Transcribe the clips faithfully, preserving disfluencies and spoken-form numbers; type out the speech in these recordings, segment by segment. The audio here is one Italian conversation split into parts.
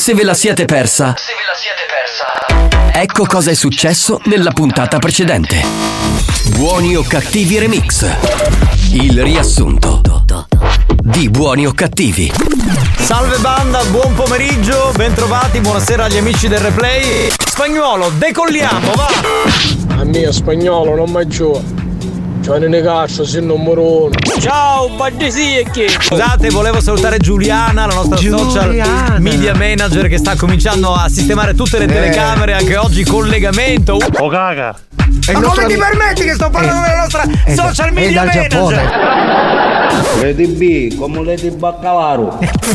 se ve la siete persa. Se ve la siete persa. Ecco cosa è successo nella puntata precedente. Buoni o cattivi remix. Il riassunto di Buoni o cattivi. Salve banda, buon pomeriggio, bentrovati, buonasera agli amici del Replay. Spagnuolo, decolliamo, va! A me spagnolo non mi giù. Cioè ne cazzo, sei il numero uno. Ciao, Baddesicchi. Scusate, volevo salutare Giuliana, la nostra Giuliana. social media manager che sta cominciando a sistemare tutte le telecamere, anche oggi collegamento. Oh caga. Ma come ti permetti che sto parlando della nostra è, social è media manager? Lady B, come Lady Baccalaro.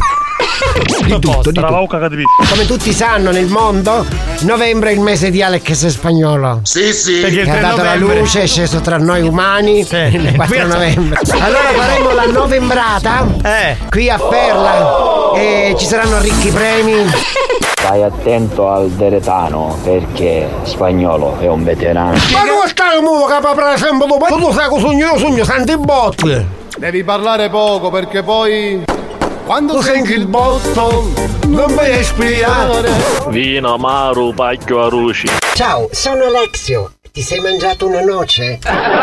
Di tutto, di tutto. Come tutti sanno nel mondo, novembre è il mese di Alex Spagnolo. Sì, sì. Che ha dato novembre. la luce, è sceso tra noi umani Sì. il quattro novembre. Allora faremo la novembrata Eh. qui a Perla e ci saranno ricchi premi. Stai attento al deretano perché Spagnolo è un veterano. Ma dove stai muovo che per sempre tu? Ma tu sai cosa sogno io sogno santi botti. Devi parlare poco perché poi quando Tu senti il botto non mi respirare. Vino amaro, pacchio a ruci. Ciao, sono Alexio. Ti sei mangiato una noce?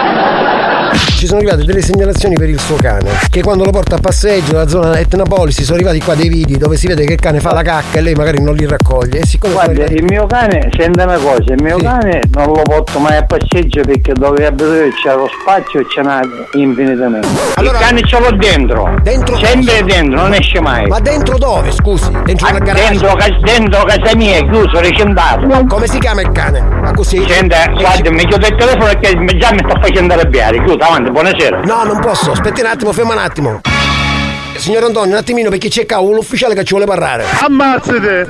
Ci sono arrivate delle segnalazioni per il suo cane, che quando lo porta a passeggio nella zona Etnapolis sono arrivati qua dei video dove si vede che il cane fa la cacca e lei magari non li raccoglie. E siccome Guarda, sono il mio cane, sente una cosa, il mio Sì. cane non lo porto mai a passeggio perché dove abito io c'è lo spazio e ce n'ha infinitamente. Allora- il cane ce l'ho dentro. Dentro Sempre cosa? dentro, non esce mai. Ma dentro dove, scusi? Dentro Ah, una garage? dentro, ca- dentro casa mia è chiuso, recendato. Come si chiama il cane? Ma così? Sente, guarda, mi chiudo il telefono perché già mi sta facendo arrabbiare. Chiudo, avanti, buonasera. No, non posso, aspetti un attimo, ferma un attimo. Signor Antonio, un attimino perché c'è cavolo l'ufficiale che ci vuole parlare. Ammazzate!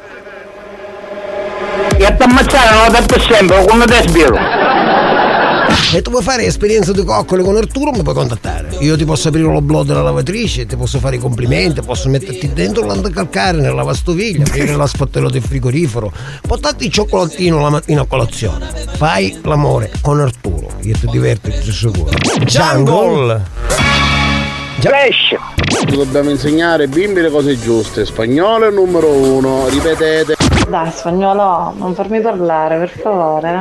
E a t'ammazzare non lo detto sempre, come te sbiro. Se tu vuoi fare esperienza di coccole con Arturo mi puoi contattare. Io ti posso aprire lo blog della lavatrice, ti posso fare i complimenti, posso metterti dentro l'antacalcare nella lavastoviglie, aprire la sportello del frigorifero, portarti il cioccolatino la mattina a colazione. Fai l'amore con Arturo, io ti diverti, ti sicuro. Jungle. Flash. Dobbiamo insegnare ai bimbi le cose giuste. Spagnolo è il numero uno, ripetete. Dai Spagnolo, non farmi parlare, per favore.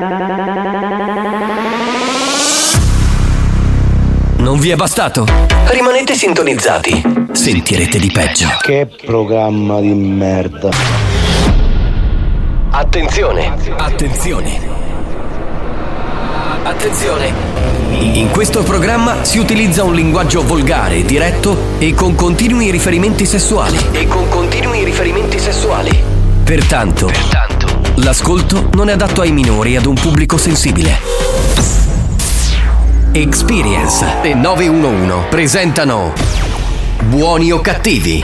Non vi è bastato? Rimanete sintonizzati. Sentirete di peggio. Che programma di merda. Attenzione. Attenzione. Attenzione. In questo programma si utilizza un linguaggio volgare, diretto e con continui riferimenti sessuali. E con continui riferimenti sessuali. Pertanto, Pertanto, l'ascolto non è adatto ai minori e ad un pubblico sensibile. Experience e nove uno uno presentano Buoni o cattivi?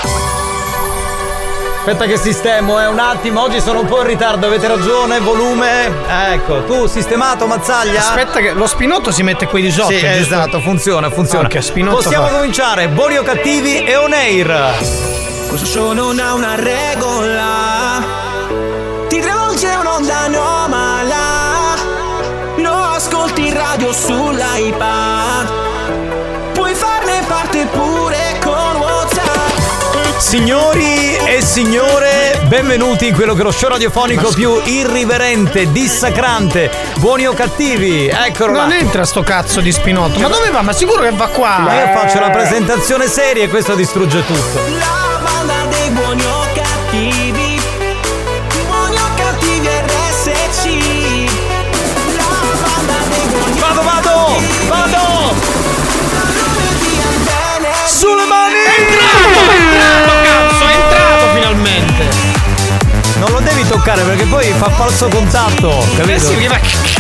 Aspetta che sistemo, eh, un attimo, oggi sono un po' in ritardo, avete ragione, volume. Ecco, tu sistemato, Mazzaglia? Aspetta che lo spinotto si mette qui di sotto. Sì, giusto? esatto, funziona, funziona. Ok, spinotto Possiamo fa. cominciare, Buoni o cattivi e on air. Questo show non ha una regola, ti travolge un'onda anomala, lo ascolti in radio sull'iPad, puoi farne parte pure con WhatsApp. Signori e signore, benvenuti in quello che è lo show radiofonico più irriverente, dissacrante, Buoni o cattivi, eccolo là. Non entra sto cazzo di spinotto. Ma dove va? Ma sicuro che va qua? Ma io faccio la presentazione seria e questo distrugge tutto. La banda dei buoni o cattivi, buoni o cattivi R S C. La banda dei buoni Vado, vado, vado! Sulle mani! È entrato, è entrato, cazzo, è entrato finalmente. Non lo devi toccare perché poi fa falso contatto, capito? Eh sì, perché va...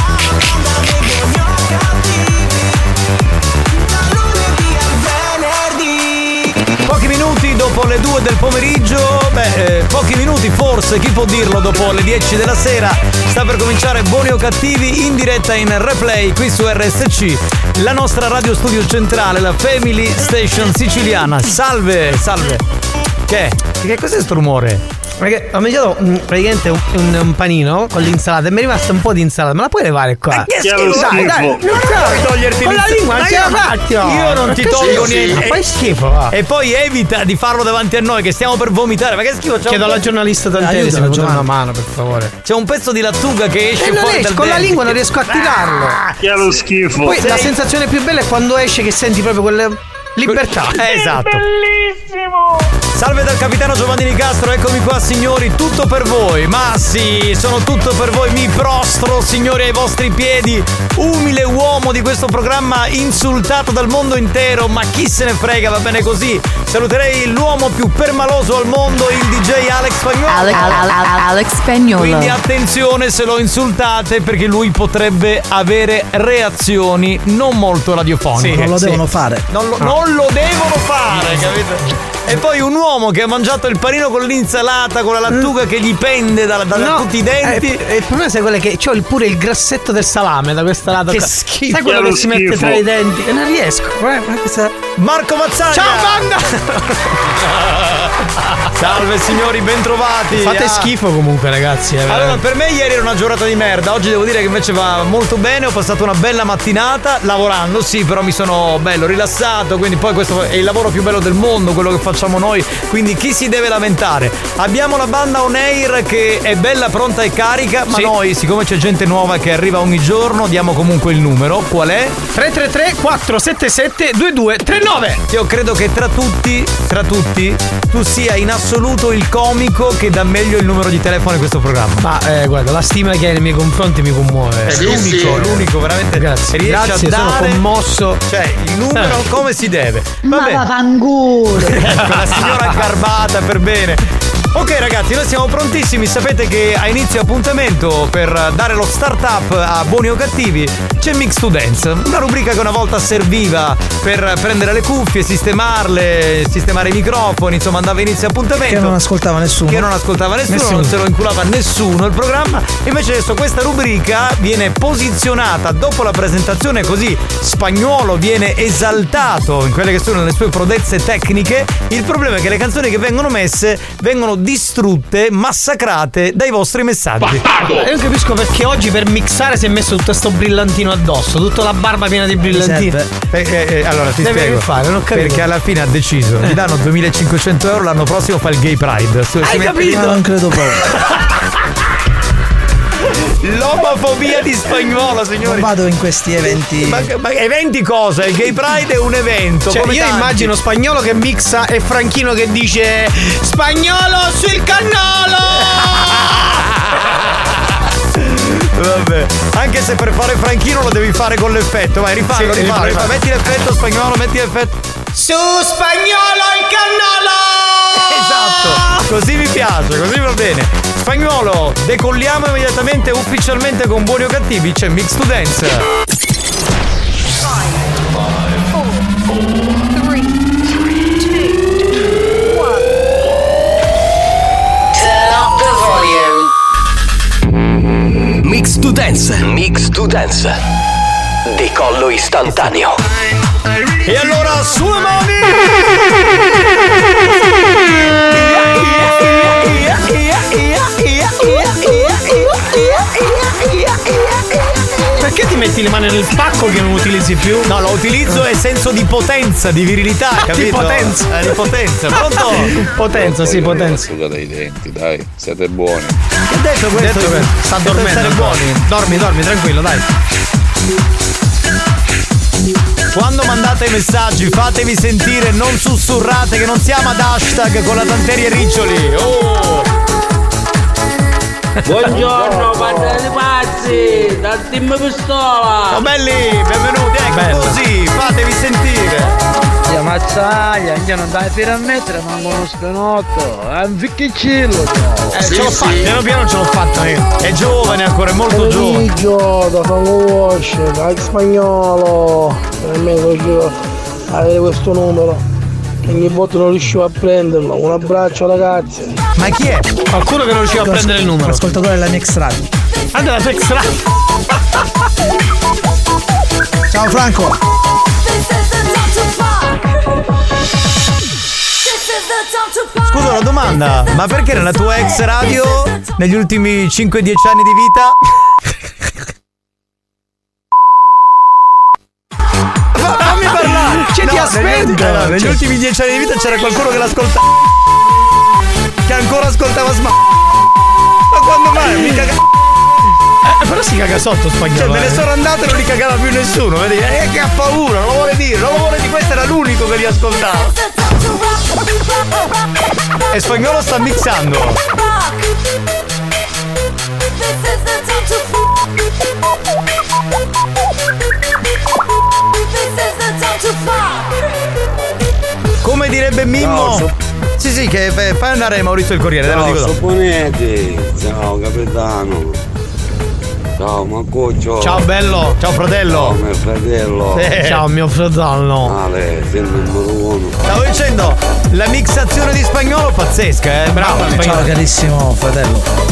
Pochi minuti dopo le due del pomeriggio, beh, eh, pochi minuti forse, chi può dirlo, dopo le dieci della sera, sta per cominciare Buoni o cattivi in diretta in replay qui su R S C, la nostra radio studio centrale, la Family Station siciliana. Salve, salve. Che? Che cos'è sto rumore? Perché ho mangiato mm, praticamente un, un, un panino con l'insalata e mi è rimasta un po' di insalata. Me la puoi levare qua? Ma che schifo! Dai, dai, non puoi toglierti con la lingua, non ce la faccio! Io non ti tolgo niente. Fai schifo, va. E poi evita di farlo davanti a noi che stiamo per vomitare. Ma che schifo! C'è Chiedo un... alla giornalista Tantesi se mi può dare una mano, per favore. C'è un pezzo di lattuga che esce e non fuori esce, dal con dente. la lingua non riesco a tirarlo. Che è lo schifo. Poi Sei... la sensazione più bella è quando esce che senti proprio quelle libertà. Eh, esatto. Bellissimo. Salve dal capitano Giovanni Nicastro, eccomi qua signori, tutto per voi. Ma sì, sono tutto per voi, mi prostro signori ai vostri piedi. Umile uomo di questo programma insultato dal mondo intero, ma chi se ne frega, va bene così. Saluterei l'uomo più permaloso al mondo, il D J Alex Spagnolo. Alex, Alex Spagnolo. Quindi attenzione se lo insultate perché lui potrebbe avere reazioni non molto radiofoniche. Sì, non lo sì. devono fare. Non lo, non lo devono fare, capito? E poi un uomo che ha mangiato il panino con l'insalata, con la lattuga che gli pende da, da no, tutti i denti. Eh, il problema è quello che c'ho pure il grassetto del salame da questa lato. Che schifo. Sai quello che si schifo. mette tra i denti? E non riesco. Guarda, questa... Marco Mazzaglia. Ciao banda! Salve signori, bentrovati. Fate ah. schifo comunque ragazzi. Eh, allora per me ieri era una giornata di merda. Oggi devo dire che invece va molto bene. Ho passato una bella mattinata lavorando, sì, però mi sono bello rilassato. Quindi poi questo è il lavoro più bello del mondo, quello che facciamo noi. Quindi chi si deve lamentare? Abbiamo la banda On Air che è bella, pronta e carica. Ma sì. noi, siccome c'è gente nuova che arriva ogni giorno, diamo comunque il numero. Qual è? tre tre tre quattro sette sette due due tre nove. Io credo che tra tutti, tra tutti, tu sia in assoluto il comico che dà meglio il numero di telefono in questo programma. Ma eh, guarda, la stima che hai nei miei confronti mi commuove. È Sì, l'unico, sì. l'unico veramente. Grazie, riesce grazie, a dare, sono commosso. Cioè, il numero Eh. come si deve. Ma Vabbè. vaffanculo. Ecco, la signora garbata per bene. Ok ragazzi, noi siamo prontissimi. Sapete che a inizio appuntamento per dare lo start-up a buoni o cattivi c'è Mix to Dance, una rubrica che una volta serviva per prendere le cuffie, sistemarle, sistemare i microfoni, insomma andava a inizio appuntamento. Che non ascoltava nessuno. Che non ascoltava nessuno, Nessuno. non se lo inculava nessuno il programma. Invece adesso questa rubrica viene posizionata dopo la presentazione, così Spagnolo viene esaltato in quelle che sono le sue prodezze tecniche. Il problema è che le canzoni che vengono messe vengono distrutte, massacrate dai vostri messaggi. Io non capisco perché oggi per mixare si è messo tutto sto brillantino addosso, tutta la barba piena di brillantini. Eh, eh, eh, allora ti Deve spiego fare, non ho capito. perché alla fine ha deciso gli danno duemilacinquecento euro, l'anno prossimo fa il Gay Pride. Si Hai mette- capito? Ma non credo proprio. L'omofobia di Spagnolo, signori. Non vado in questi eventi. Ma, ma eventi cosa? Il Gay Pride è un evento. Cioè, come io tanti. immagino Spagnolo che mixa e Franchino che dice Spagnolo sul cannolo. Vabbè, anche se per fare Franchino lo devi fare con l'effetto. Vai, rifallo, Sì, rifallo, rifallo, rifallo. Metti l'effetto, Spagnolo, metti l'effetto. Su Spagnolo il cannolo. Esatto, così mi piace, così va bene. Spagnolo, decolliamo immediatamente ufficialmente con buoni o cattivi, c'è Mix to Dance. Mix to Dance. Mix to Dance. Decollo istantaneo. E allora sulle mani! Perché ti metti le mani nel pacco che non utilizzi più? No, lo utilizzo è senso di potenza, di virilità, Ah, capito? di potenza. Eh, di potenza. Pronto? Potenza, sì, potenza. Asciuga dai denti, dai, siete buoni. Che detto questo? Detto che sta dormendo. Stare buoni. Dormi, dormi, tranquillo, dai. Quando mandate i messaggi fatevi sentire, non sussurrate che non siamo ad hashtag con la Tanteri e Riccioli. Oh! Buongiorno, banda di pazzi, dal team pistola. Ciao belli, benvenuti, ecco Bello. così, fatevi sentire. Io mazzaglia, io non dai per ammettere, ma uno spenotto, è un ficchicillo. Eh, ce l'ho fatta, piano piano ce l'ho fatta io. È giovane ancora, è molto giovane. Pomeriggio da Fangowash, dal Spagnolo. Per me voglio avere questo numero. Ogni volta non riuscivo a prenderlo. Un abbraccio ragazzi. Ma chi è? Qualcuno che non riusciva a prendere il numero. Ascoltatore della mia extra. Ah, della tua extra. Ciao Franco. scusa una domanda, ma perché nella tua ex radio negli ultimi cinque dieci anni di vita fammi parlare, Che no, ti aspetta? negli, ultimi, no, negli Cioè- ultimi dieci anni di vita c'era qualcuno che l'ascoltava, che ancora ascoltava Sma. Ma quando mai? Mi caga... Eh, però si caga sotto Spagnolo. Cioè, me ne eh. sono andato e non li cagava più nessuno, vedi? Eh, che ha paura, non lo vuole dire, non lo vuole dire, questo era l'unico che li ascoltava. E Spagnolo sta mixando. Come direbbe Mimmo? Ciao, Sì, sì, che eh, fai andare Maurizio il Corriere, te lo Ciao, dico dopo. supponete. Ciao capitano. Ciao Macoccio. Ciao bello, ciao fratello. Ciao mio fratello. Eh. Ciao mio fratello. Ale, sei il numero uno. Stavo dicendo, la mixazione di Spagnolo pazzesca, eh? Bravo, Ciao Spagnolo. carissimo fratello.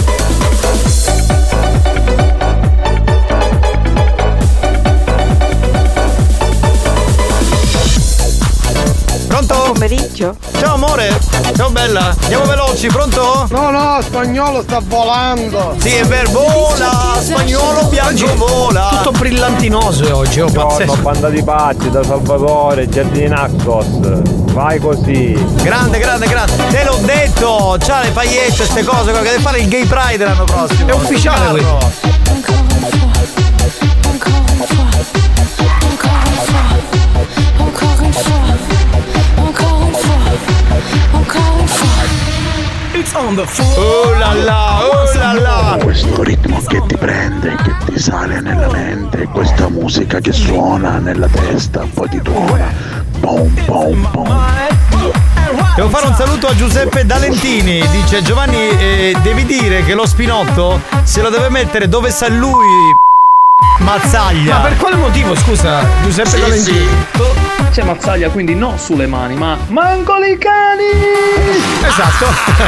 Pronto? Pomeriggio. Ciao amore. Ciao bella. Andiamo veloci, pronto? No, no, Spagnolo sta volando. Sì, è vero, vola, Spagnolo bianco vola. Tutto brillantinoso è oggi, oh, pazzesco. Banda di pazzi da Salvatore, Giardini Naxos. Vai così. Grande, grande, grande. Te l'ho detto, c'ha le pagliette, ste cose, che deve fare il Gay Pride l'anno prossimo. È ufficiale questo. Oh la la, oh la la. Questo ritmo che ti prende, che ti sale nella mente, questa musica che suona nella testa, poi ti tuona. Pom pom pom. Devo fare un saluto a Giuseppe Dalentini. Dice Giovanni, eh, devi dire che lo spinotto se lo deve mettere dove sa lui. Mazzaglia. Ma per quale motivo, scusa, Giuseppe Sì, Dalentini? sì. C'è Mazzaglia, quindi non sulle mani, ma manco i cani! Esatto.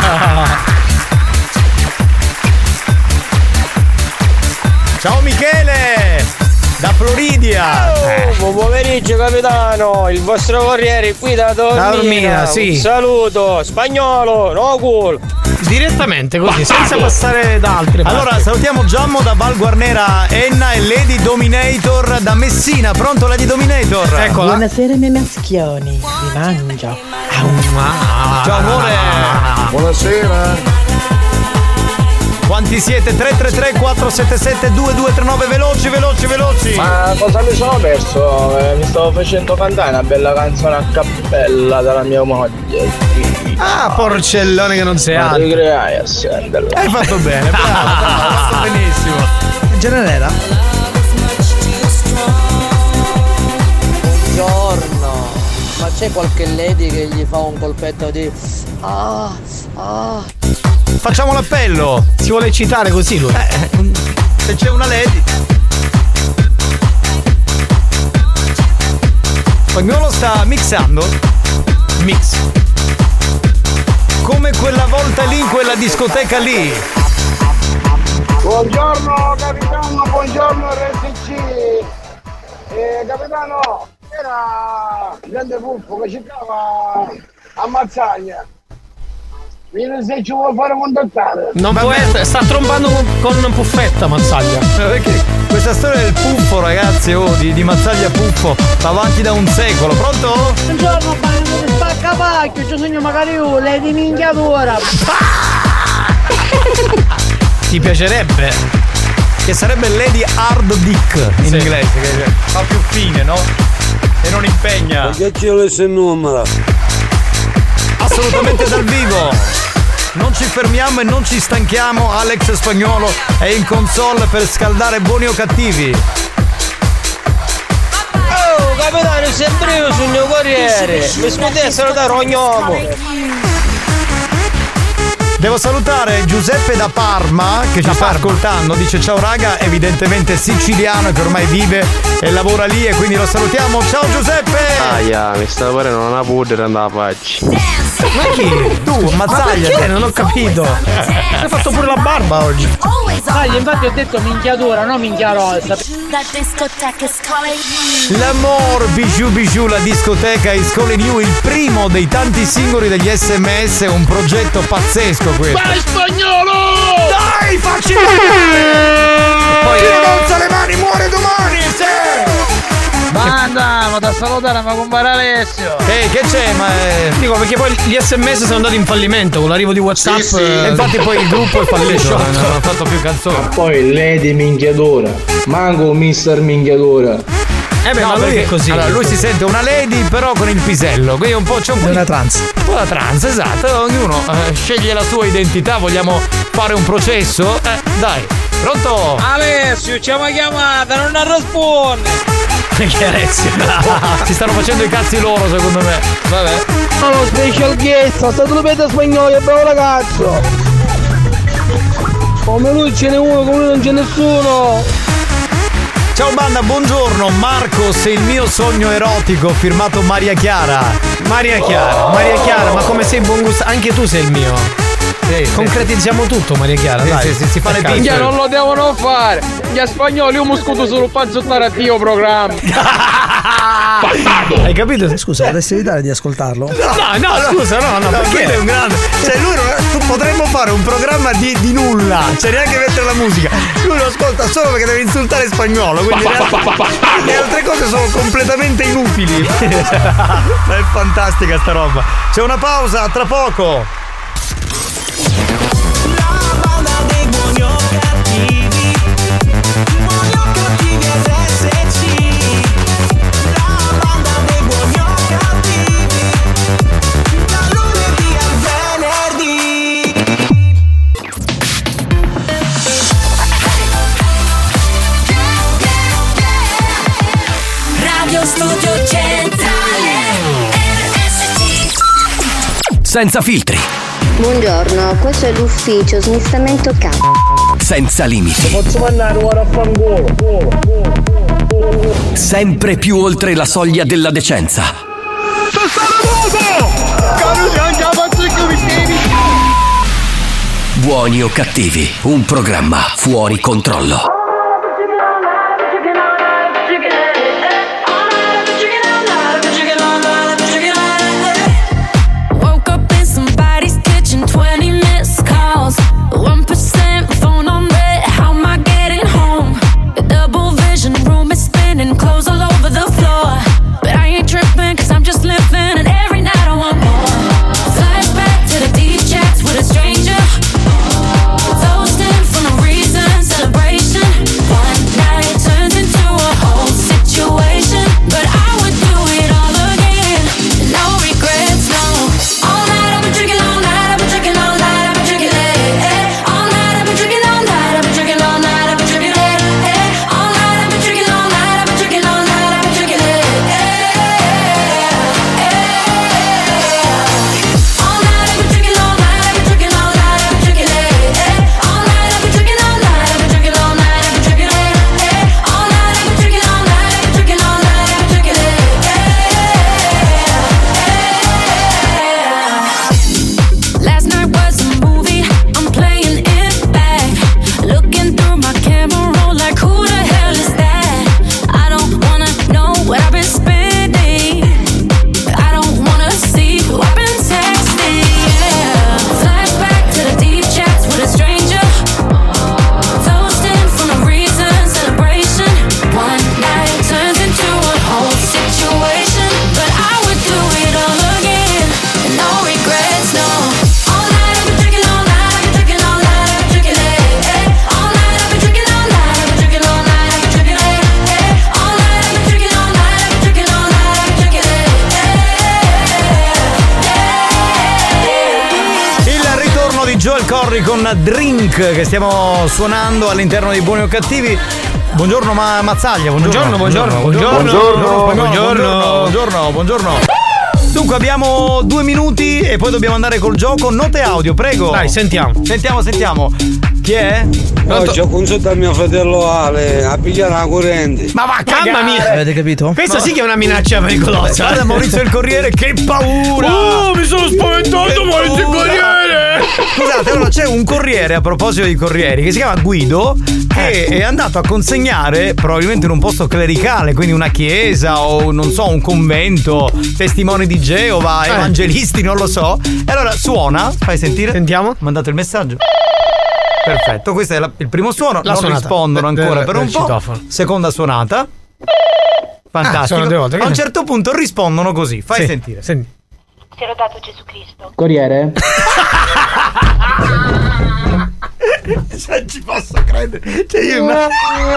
Ciao Michele da Floridia. Oh, buon pomeriggio capitano, il vostro corriere qui da Dormina. Da Dormina, sì. Un saluto, Spagnolo, no cool. Direttamente così, senza passare da altre parti. Allora salutiamo Giammo da Val Guarnera, Enna e Lady Dominator da Messina. Pronto Lady Dominator? Eccola. Buonasera miei maschioni, vi mangio. Ciao amore. Buonasera. Quanti siete? tre tre tre quattro sette sette due due tre nove, veloci, veloci, veloci. Ma cosa mi sono perso? Eh, mi stavo facendo cantare una bella canzone a cappella dalla mia moglie. Ah, porcellone che non sei Ma altro. ti creai a senderla. Hai fatto bene, bravo, hai fatto benissimo. Generera. Buongiorno, ma c'è qualche lady che gli fa un colpetto di ah ah? Facciamo l'appello. Si vuole citare così lui. Eh, se c'è una lady. Spagnolo sta mixando. Mix. Come quella volta lì in quella discoteca lì. Buongiorno capitano, buongiorno R S C. Eh, capitano, era grande puffo che cercava a Mazzaglia. Vieni se ci vuole fare contattare. Non può essere, sta trombando con, con Puffetta Mazzaglia. Perché questa storia del puffo, ragazzi, oh, di, di Mazzaglia puffo, va avanti da un secolo. Pronto? Buongiorno, bagno di spacca pacchio, ci sogno magari io, lei di minchiatura. Ti piacerebbe? Che sarebbe Lady Hard Dick in Sì. inglese, che fa più fine, no? E non impegna. Che ce l'hai se numero? Assolutamente dal vivo. Non ci fermiamo e non ci stanchiamo. Alex Spagnolo è in console per scaldare buoni o cattivi. Oh capitano, sempre io sul mio corriere. Mi scusi a salutare ogni uomo. Devo salutare Giuseppe da Parma che ci sta ascoltando, dice ciao raga, evidentemente siciliano che ormai vive e lavora lì e quindi lo salutiamo. Ciao Giuseppe! Aia, mi sta parendo una pudre andava faccia. Ma chi? Tu, Mazzaglia, te non ho capito. Hai fatto pure la barba oggi. Dai, infatti ho detto minchiatura, no minchia rosa. L'amor bijou bijou, la discoteca is calling you, il primo dei tanti singoli degli S M S, un progetto pazzesco questo. Vai spagnolo! Dai, facci vedere! Poi chi non alza le mani muore domani, se! Banda, ma da salutare ma compare Alessio. Ehi, che c'è? Ma è... Dico perché poi gli S M S sono andati in fallimento con l'arrivo di WhatsApp. Sì, sì. E infatti poi il gruppo è fallito, non hanno fatto più canzoni. Ma poi Lady Minchiatura, manco mister Minchiatura. Eh beh, no, ma lui perché è così. Allora, lui si sente una lady però con il pisello, quindi un po' c'è un po' una trans. Un po' la trans, esatto. Ognuno eh, sceglie la sua identità, vogliamo fare un processo? Eh, dai, pronto? Alessio, ci ha chiamata, non risponde. Che Alessio? Si stanno facendo i cazzi loro, secondo me. Vabbè. Ma lo special guest, sta trompetta spagnola, che bravo ragazzo. Come lui ce n'è uno, come lui non c'è nessuno. Ciao banda, buongiorno. Marcos, il mio sogno erotico, firmato Maria Chiara. Maria Chiara, Maria Chiara, ma come sei buon gusto, anche tu sei il mio. Sì, concretizziamo sì. tutto, Maria Chiara. Sì, dai. sì, sì, si fa le pizze. pizze. Non lo devono fare. Gli spagnoli, io mi scudo solo pazzottare a Dio programma. Hai capito? Scusa, potresti evitare di ascoltarlo? No, no, scusa, no, no, no perché è un grande. Cioè, lui non, potremmo fare un programma di, di nulla, cioè neanche mettere la musica. Lui lo ascolta solo perché deve insultare spagnolo, quindi le altre, le altre cose sono completamente inutili. È fantastica sta roba. C'è una pausa, tra poco. Studio Centrale R S C. Senza filtri. Buongiorno, questo è l'ufficio smistamento capo. Senza limiti. Posso mandare ora a fangolo. Sempre più oltre la soglia della decenza. Buoni o cattivi, un programma fuori controllo. Con Drink che stiamo suonando all'interno di Buoni o Cattivi. Buongiorno ma Mazzaglia, buongiorno. Buongiorno, buongiorno, buongiorno. buongiorno. Buongiorno, buongiorno. Buongiorno, buongiorno. Dunque abbiamo due minuti e poi dobbiamo andare col gioco. Note audio, prego. Dai, sentiamo. Sentiamo, sentiamo. Chi è? Oggi ho consultato mio fratello Ale a pigliare la corrente. Ma va, Mamma mia! Avete capito? Questa Ma- sì che è una minaccia pericolosa. Guarda Maurizio il Corriere, che paura! Oh, mi sono spaventato, Maurizio il Corriere! Scusate, allora c'è un corriere, a proposito di corrieri, che si chiama Guido, che è andato a consegnare, probabilmente in un posto clericale, quindi una chiesa o non so, un convento, testimoni di Geova, Eh. evangelisti, non lo so. E allora suona, fai sentire? Sentiamo. Ha mandato il messaggio. Perfetto, questo è la- il primo suono, La non suonata. rispondono De- ancora de- per del un po'. citofono. Seconda suonata. Fantastico. Ah, sono due volte. A un certo punto rispondono così, fai Sì, sentire. Senti. Ti ero dato Gesù Cristo. Corriere? Cioè, ci posso credere. Cioè, io, immag-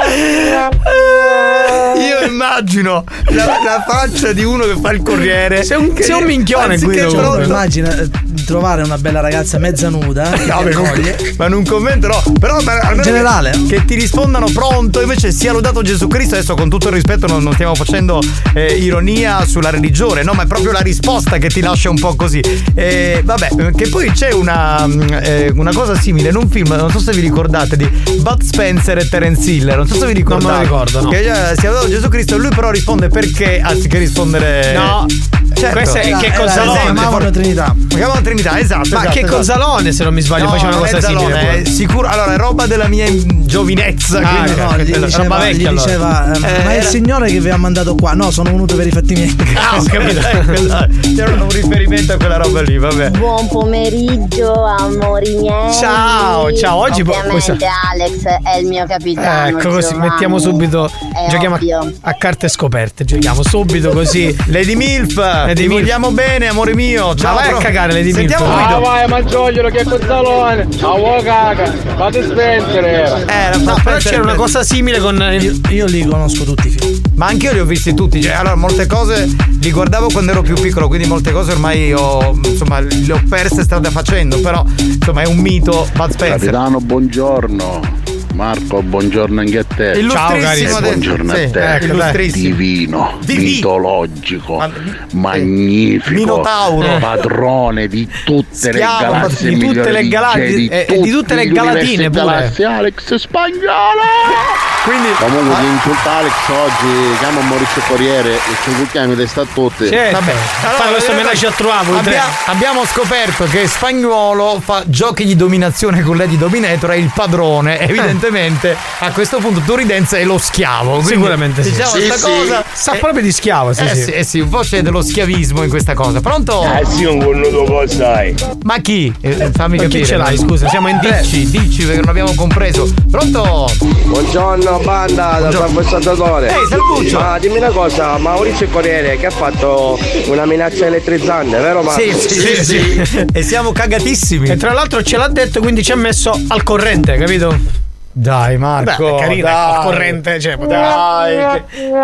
io immagino la, la faccia di uno che fa il corriere. Sei un, che- sei un minchione, anziché Guido. pronto- comunque. Immagina eh, trovare una bella ragazza mezza nuda che No, ti ma in un- accoglie. ma in un commento no. Però ma almeno In generale? che, che ti rispondano pronto. Invece sia lodato Gesù Cristo. Adesso con tutto il rispetto non, non stiamo facendo eh, ironia sulla religione. No, ma è proprio la risposta che ti lascia un po' così. Eh, vabbè, che poi c'è una, mm, eh, una cosa simile in un film. Non so se vi ricordate di Bud Spencer e Terence Hill. Non so se vi ricordate. Non me lo ricordo, no. Che eh, sia lodato Gesù Cristo. Lui però risponde perché anziché rispondere. No. Certo. Questo è che Era- Cozzalone. era- chiamavano Trinità. Chiamavano Trinità, esatto. Ma esatto, che esatto. Cozzalone, se non mi sbaglio, No, faceva una non cosa è Zalone, simile. è pure. sicuro. Allora, è roba della mia giovinezza. Ah, quindi- No, gli roba diceva, vecchia, gli allora. diceva eh, Eh, ma è il era- signore che vi ha mandato qua. No, sono venuto per i fatti miei. Ah, ho capito. Ecco, dai, c'era un riferimento a quella roba lì, vabbè. Buon pomeriggio, amori miei. Ciao, ciao, oggi po- Ovviamente questa- Alex è il mio capitano. Ecco così, Giovanni. mettiamo subito. È Giochiamo a, ovvio. a carte scoperte. Giochiamo subito così. Lady Milf, Lady ti Milf. vogliamo bene, amore mio. Ciao, vai a pro- cagare, Lady Milf. Sentiamo Ah, Guido. vai, ma gioglielo che è Cozzalone. A uomo caga. Fate spensere era. Eh, No, però c'era una cosa simile con il- Io, io li conosco tutti i film. Ma anche io li ho visti tutti. Cioè, allora, molte cose li guardavo quando ero più piccolo, quindi molte cose ormai ho, insomma, le ho perse strada facendo. Però, insomma, è un mito. Bud Spencer. Capitano, buongiorno. Marco, buongiorno anche a te. Illustrissimo carissimo. adesso. Buongiorno Sì, a te. ecco, illustrissimo. Divino, Divi- mitologico, Ma- magnifico, Minotauro. padrone di tutte Schiavo, le galassie, di tutte migliori le D J galassie, di, e- e di tutte le tutti gli galatine universi pure. galassie, Alex Spagnolo. Quindi, Comunque ah, ti insulta Alex oggi, chiama Maurizio Corriere e ci buchiamo di sta tutti. Certo. vabbè. Fai questo menage a trois, voi tre. abbia- abbiamo scoperto che Spagnuolo fa giochi di dominazione con Lady Dominator, è il padrone. Evidentemente a questo punto Turidenza è lo schiavo. Quindi, Sicuramente sì. diciamo Sì, sta sì. cosa. Sa eh, proprio di schiavo, sì, eh, sì. sì, eh sì, un po' c'è dello schiavismo in questa cosa. Pronto? Eh sì, un cornuto cosa hai? Ma chi? Eh, fammi Ma chi capire. ce l'hai, scusa? Siamo in tre. Dici, dici perché non abbiamo compreso. Pronto? Buongiorno banda da San Salvatore. Ehi, Salvuccio. Ma dimmi una cosa, Maurizio Corriere che ha fatto una minaccia elettrizzante, vero Marco? Sì, sì, sì, sì. E siamo cagatissimi. E tra l'altro ce l'ha detto, quindi ci ha messo al corrente, capito? Dai Marco, Beh, è carina, dai. al corrente, cioè, poteva. Dai.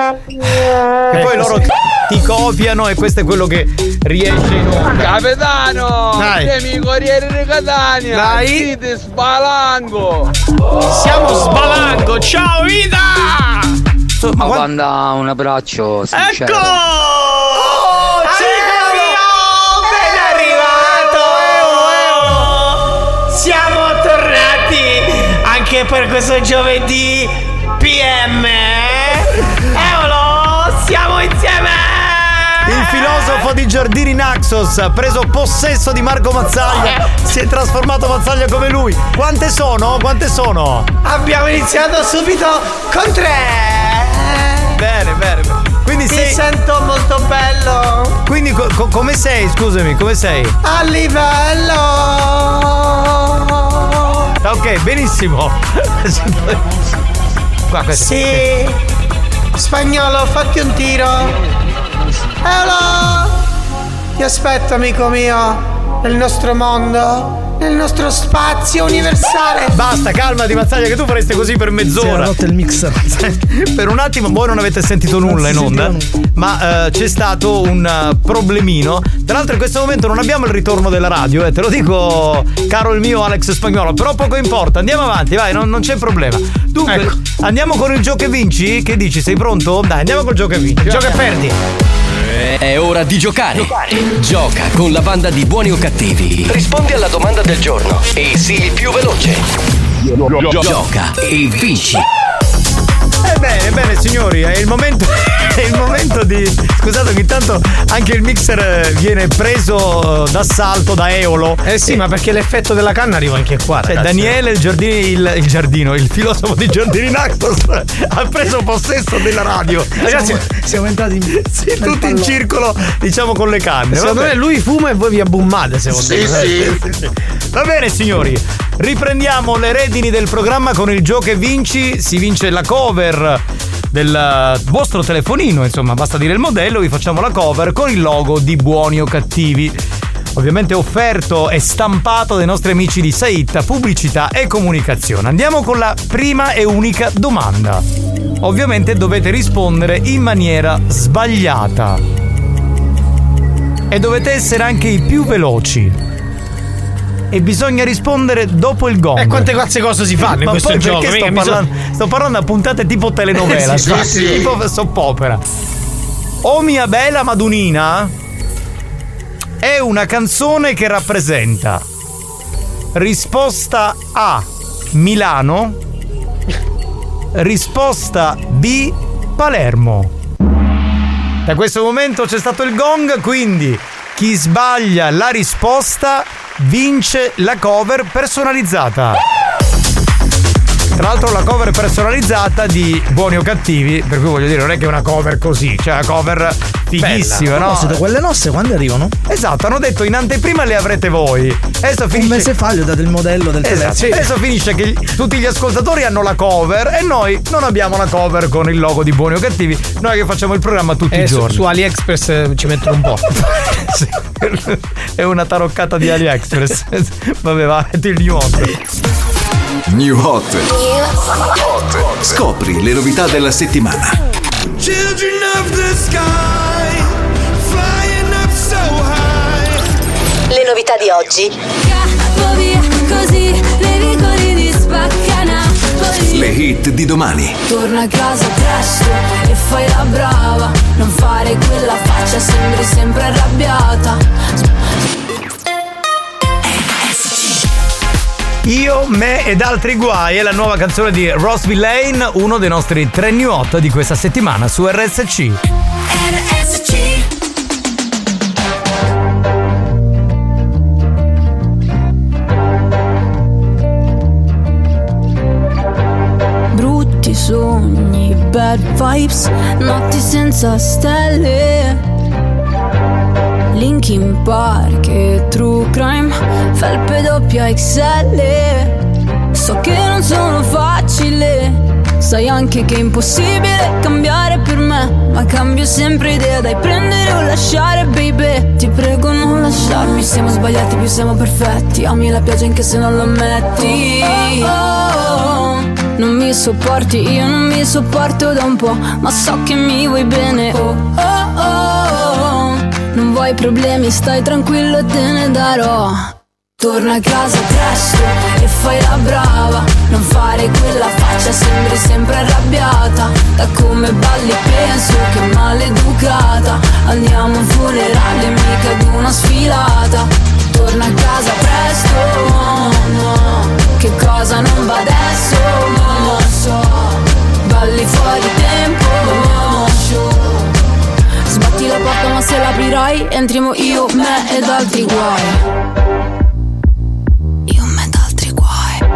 E poi loro ti copiano e questo è quello che riesce in onda. Capitano! Dai. Temi Corriere di Catania! Dai. Siete spalango! Siamo sbalango! Ciao Ida! Ma quando- Manda un abbraccio sincero. Ecco! Oh, ciao! Ben arrivato! Euro! Siamo tornati anche per questo giovedì P M! Euro! Siamo insieme! Il filosofo di Giardini Naxos ha preso possesso di Marco Mazzaglia. Si è trasformato Mazzaglia come lui. Quante sono? Quante sono? Abbiamo iniziato subito con tre! Bene, bene, bene. Quindi Mi sei. sento molto bello! Quindi co- co- come sei? Scusami, come sei? A livello! Ok, benissimo. Qua, questo. Sì! Spagnolo, fatti un tiro! Hello! Ti aspetto, amico mio, nel nostro mondo, nel nostro spazio universale! Basta, calmati Mazzaglia che tu faresti così per Si era mezz'ora. rotto il mixer. Per un attimo voi non avete sentito nulla in si onda, sentiva ma eh, c'è stato un eh, problemino. Tra l'altro in questo momento non abbiamo il ritorno della radio, eh, te lo dico caro il mio Alex Spagnolo, però poco importa, andiamo avanti, vai, non, non c'è problema. Dunque, Ecco. andiamo con il gioco e vinci? Che dici, sei pronto? Dai, andiamo col gioco e vinci. Gioca e perdi! È ora di giocare. giocare. Gioca con la banda di Buoni o Cattivi. Rispondi alla domanda del giorno e sii il più veloce. Gioca e vinci. Ebbene, bene signori, è il momento. È il momento di. Scusate, ogni tanto anche il mixer viene preso d'assalto da Eolo. Eh sì, e... ma perché l'effetto della canna arriva anche qua. Cioè, Daniele, il, giardini, il, il giardino, il filosofo di Giardini Naxos ha preso possesso della radio. Ragazzi, siamo, siamo entrati in, sì, tutti in circolo, diciamo, con le canne. Secondo me lui fuma e voi vi abbummate, secondo sì, me. Sì, sì, sì. Va bene, signori. Riprendiamo le redini del programma con il gioco e vinci. Si vince la cover del vostro telefonino, insomma, basta dire il modello, vi facciamo la cover con il logo di Buoni o Cattivi. Ovviamente offerto e stampato dai nostri amici di Saitta Pubblicità e Comunicazione. Andiamo con la prima e unica domanda. Ovviamente dovete rispondere in maniera sbagliata. E dovete essere anche i più veloci. E bisogna rispondere dopo il gong. E quante cazzo cose si fanno in Ma questo poi gioco? Sto parlando, sto parlando a puntate tipo telenovela, sì, sì, sì. tipo soppopera. O mia bella Madunina è una canzone che rappresenta risposta A Milano, risposta B Palermo. Da questo momento c'è stato il gong, quindi chi sbaglia la risposta vince la cover personalizzata. Tra l'altro la cover personalizzata di Buoni o Cattivi, per cui voglio dire, non è che è una cover così, cioè una cover fighissima, bella. No? Siete quelle nostre quando arrivano? Esatto, hanno detto in anteprima le avrete voi. Adesso finisce... Un mese fa gli ho dato il modello del esatto. telefono. Adesso finisce che tutti gli ascoltatori hanno la cover e noi non abbiamo la cover con il logo di Buoni o Cattivi. Noi che facciamo il programma tutti e i giorni. Su, su AliExpress ci mettono un po'. Sì. È una taroccata di AliExpress. Vabbè, va, è il new hot. New Hot. Scopri le novità della settimana. Children of the sky, flying up so high. Le novità di oggi. Scappo via così, le vicoli di Spaccanapoli. Le hit di domani. Torna a casa presto e fai la brava. Non fare quella faccia, sembri sempre arrabbiata. Io, me ed altri guai è la nuova canzone di Ross Villain, uno dei nostri tre new hot di questa settimana su R S C. R S C. Brutti sogni, bad vibes, notti senza stelle. Linkin Park e True Crime, felpe doppia X L. So che non sono facile, sai anche che è impossibile cambiare per me, ma cambio sempre idea, dai prendere o lasciare baby. Ti prego non lasciarmi, siamo sbagliati più siamo perfetti. Ami la pioggia anche se non lo ammetti. Oh, oh, oh. Non mi sopporti, io non mi sopporto da un po', ma so che mi vuoi bene. Oh, oh, oh. Non vuoi problemi, stai tranquillo e te ne darò. Torna a casa presto e fai la brava. Non fare quella faccia, sembri sempre arrabbiata. Da come balli penso che maleducata. Andiamo a un funerale, mica ad una sfilata. Torna a casa presto, no, no. Che cosa non va adesso, non lo so. Balli fuori tempo, no, show. Sbatti la porta ma se l'aprirai entriamo io, me ed altri guai. Io, me ed altri guai.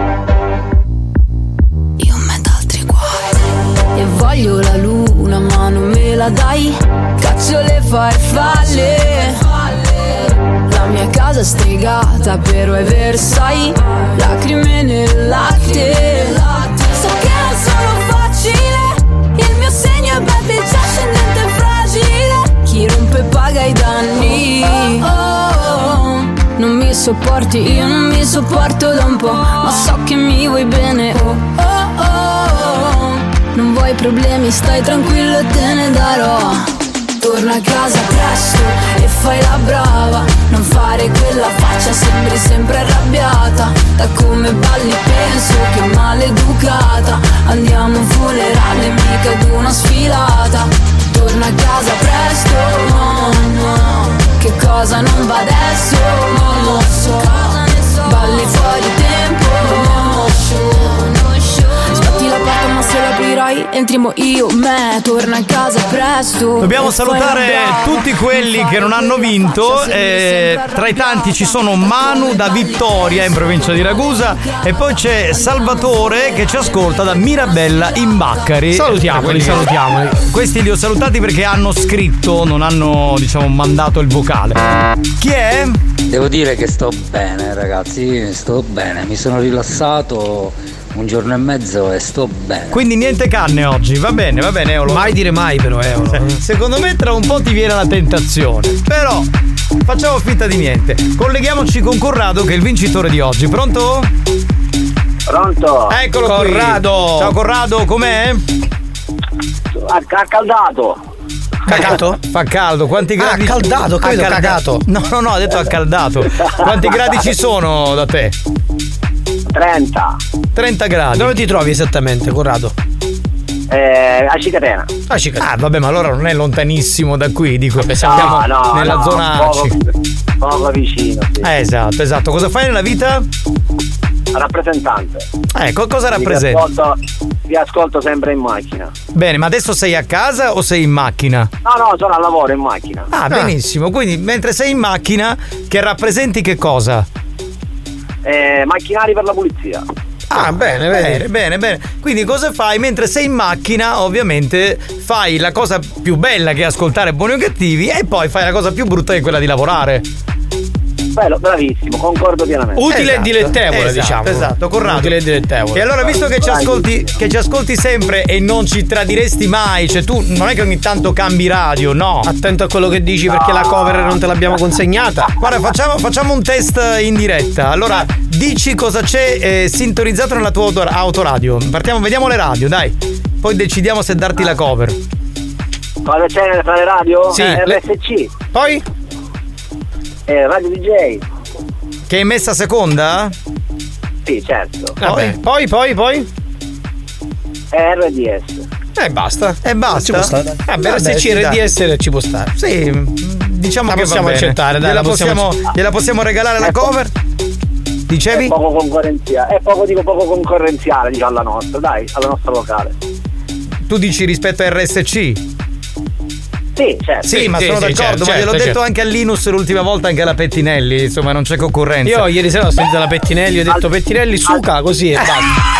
Io, me ed altri guai. E voglio la luna ma non me la dai. Caccio le farfalle. La mia casa è stregata però è Versailles. Lacrime nel latte. So che non sono facile. Il mio segno è bad bitch ascendente fragile. Chi rompe paga i danni. Oh, oh, oh. Non mi sopporti, io non mi sopporto da un po', ma so che mi vuoi bene. Oh, oh, oh. Non vuoi problemi, stai tranquillo e te ne darò. Torna a casa presto e fai la brava. Non fare quella faccia, sembri sempre arrabbiata. Da come balli penso che maleducata. Andiamo a un funerale, mica ad una sfilata. torna a casa presto, no, no. Che cosa non va adesso, non lo so. Balli fuori tempo, no, no. Sbatti la porta ma se l'aprirai entriamo io, me. Torna a casa presto. Dobbiamo salutare tutti quelli che non hanno vinto. Eh, tra i tanti ci sono Manu da Vittoria in provincia di Ragusa e poi c'è Salvatore che ci ascolta da Mirabella in Baccari. Salutiamoli, salutiamoli. Questi li ho salutati perché hanno scritto, non hanno, diciamo, mandato il vocale. Chi è? Devo dire che sto bene, ragazzi, sto bene, mi sono rilassato un giorno e mezzo e sto bene. Quindi niente canne oggi, va bene, va bene, Eolo. Mai dire mai però, Eolo. Secondo me tra un po' ti viene la tentazione, però facciamo finta di niente. Colleghiamoci con Corrado che è il vincitore di oggi. Pronto? Pronto? Eccolo Corrado. Qui. Ciao Corrado, com'è? Accaldato. Cagato? Fa caldo, quanti gradi? Ah, accaldato, credo cagato. No, no, no, ha detto accaldato. Quanti gradi ci sono da te? trenta. trenta gradi. Dove ti trovi esattamente, Corrado? Eh, a Cicatena. A Cicatena. Ah, vabbè, ma allora non è lontanissimo da qui, dico, siamo no, no, nella no, zona poco, Aci. Poco vicino, sì. Eh, esatto, esatto. Cosa fai nella vita? Rappresentante. Ecco, cosa Vi rappresenta? ascolto, vi ascolto sempre in macchina. Bene, ma adesso sei a casa o sei in macchina? No, no, sono al lavoro in macchina. Ah, benissimo. Quindi mentre sei in macchina, che rappresenti che cosa? Eh, macchinari per la pulizia. Ah, bene, bene, bene, bene. Quindi cosa fai? Mentre sei in macchina, ovviamente, fai la cosa più bella che è ascoltare Buoni o Cattivi e poi fai la cosa più brutta che è quella di lavorare. Bello, bravissimo, concordo pienamente. Utile Esatto, e dilettevole, esatto, diciamo. Esatto, Corrado. Utile e dilettevole. E allora, visto che ci ascolti, che ci ascolti sempre e non ci tradiresti mai, cioè tu non è che ogni tanto cambi radio, no. Attento a quello che dici perché la cover non te l'abbiamo consegnata. Guarda, facciamo, facciamo un test in diretta. Allora, dici cosa c'è eh, sintonizzato nella tua auto- autoradio. Partiamo, vediamo le radio, dai. Poi decidiamo se darti la cover. Cosa c'è tra le radio? Sì. Eh, R S C. Poi? Eh, Radio D J. Che è messa seconda? Sì, certo. Vabbè. Poi, poi, poi? Eh, R D S. E basta. E basta. Ci può stare. Vabbè, Vabbè, se sì, ci R dai. D S ci può stare. Sì, diciamo la che possiamo va bene. accettare, dai, gliela, la possiamo possiamo, gliela possiamo regalare la Ecco. cover? Dicevi? È poco concorrenziale. È poco, dico, poco concorrenziale, dico, alla nostra, dai, alla nostra locale. Tu dici rispetto a R S C? Sì, certo. Sì, ma sì, sono sì, d'accordo, certo, ma gliel'ho certo, detto certo. anche a Linus l'ultima volta, anche alla Pettinelli, insomma non c'è concorrenza. Io ieri sera ho sentito la Pettinelli, ho detto al, Pettinelli suca al, così e basta.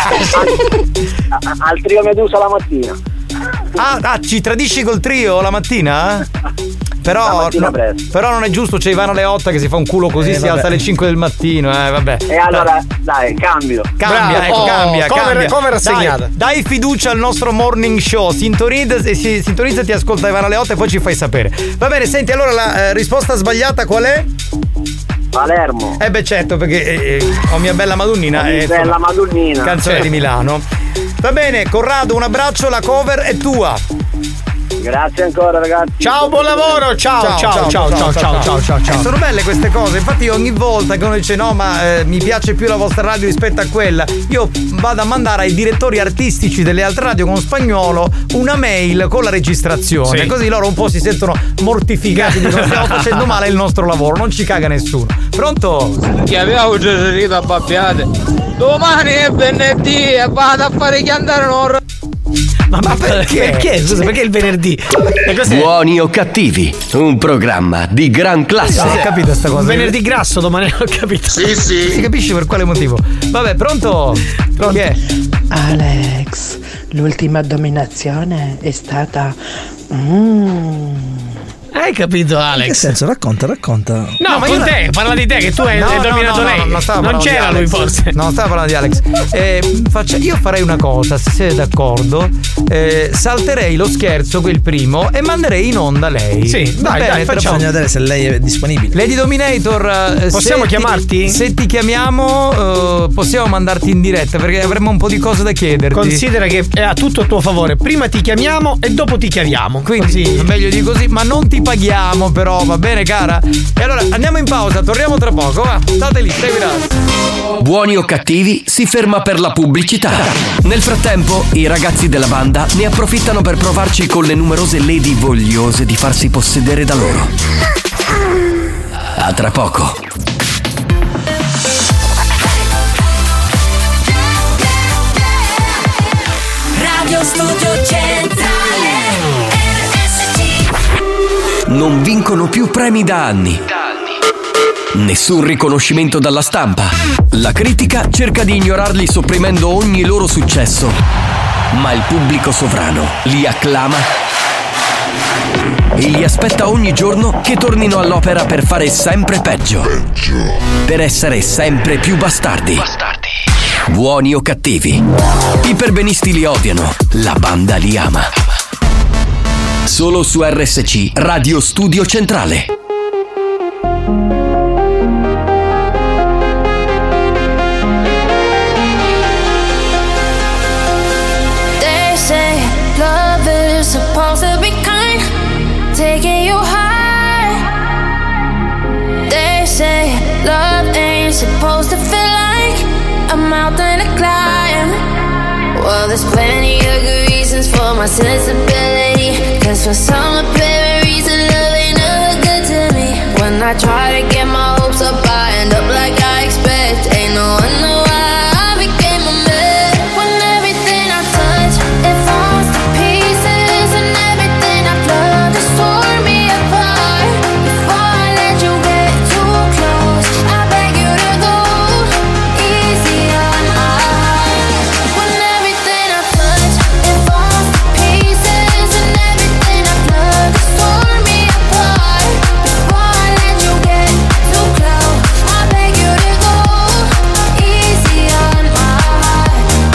Al, al trio Medusa la mattina. Ah, ah, ci tradisci col trio la mattina? Però, no, però non è giusto, c'è Ivano Leotta che si fa un culo così, eh, si vabbè. alza alle cinque del mattino, eh, vabbè. E allora, dai, cambio. Cambia, Bravo, ecco, oh, cambia, cover, cambia. cover assegnata. Dai, dai fiducia al nostro morning show. Sintonizza, si, sintonizza, ti ascolta Ivano Leotta e poi ci fai sapere. Va bene, senti, allora la eh, risposta sbagliata qual è? Palermo. Eh beh, certo, perché eh, eh, ho mia bella Madonnina. Mia eh, bella insomma, Madonnina. Canzone Certo. di Milano. Va bene, Corrado, un abbraccio, la cover è tua. Grazie ancora, ragazzi. Ciao, buon lavoro. Ciao, ciao, ciao, ciao, ciao, ciao, ciao, ciao, ciao. Eh, sono belle queste cose. Infatti, io ogni volta che uno dice no, ma eh, mi piace più la vostra radio rispetto a quella, io vado a mandare ai direttori artistici delle altre radio con Spagnolo una mail con la registrazione. Sì. Così loro un po' si sentono mortificati. Dicono stiamo facendo male il nostro lavoro, non ci caga nessuno. Pronto? Che avevo già sentito a babbiate. Domani è venerdì e vado a fare che andare un Ma, ma perché? Perché? Scusa, perché il venerdì? Buoni o cattivi, un programma di gran classe. Non ho capito sta cosa. Venerdì grasso domani, ho capito. Sì, sì. Si capisce per quale motivo. Vabbè, pronto? Pronto? Chi è? Alex, l'ultima dominazione è stata... Mm. Hai capito, Alex? In che senso? Racconta, racconta. No, No, ma io- con te, parla di te, che tu hai, No, hai no, dominato no, no, lei. no, non stavo non parlando di c'era lui, Alex. forse. No, non stavo parlando di Alex. Eh, faccia- io farei una cosa, se siete d'accordo. Eh, salterei lo scherzo, quel primo, e manderei in onda lei. Sì, Va dai, bene, dai, tra facciamo. poco. Bisogna vedere se lei è disponibile. Lady Dominator, eh, Possiamo se chiamarti? Ti, se ti chiamiamo, eh, possiamo mandarti in diretta perché avremmo un po' di cose da chiederti. Considera che è a tutto a tuo favore. Prima ti chiamiamo e dopo ti chiariamo. Quindi così. Meglio di così, ma non ti paghiamo però, va bene cara? E allora andiamo in pausa, torniamo tra poco, va. State lì, stai là. Buoni o cattivi si ferma per la pubblicità. Nel frattempo i ragazzi della banda ne approfittano per provarci con le numerose lady vogliose di farsi possedere da loro. A tra poco. Radio Studio Centrale R S C. Non vincono più premi da anni. Nessun riconoscimento dalla stampa. La critica cerca di ignorarli sopprimendo ogni loro successo. Ma il pubblico sovrano li acclama e li aspetta ogni giorno che tornino all'opera per fare sempre peggio. Per essere sempre più bastardi. Bastardi. Buoni o cattivi. I perbenisti li odiano, la banda li ama. Solo su R S C Radio Studio Centrale. They say love is supposed to be kind, taking you high. They say love ain't supposed to feel like a mountain to climb. Well, there's plenty of good reasons for my sensibility, cause for some apparent reason love ain't never good to me. When I try to get my hopes up, I end up like I expect. Ain't no wonder why I became a mess. When everything I touch, it falls to pieces, and everything I've loved has torn me apart. Before I let you get too close, I beg you to go easy on my heart. When everything I touch, it falls to pieces, and everything I've loved has torn me apart. Before I let you get too close, I beg you to go easy on my heart.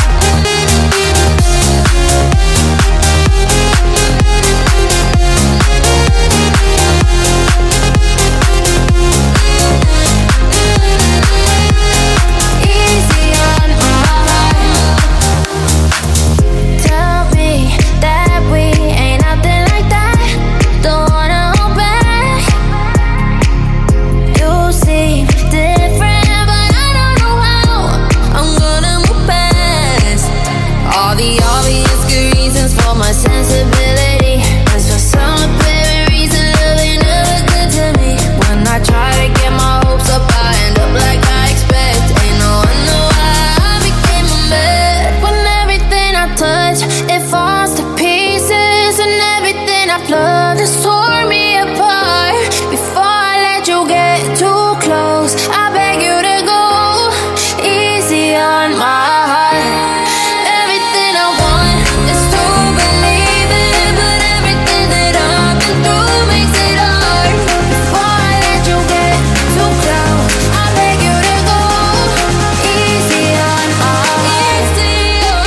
Easy on my heart. Tell me that we ain't nothing like that. Don't wanna hold back. You seem different, but I don't know how I'm gonna move past all the obvious good reasons for my sensibility. Cause for some apparent reason love ain't never good to me. When I try to get my hopes up, I end up like I expect. Ain't no wonder why I became a mess. When everything I touch, it falls to pieces, and everything I've loved has torn me apart. Before I let you get too close, I beg you to go easy on my heart. Everything I want is to believe it, but everything that I've been through makes it hard. Before I let you get too close, I beg you to go easy on my heart. Easy on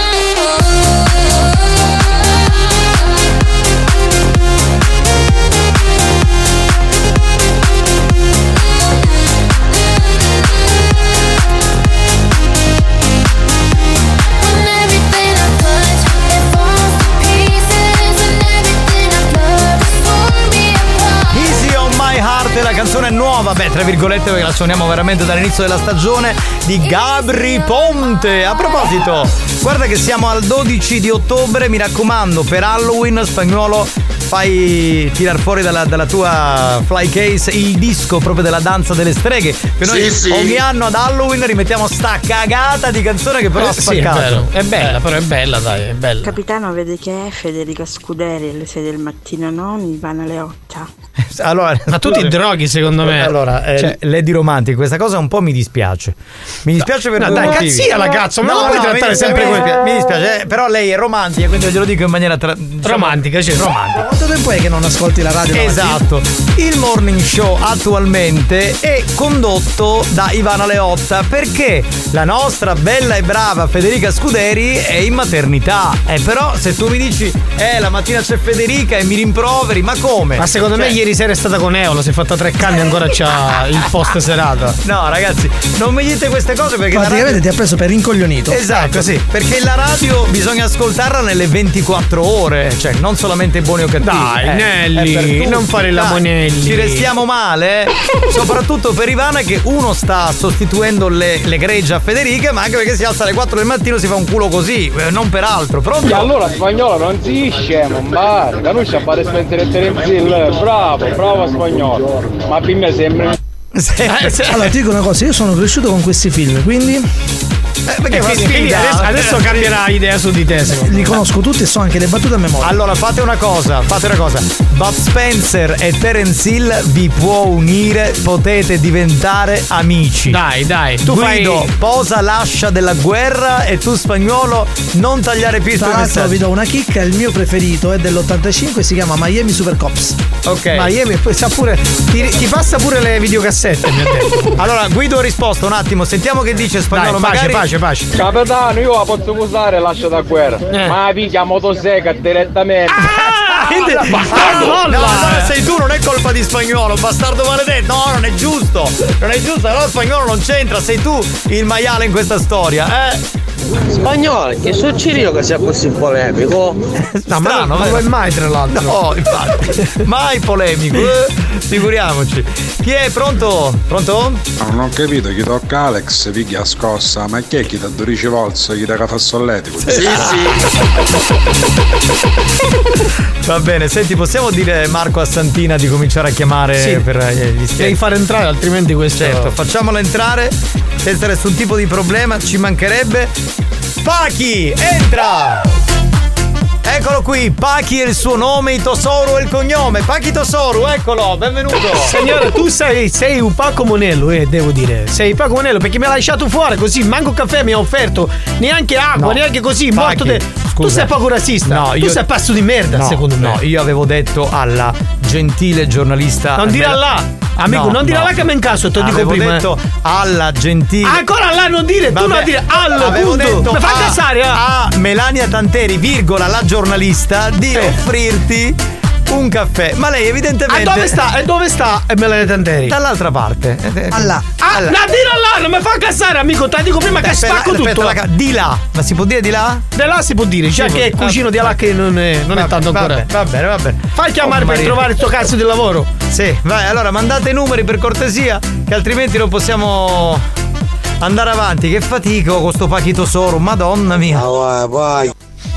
When everything I touch, it falls to pieces, and everything I've loved has torn me apart. Easy on My Heart è la canzone nuova, beh, tra virgolette, perché la suoniamo veramente dall'inizio della stagione, di Gabry Ponte. A proposito, guarda che siamo al dodici di ottobre, mi raccomando, per Halloween, Spagnuolo, fai tirar fuori dalla, dalla tua fly case il disco proprio della danza delle streghe, che noi Sì, sì. ogni anno ad Halloween rimettiamo sta cagata di canzone che però Eh, ha sì, è, spaccato. bello. È bella, però è bella, dai, è bella. Capitano, vede che è Federica Scuderi alle sei del mattino, no? Ivana Leotta. Allora, Ma tu ti droghi, secondo me. Allora, eh, Cioè- Lady Romantic, questa cosa un po' mi dispiace. Mi dispiace per No, due dai, motivi. cazzia la cazzo, ma non puoi trattare mi, sempre mi, così. dispiace, mi dispiace, eh, però lei è romantica, quindi glielo dico in maniera tra, diciamo, Romantica, sì. romantica. Quanto tempo è che non ascolti la radio? Esatto. Il morning show attualmente è condotto da Ivana Leotta perché la nostra bella e brava Federica Scuderi è in maternità. E eh, però se tu mi dici eh la mattina c'è Federica e mi rimproveri, ma come? Ma secondo cioè... me ieri sera è stata con Eolo, si è fatta tre canne e ancora c'ha il post serata. No ragazzi, non mi dite queste cose perché praticamente radio... ti ha preso per rincoglionito. Esatto, sì, perché la radio bisogna ascoltarla nelle ventiquattro ore, cioè non solamente buoni o cattivi. Dai, eh, Nelly, non fare la Monelli. Ci restiamo male, eh? Soprattutto per Ivana che uno sta sostituendo le, le gregge a Federica, ma anche perché si alza alle quattro del mattino si fa un culo così, non per altro. Pronto? E allora spagnolo non si scemo, ma da noi c'è a fare Spencer e Terence Hill, bravo, bravo spagnolo. Ma per me sembra. Allora ti dico una cosa, io sono cresciuto con questi film, quindi Eh, perché eh, quindi, quindi adesso, adesso cambierà idea su di te. Li conosco tutti e so anche le battute a memoria. Allora fate una cosa, fate una cosa. Bud Spencer e Terence Hill vi può unire, potete diventare amici. Dai, dai. Tu Guido, fai... posa l'ascia della guerra e tu spagnolo non tagliare più il tuo messaggio. Vi do una chicca, il mio preferito è dell'ottantacinque, si chiama Miami Super Cops. Ok. Miami, poi sa pure ti, ti passa pure le videocassette, mi ha detto. Allora Guido ha risposto un attimo, sentiamo che dice spagnolo. Dai, pace, magari... pace, pace. Capitano, io la posso usare l'ascia da guerra, eh. ma piglia motosega direttamente. Ah, quindi, bastardo, no, no, no, sei tu, non è colpa di spagnolo, bastardo maledetto. No, non è giusto. Non è giusto, allora spagnolo non c'entra, sei tu il maiale in questa storia, eh? Spagnolo, che so Cirino che sia così polemico? No, ma non lo è mai tra l'altro. No, infatti, mai polemico, eh? Figuriamoci. Chi è pronto? Pronto? No, non ho capito, chi tocca Alex, piglia scossa, ma chi è chi da dodici volts, chi da fa solletico? Sì, sì. Va bene, senti, possiamo dire Marco a Santina di cominciare a chiamare sì. per gli scherzi? Devi far entrare, altrimenti questo. Certo, facciamola entrare senza nessun tipo di problema, ci mancherebbe. Pachi, entra! Eccolo qui, Pachi è il suo nome, Itosoru è il cognome. Pachi Tosoru, eccolo, benvenuto. Signore, tu sei, sei un Paco Monello, eh, devo dire. Sei Paco Monello perché mi hai lasciato fuori così, manco caffè mi ha offerto, neanche acqua, no. neanche così, Pachi, morto de... Tu sei poco razzista, no, tu io... sei pazzo di merda, no, secondo me. No, io avevo detto alla gentile giornalista. Non dire là! Amico, no, non dire no. là che me in caso, te lo dico prima. Avevo detto alla gentile. Ancora là non dire, Vabbè, tu non dire al avevo punto. detto Mi fa cazzare, eh? a Melania Tanteri, virgola, la giornalista, di eh. offrirti un caffè. Ma lei evidentemente. E dove sta? E dove sta Melania Tanteri? Dall'altra parte. Alla. Ah, alla. No, dillo là, non mi fa cazzare, amico. Te dico prima che spacco la, tutto. La, di là. Ma si può dire di là? Di là si può dire, già che è cugino di là che non è, non è tanto ancora. Va bene, va bene. Fai chiamare oh, per Maria. trovare il tuo cazzo di lavoro. Sì, vai, allora mandate i numeri per cortesia, che altrimenti non possiamo andare avanti. Che fatico con sto Pachi Tosoru, madonna mia. Vai, vai.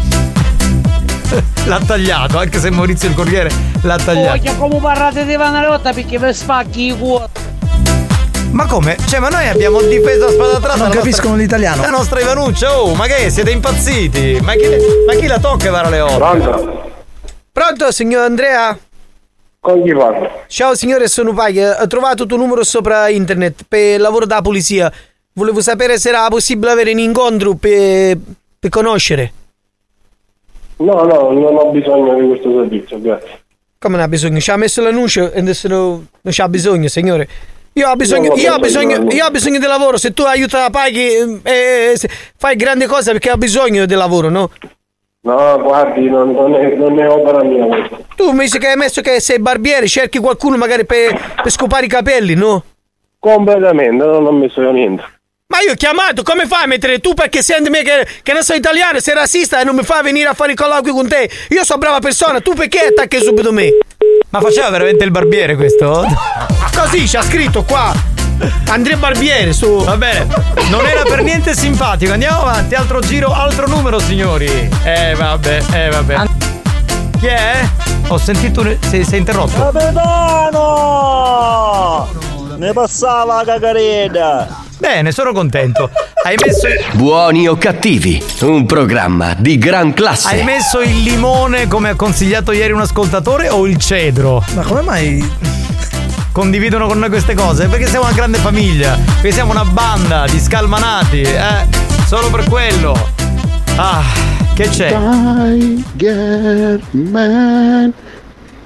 L'ha tagliato, anche se Maurizio il Corriere l'ha tagliato. Oh, come parlate di Ivana Leotta perché per spacchi i cuori. Ma come? Cioè, ma noi abbiamo difeso a spada tratta. Non capiscono nostra, l'italiano. La nostra Ivanuccia, oh, ma che siete impazziti? Ma chi, ma chi la tocca Ivana Leotta? Pronto? Pronto, signor Andrea? Con chi parlo? Ciao signore, sono Paghi. Ho trovato il tuo numero sopra internet per lavoro da polizia. Volevo sapere se era possibile avere un incontro per, per conoscere. No, no, non ho bisogno di questo servizio, grazie. Come non ha bisogno? Ci ha messo l'annuncio e adesso non, non c'ha bisogno, signore. Io ho bisogno, io ho bisogno, io ho bisogno di lavoro. Se tu aiuti la Paghi e, e fai grandi cose perché ho bisogno di lavoro, no? No, guardi, non, non, è, non è opera mia questa. Tu mi dici che hai messo che sei barbiere, cerchi qualcuno magari per, per scopare i capelli, no? Completamente, non ho messo io niente. Ma io ho chiamato, come fai a mettere tu perché senti me che, che non sono italiano, sei razzista e non mi fai venire a fare i colloqui con te? Io sono brava persona, tu perché attacchi subito me? Ma faceva veramente il barbiere questo? Così c'ha scritto qua Andrea Barbiere su. Va bene, non era per niente simpatico. Andiamo avanti, altro giro, altro numero signori. Eh vabbè, eh vabbè. Chi è? Ho sentito un... sei, sei interrotto. Capitano! Ne passava la cacareda. Bene, sono contento. Hai messo il... Buoni o cattivi, un programma di gran classe. Hai messo il limone come ha consigliato ieri un ascoltatore o il cedro? Ma come mai condividono con noi queste cose? Perché siamo una grande famiglia, perché siamo una banda di scalmanati, eh? Solo per quello. Ah, che c'è? Tiger Man,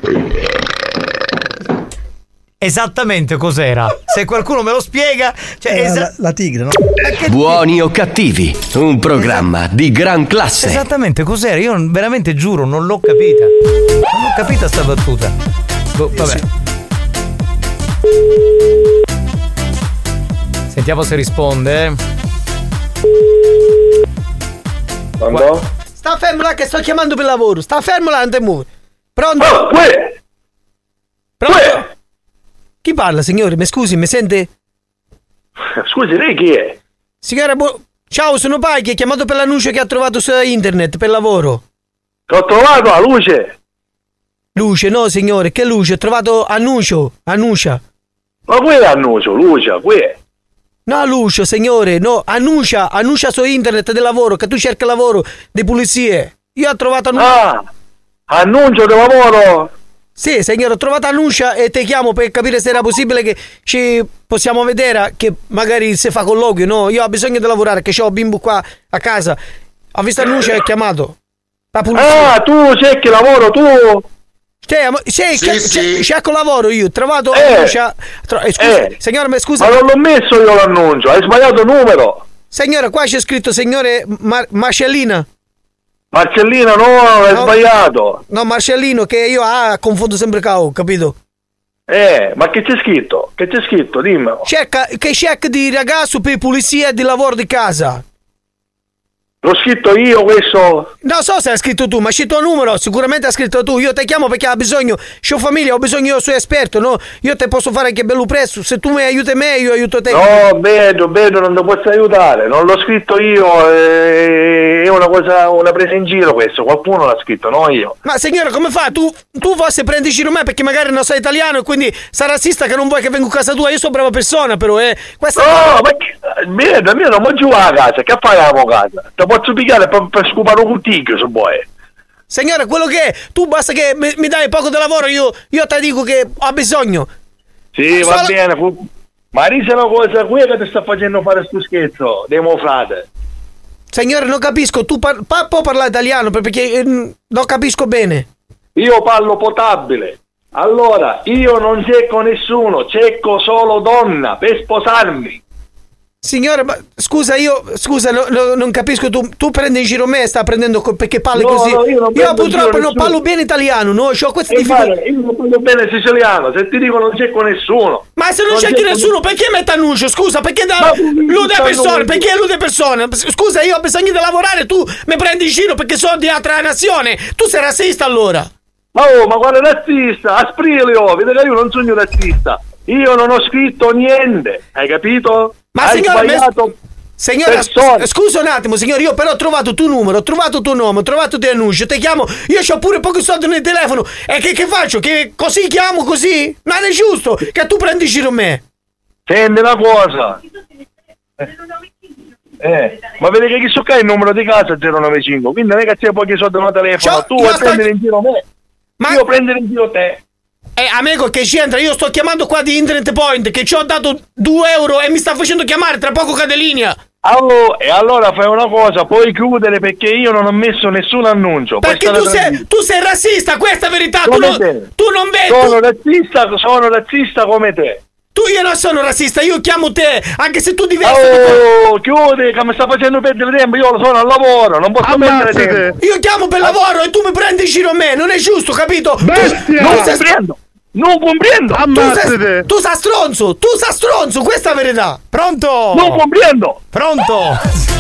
Esattamente cos'era? Se qualcuno me lo spiega, cioè Era esa- la, la tigre, no? Buoni o cattivi, un programma di gran classe. Esattamente cos'era? Io veramente giuro, non l'ho capita. Non l'ho capita sta battuta. Boh, vabbè. Sentiamo se risponde. Quando? Sta fermo là che sto chiamando per lavoro. Sta fermo là, non ti muovi. Pronto? Oh, Pronto? Chi parla, signore? Mi scusi, mi sente? Scusi, lei chi è? Signora, bu- ciao, sono Paghi, ho chiamato per l'annuncio che ha trovato su internet per lavoro. Che ho trovato la luce. Luce, no signore, che luce? Ho trovato annuncio, annuncia. Ma qui è annuncio, luce, qui è. No, Lucio, signore, no, annuncia, annuncia su internet del lavoro, che tu cerchi lavoro di pulizie. Io ho trovato annuncio. Ah, annuncio di lavoro? Sì, signore, ho trovato annuncia e ti chiamo per capire se era possibile che ci possiamo vedere, che magari si fa colloquio, no? Io ho bisogno di lavorare, che ho bimbo qua a casa. Ho visto annuncia e ho chiamato. La pulizia. Ah, tu cerchi lavoro, tu? Cioè, sì, Sì, sì. cerco lavoro io, ho trovato Eh. annuncia. Tro- eh, scusa, Eh. signore, ma scusa. Ma non l'ho messo io l'annuncio, hai sbagliato il numero. Signore, qua c'è scritto signore Mar- Marcellina. Marcellina, no, hai No. sbagliato. No, Marcellino, che io ah, confondo sempre K O, capito? Eh, ma che c'è scritto? Che c'è scritto? Dimmelo. Cerca, che cerca di ragazzo per pulizia e di lavoro di casa. L'ho scritto io questo? Non so se hai scritto tu, ma c'è il tuo numero, sicuramente hai scritto tu. Io ti chiamo perché ho bisogno, c'ho famiglia, ho bisogno, io sono esperto, no? Io te posso fare anche bello presto, se tu mi aiuti me, io aiuto te. No, vedo, vedo, non ti posso aiutare, non l'ho scritto io, eh, è una cosa, una presa in giro questo, qualcuno l'ha scritto, no io. Ma signora, come fa? Tu, tu forse prendi in giro me perché magari non sei italiano e quindi sei razzista che non vuoi che vengo a casa tua. Io sono brava persona, però, eh. Questa No, ma che, vedo, io non voglio giocare a casa, che fai a casa? Ti posso pigliare per, per scopare un cuticchio se vuoi. Signora, quello che è, tu basta che mi, mi dai poco di lavoro, io, io ti dico che ho bisogno. Sì, va Solo- bene, fu... ma dice una cosa qui che ti sta facendo fare sto scherzo, demo frate. Signore, non capisco, tu par- pa- puoi parlare italiano perché eh, non capisco bene. Io parlo potabile. Allora, io non cerco nessuno, cerco solo donna per sposarmi. Signore, ma scusa, io scusa, no- no- non capisco, tu, tu prendi in giro me, sta prendendo co- perché parli No, così. no, io non prendo in purtroppo giro non nessuno. parlo bene italiano, no? Ho queste E difficoltà. guarda, io non parlo bene siciliano, se ti dico non cerco nessuno. Ma se non cerchi nessuno, perché mette annuncio? Scusa, perché da Ma- lude ma- persone? Perché lude persone? Scusa, io ho bisogno di lavorare, tu mi prendi in giro perché sono di altra nazione. Tu sei razzista allora. Oh, ma guarda razzista, Asprilio, vedi che io non sono un razzista. Io non ho scritto niente, hai capito? Ma hai signora, sbagliato me- Signora, persone. s- scusa un attimo, signore, io però ho trovato il tuo numero, ho trovato il tuo nome, ho trovato il tuo annuncio, ti chiamo, io ho pure pochi soldi nel telefono, e che, che faccio? Che così chiamo così? Non è giusto che tu prendi in giro me. Senti una cosa. Eh, ma vedi che chi so che è il numero di casa zero nove cinque, quindi non è che c'è pochi soldi nel telefono, Ciao, tu io vuoi sto- prendere in giro me. Ma- Io prendere in giro te. Eh, amico, che c'entra? Io sto chiamando qua di Internet Point, che ci ho dato due euro e mi sta facendo chiamare, tra poco cade linea. Allora, e allora fai una cosa, puoi chiudere perché io non ho messo nessun annuncio. puoi Perché stare tu sei, tranquillo. tu sei razzista, questa è la verità, tu Come non, te. tu non vedi. Sono razzista, sono razzista come te. Tu io non sono razzista, io chiamo te, anche se tu diverso. Oh, chiudi che mi sta facendo perdere tempo, io sono al lavoro, non posso perdere tempo. Io chiamo per lavoro e tu mi prendi in giro me, non è giusto, capito? Bestia! Tu, Non tu sei, comprendo, non comprendo. tu sei, tu sei stronzo, tu sei stronzo, questa è la verità. Pronto? Non comprendo. Pronto?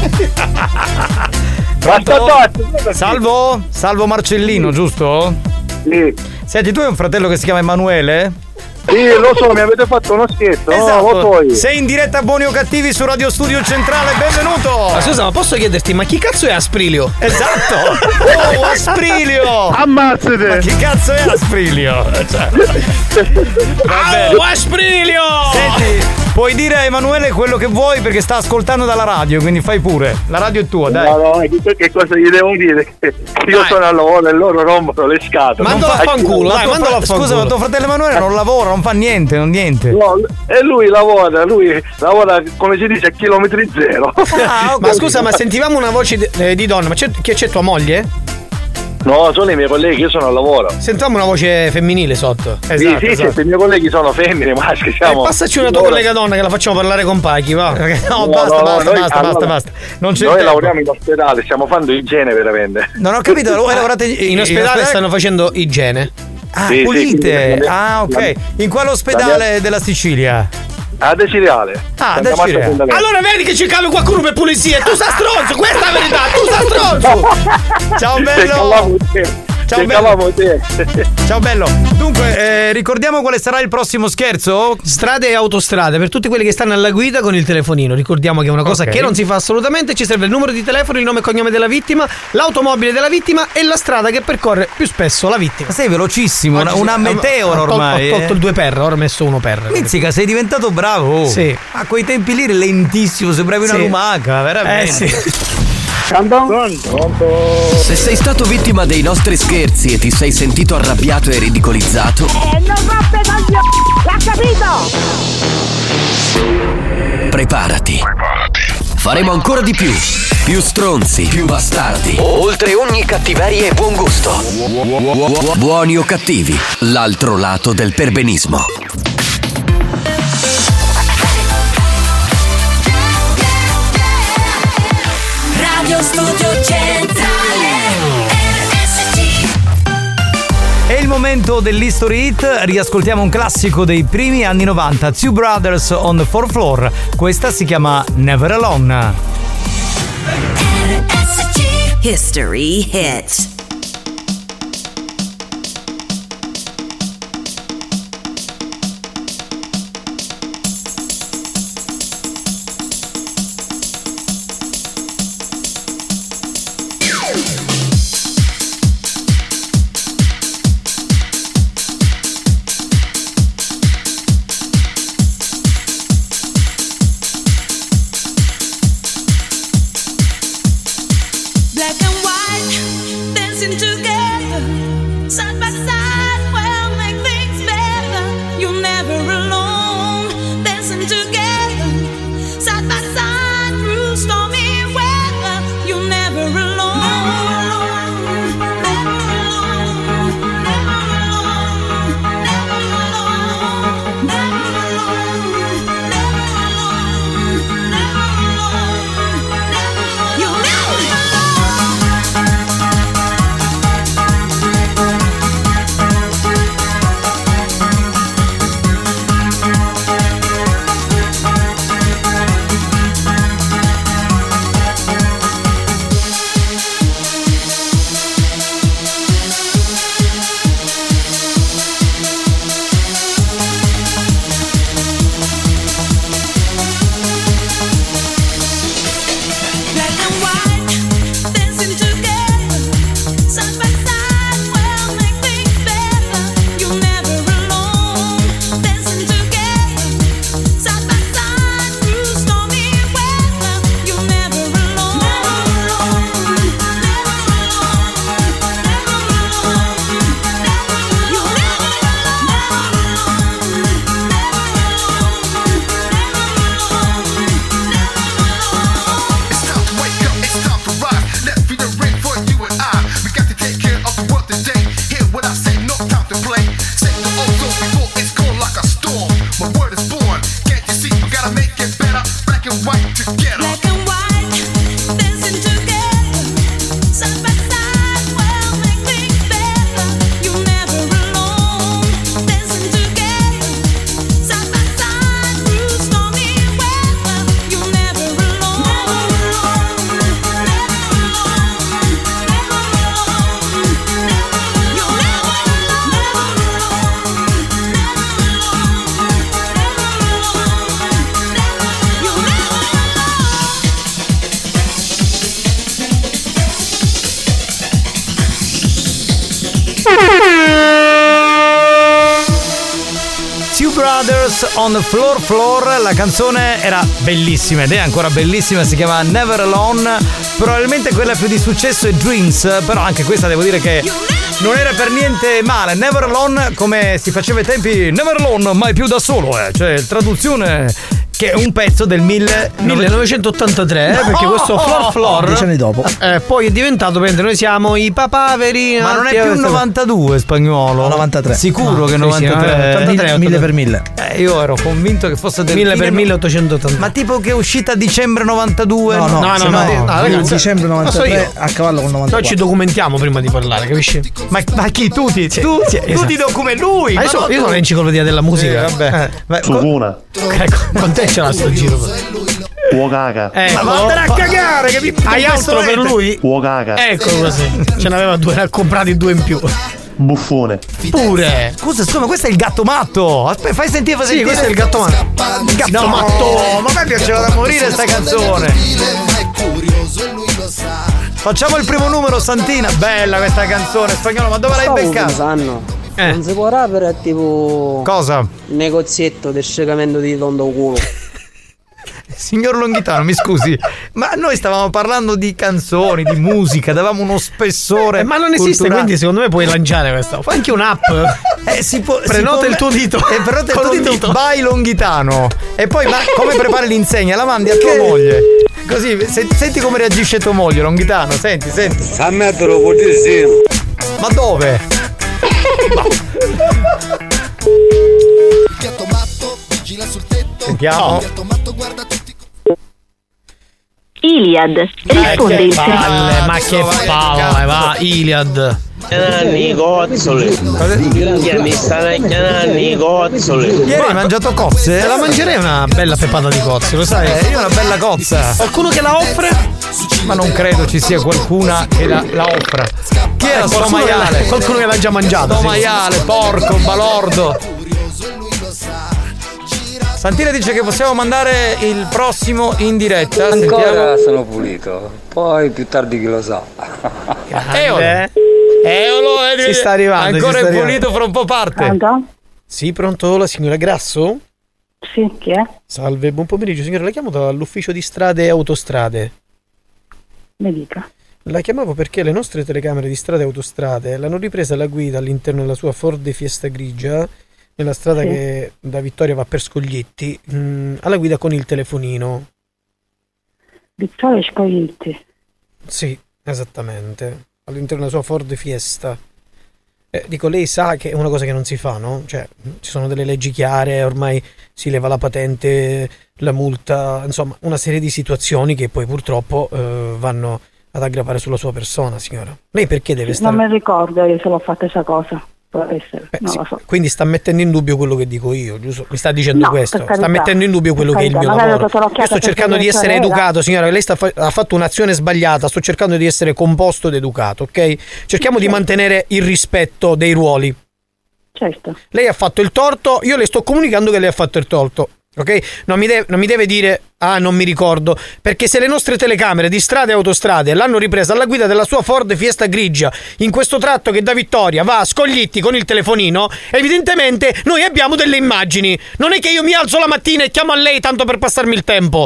Pronto? Salvo? Salvo Marcellino, giusto? Sì. Senti, tu hai un fratello che si chiama Emanuele? Sì, lo so, mi avete fatto uno scherzo, Esatto. no, lo so io. Sei in diretta a Buoni o Cattivi su Radio Studio Centrale, benvenuto! Ma scusa, ma posso chiederti, ma chi cazzo è Asprilio? Esatto! Oh, Asprilio! Ammazzate! Ma chi cazzo è Asprilio? Cioè, va bene. Oh, Asprilio! Senti, puoi dire a Emanuele quello che vuoi perché sta ascoltando dalla radio, quindi fai pure. La radio è tua, dai. No, no, che, che cosa gli devo dire? Che io Dai. sono al lavoro e loro rompono le scatole. Non fa- fa- fanculo, Ma dai, tuo mandalo fra- a fanculo. Scusa, ma tuo fratello Emanuele non lavora, non fa niente, non niente. No, e lui lavora, lui lavora come si dice a chilometri zero. Ah, ok. Ma scusa, ma sentivamo una voce di, eh, di donna, ma c'è, che c'è tua moglie? No, sono i miei colleghi, io sono al lavoro. Sentiamo una voce femminile sotto. Esatto, sì, sì, esatto. sì, i miei colleghi sono femmine, maschi, siamo. Eh, passaci una tua collega donna che la facciamo parlare con Paghi, va. No, No, basta, no, basta, noi- basta, allora, basta, basta. Non c'è Noi tempo. lavoriamo in ospedale, stiamo facendo igiene veramente. Non ho capito, voi lavorate in, in ospedale ospedale? stanno facendo igiene. Ah, Sì, sì, pulite. quindi- Ah, ok. In quale La ospedale mia- della Sicilia? A Deciriale. Ah, Santa Deciriale. Marta Fondavello. Allora vedi che ci calo qualcuno per pulizia. Tu sei stronzo, questa è la verità, tu sei stronzo. Ciao Se bello. cavamo te. Ciao Se bello. cavamo te. Ciao bello. Dunque, eh, ricordiamo quale sarà il prossimo scherzo? Strade e autostrade per tutti quelli che stanno alla guida con il telefonino. Ricordiamo che è una cosa Ok. che non si fa assolutamente. Ci serve il numero di telefono, il nome e cognome della vittima, l'automobile della vittima e la strada che percorre più spesso la vittima. Sei velocissimo, una, Oggi una sì, meteora ho tol- ormai. Ho tolto eh. il due per, ora ho messo uno per. Mizzica, sei diventato bravo. Sì. A quei tempi lì eri lentissimo, sembravi una Sì. lumaca, veramente. Eh sì. Se sei stato vittima dei nostri scherzi e ti sei sentito arrabbiato e ridicolizzato, E non rompe coglioni! L'ha capito! preparati. Faremo ancora di più. Più stronzi, più bastardi. Oltre ogni cattiveria e buon gusto. Buoni o cattivi, l'altro lato del perbenismo. Radio Studio Centrale R S C. È il momento dell'History Hit, riascoltiamo un classico dei primi anni novanta, Two Brothers on the Fourth Floor. Questa si chiama Never Alone. R S C. History Hits. Black and white, dancing together, side by side, will make things better. You're never alone, dancing together, side by side, through stormy weather. You're never alone, never alone, never alone, never alone, never alone, never alone, never alone, never alone. You're never alone. Black and white, dancing together, side by side, will make things better. You're never alone, dancing together, side by side, through stormy weather. You're never alone, never alone, never alone, never alone, never alone. You're never alone, never alone, never alone, never alone. It's time to wake up, it's time to rise. Let's be the ring for you and I. We got to take care of the world today. Hear what I say, no time to play. Set the ozone before it's gone like a storm. My word is born. Can't you see? We gotta make it better. Black and white together. Black and white, dancing together, side by side, will make things better. You're never alone, dancing together, side by side, through stormy weather. You're never alone, never alone, never alone, never alone, never alone. You're never alone, never alone, never alone, never alone, never. You're never alone. Two Brothers on the Floor Floor, la canzone era bellissima ed è ancora bellissima, si chiama Never Alone, probabilmente quella più di successo è Dreams, però anche questa devo dire che non era per niente male. Never Alone, come si faceva ai tempi, Never Alone, mai più da solo, eh. Cioè traduzione che è un pezzo del mille... millenovecentottantatré, No! eh, perché questo Flor Flor dieci anni dopo eh, poi è diventato, noi siamo i papaveri. Ma non è più il novantadue Spagnolo? novantatré Sicuro no, che sì, novantatré? ottantatré, mille per mille. Eh, io ero convinto che fosse del mille per milleottocentottanta. Ma tipo che è uscita a dicembre novantadue? No, no, no, no, no, no, ragazzi, dicembre novantatré a cavallo con novantaquattro. Noi ci documentiamo prima di parlare, capisci? Ma, ma chi tu ti Sì, tu, sì, tu esatto. ti documenti lui? Ma io, ma sono, no, io tu- sono l'enciclopedia della musica. Sì, vabbè. Eh. Suguna. Ecco, con te ce l'ha sto giro. Uo caca. Ecco. Ma vattene a cagare che mi Hai altro per lui? Uo caca. Ecco così. Ce n'aveva due, ne ha comprati due in più. Buffone. Pure. Scusa, scusa, ma questo è il gatto matto. Aspetta, fai sentire, fai Sì, sentire. questo è il gatto matto. Il gatto No, matto. Ma a me piaceva da morire sta canzone. Facciamo il primo numero, Santina. Bella questa canzone, Spagnolo, ma dove l'hai Stavo beccata? pensando, Eh. non si può rapere tipo Cosa? negozietto del scegamento di tondo culo. Signor Longhitano, mi scusi, ma noi stavamo parlando di canzoni, di musica, davamo uno spessore. Eh, ma non esiste, culturale. quindi secondo me puoi lanciare questa. Fai anche un'app. Eh, si può, Prenota si può- il tuo dito. Eh, prenota il Con tuo un dito, dito. vai Longhitano. E poi ma, come prepari l'insegna? La mandi a tua moglie. Così, se- senti come reagisce tua moglie, Longhitano, senti, senti. A me te lo può dire sì. Ma dove? Sentiamo. Iliad, risponde il Palle, ma che palle, va, Iliad. Chiamano i cozzoli. Minchia, mi stanno chiamando i cozzoli. Ieri hai mangiato cozze? Te la mangerei una bella peppata di cozze, lo sai? Eh, io una bella cozza. Qualcuno che la offre? Ma non credo ci sia qualcuna che la, la offra. Chi era sto Qualcuno che l'ha- maiale? Qualcuno che l'ha già mangiato. Sto sì. maiale, porco, balordo. Santina dice che possiamo mandare il prossimo in diretta. Ancora Sentiamo. sono pulito, poi più tardi chi lo sa. Eolo. Eolo, eh, Si sta arrivando, ancora si sta è pulito, fra un po' parte. Pronto? Sì, pronto, la signora Grasso? Sì, chi è? Salve, buon pomeriggio, signora. La chiamo dall'ufficio di strade e autostrade. Mi dica. La chiamavo perché le nostre telecamere di strade e autostrade l'hanno ripresa alla guida all'interno della sua Ford Fiesta grigia, nella strada Sì. che da Vittoria va per Scoglietti, mh, alla guida con il telefonino. Vittoria Scoglietti. Sì, esattamente. All'interno della sua Ford Fiesta. Eh, dico, lei sa che è una cosa che non si fa, no? Cioè, ci sono delle leggi chiare, ormai si leva la patente, la multa, insomma, una serie di situazioni che poi purtroppo eh, vanno ad aggravare sulla sua persona, signora. Lei perché deve stare... Non mi ricordo io se l'ho fatta questa cosa. Può essere, Eh, non sì, lo so. quindi sta mettendo in dubbio quello che dico io, giusto? Mi sta dicendo No, questo, per sta carità, mettendo in dubbio quello per che è il mio carità, magari lavoro. ho dato l'occhiata Io sto per cercando di vedere essere qual era. educato, signora, lei sta fa- ha fatto un'azione sbagliata, sto cercando di essere composto ed educato, ok? Cerchiamo di mantenere il rispetto dei ruoli. Certo. Lei ha fatto il torto, io le sto comunicando che lei ha fatto il torto. Ok? Non mi, deve, non mi deve dire ah non mi ricordo, perché se le nostre telecamere di strade e autostrade l'hanno ripresa alla guida della sua Ford Fiesta grigia in questo tratto che da Vittoria va a Scoglitti con il telefonino, evidentemente noi abbiamo delle immagini. Non è che io mi alzo la mattina e chiamo a lei tanto per passarmi il tempo.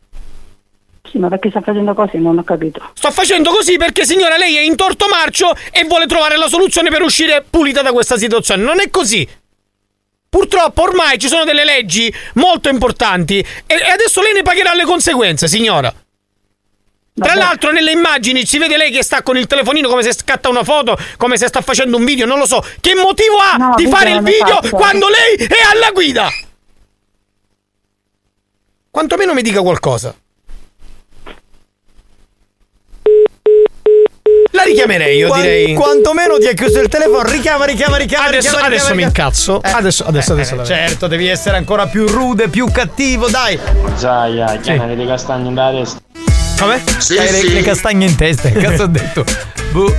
Sì, ma perché sta facendo così? Non ho capito. Sto facendo così perché, signora, lei è in torto marcio e vuole trovare la soluzione per uscire pulita da questa situazione. Non è così. Purtroppo ormai ci sono delle leggi molto importanti e adesso lei ne pagherà le conseguenze, signora. Tra l'altro nelle immagini si vede lei che sta con il telefonino come se scatta una foto, come se sta facendo un video, non lo so. Che motivo ha No, di video fare il non ne video faccio. quando lei è alla guida? Quantomeno mi dica qualcosa. La richiamerei, io Quan- direi. Quantomeno ti ha chiuso il telefono, richiama, richiama, richiama. Adesso, richiama, adesso richiama, mi richiama. incazzo. Eh, Adesso, adesso, eh, adesso. eh, la- certo, devi essere ancora più rude, più cattivo, dai. Zaia, chiamare dei castagni da testa. Come? Sì, Hai le, le castagne in testa, che cazzo ho detto? Boh.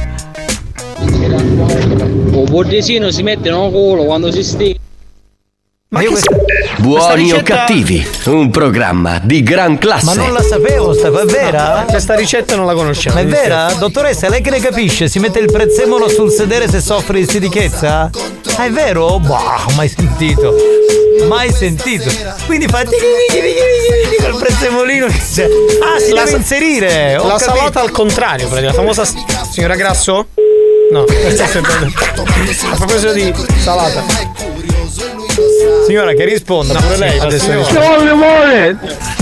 Un bordesino si mette nel culo quando si stima. Ma io questa, Buoni ricetta- o cattivi, un programma di gran classe. ma non la sapevo, sta, è vera? Questa ricetta non la conosciamo. Ma è mi vera? Dottoressa, lei che ne capisce? Si mette il prezzemolo sul sedere se soffre di stitichezza? Ah, è vero? Bah, mai sentito. Mai sentito. Quindi fa tighi tighi tighi tighi tighi col prezzemolino che c'è. Ah, si La deve sa- inserire. Ho La capito. salata al contrario, praticamente. La famosa s- signora Grasso? No, questa è a proposito di salata. Signora che risponda, No, pure sì, lei. adesso signora. risponde. Vuole limone.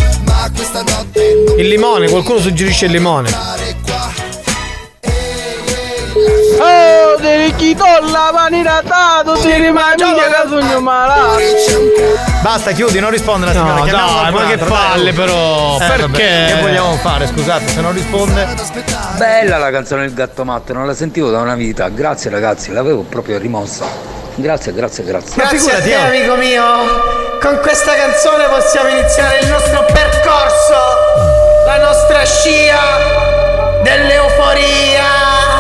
Il limone, qualcuno suggerisce il limone. Oh, devi chiudere la manina tanto, ti rimani che sogno malato. Basta, chiudi, non risponde la No, signora. chiamiamo dai, qualcun ma che altro, palle dai. però, Eh, perché? vabbè, che vogliamo fare? Scusate, se non risponde. Bella la canzone del gatto matto, non la sentivo da una vita. Grazie ragazzi, l'avevo proprio rimossa. Grazie, grazie, grazie. Grazie a te, amico mio. Con questa canzone possiamo iniziare il nostro percorso, la nostra scia dell'euforia,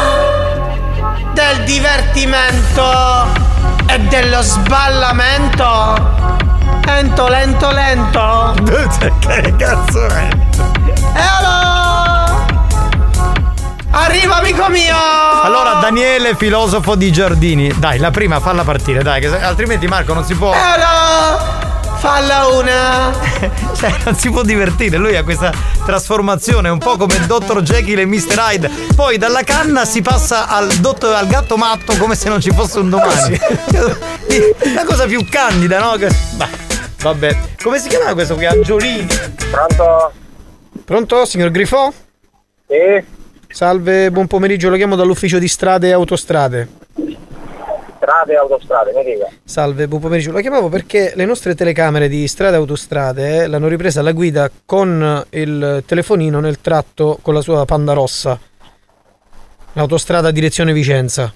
del divertimento e dello sballamento. Lento, lento, lento. Che cazzo è? E allora? Arriva, amico mio! Allora, Daniele, filosofo di Giardini. Dai, la prima falla partire, dai, che se- altrimenti Marco non si può. E allora? Falla una! Cioè, non si può divertire. Lui ha questa trasformazione un po' come Dottor Jekyll e mister Hyde. Poi dalla canna si passa al, dottor, al gatto matto come se non ci fosse un domani. La cosa più candida, no? Che- Bah, vabbè. Come si chiamava questo qui? Angiolini. Pronto? Pronto, signor Grifò? Sì. Salve, buon pomeriggio, lo chiamo dall'ufficio di strade e autostrade. Strade e autostrade, mi dica. Salve, buon pomeriggio. La chiamavo perché le nostre telecamere di strade e autostrade eh, l'hanno ripresa alla guida con il telefonino nel tratto con la sua Panda rossa. L'autostrada direzione Vicenza.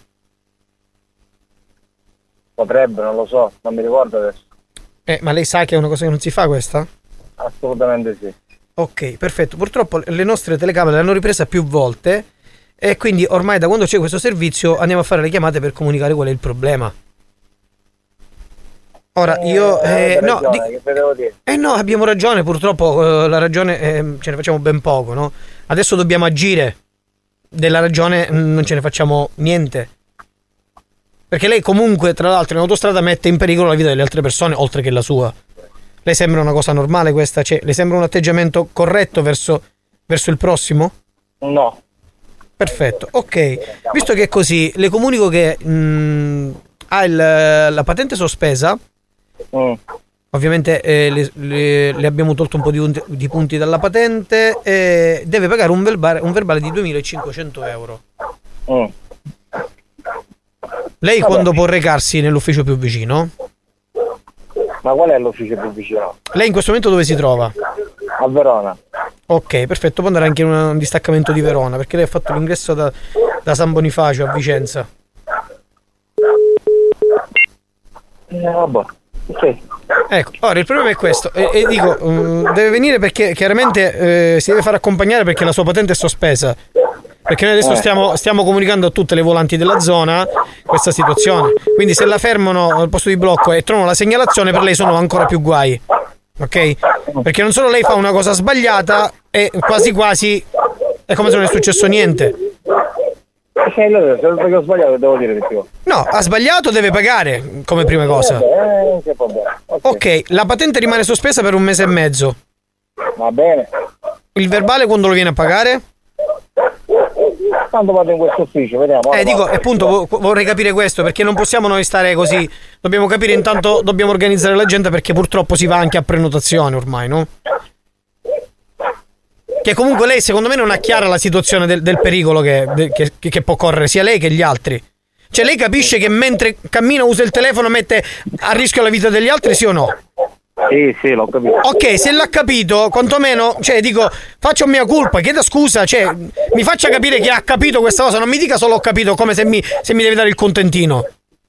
Potrebbe, non lo so, non mi ricordo adesso. Eh, ma lei sa che è una cosa che non si fa questa? Assolutamente sì. Ok, perfetto. Purtroppo le nostre telecamere l'hanno ripresa più volte e quindi ormai da quando c'è questo servizio andiamo a fare le chiamate per comunicare qual è il problema. Ora io eh, avete no, ragione, di- che ve devo dire? eh no, abbiamo ragione, purtroppo eh, la ragione eh, ce ne facciamo ben poco, no? Adesso dobbiamo agire. Della ragione mm, non ce ne facciamo niente. Perché lei comunque, tra l'altro, in autostrada mette in pericolo la vita delle altre persone oltre che la sua. Le sembra una cosa normale questa? Cioè, le sembra un atteggiamento corretto verso, verso il prossimo? No. Perfetto, ok. Visto che è così, le comunico che mh, ha il, la patente sospesa. Mm. Ovviamente eh, le, le- le abbiamo tolto un po' di, punti- di punti dalla patente e deve pagare un verbale, un verbale di duemilacinquecento euro. Mm. Lei Vabbè. quando può recarsi nell'ufficio più vicino? Ma qual è l'ufficio più vicino? Lei in questo momento dove si trova? A Verona. Ok, perfetto, può andare anche in un distaccamento di Verona perché lei ha fatto l'ingresso da, da San Bonifacio a Vicenza. Eh, vabbè. Sì. Ecco, ora il problema è questo e, e dico, um, deve venire perché chiaramente eh, si deve far accompagnare perché la sua patente è sospesa. Perché noi adesso Eh. stiamo, stiamo comunicando a tutte le volanti della zona questa situazione. Quindi se la fermano al posto di blocco e trovano la segnalazione, per lei sono ancora più guai. Ok? Perché non solo lei fa una cosa sbagliata e quasi quasi è come se non è successo niente. Se perché ho sbagliato devo dire di più. No, ha sbagliato, deve pagare come prima cosa. Eh, che problema. Ok. Ok, la patente rimane sospesa per un mese e mezzo. Va bene. Il verbale quando lo viene a pagare? Quando vado in questo ufficio, vediamo. Eh, dico, appunto, vo- vorrei capire questo, perché non possiamo noi stare così. Dobbiamo capire intanto, dobbiamo organizzare l'agenda perché purtroppo si va anche a prenotazione ormai, no? Che comunque lei, secondo me, non ha chiara la situazione del, del pericolo che, de- che- che può correre sia lei che gli altri. Cioè, lei capisce che mentre cammina, usa il telefono, mette a rischio la vita degli altri, sì o no? Sì, sì, l'ho capito. Ok, se l'ha capito, quantomeno, cioè, dico, faccio mia colpa, chieda scusa, cioè, mi faccia capire che ha capito questa cosa, non mi dica solo ho capito, come se mi, se mi deve dare il contentino.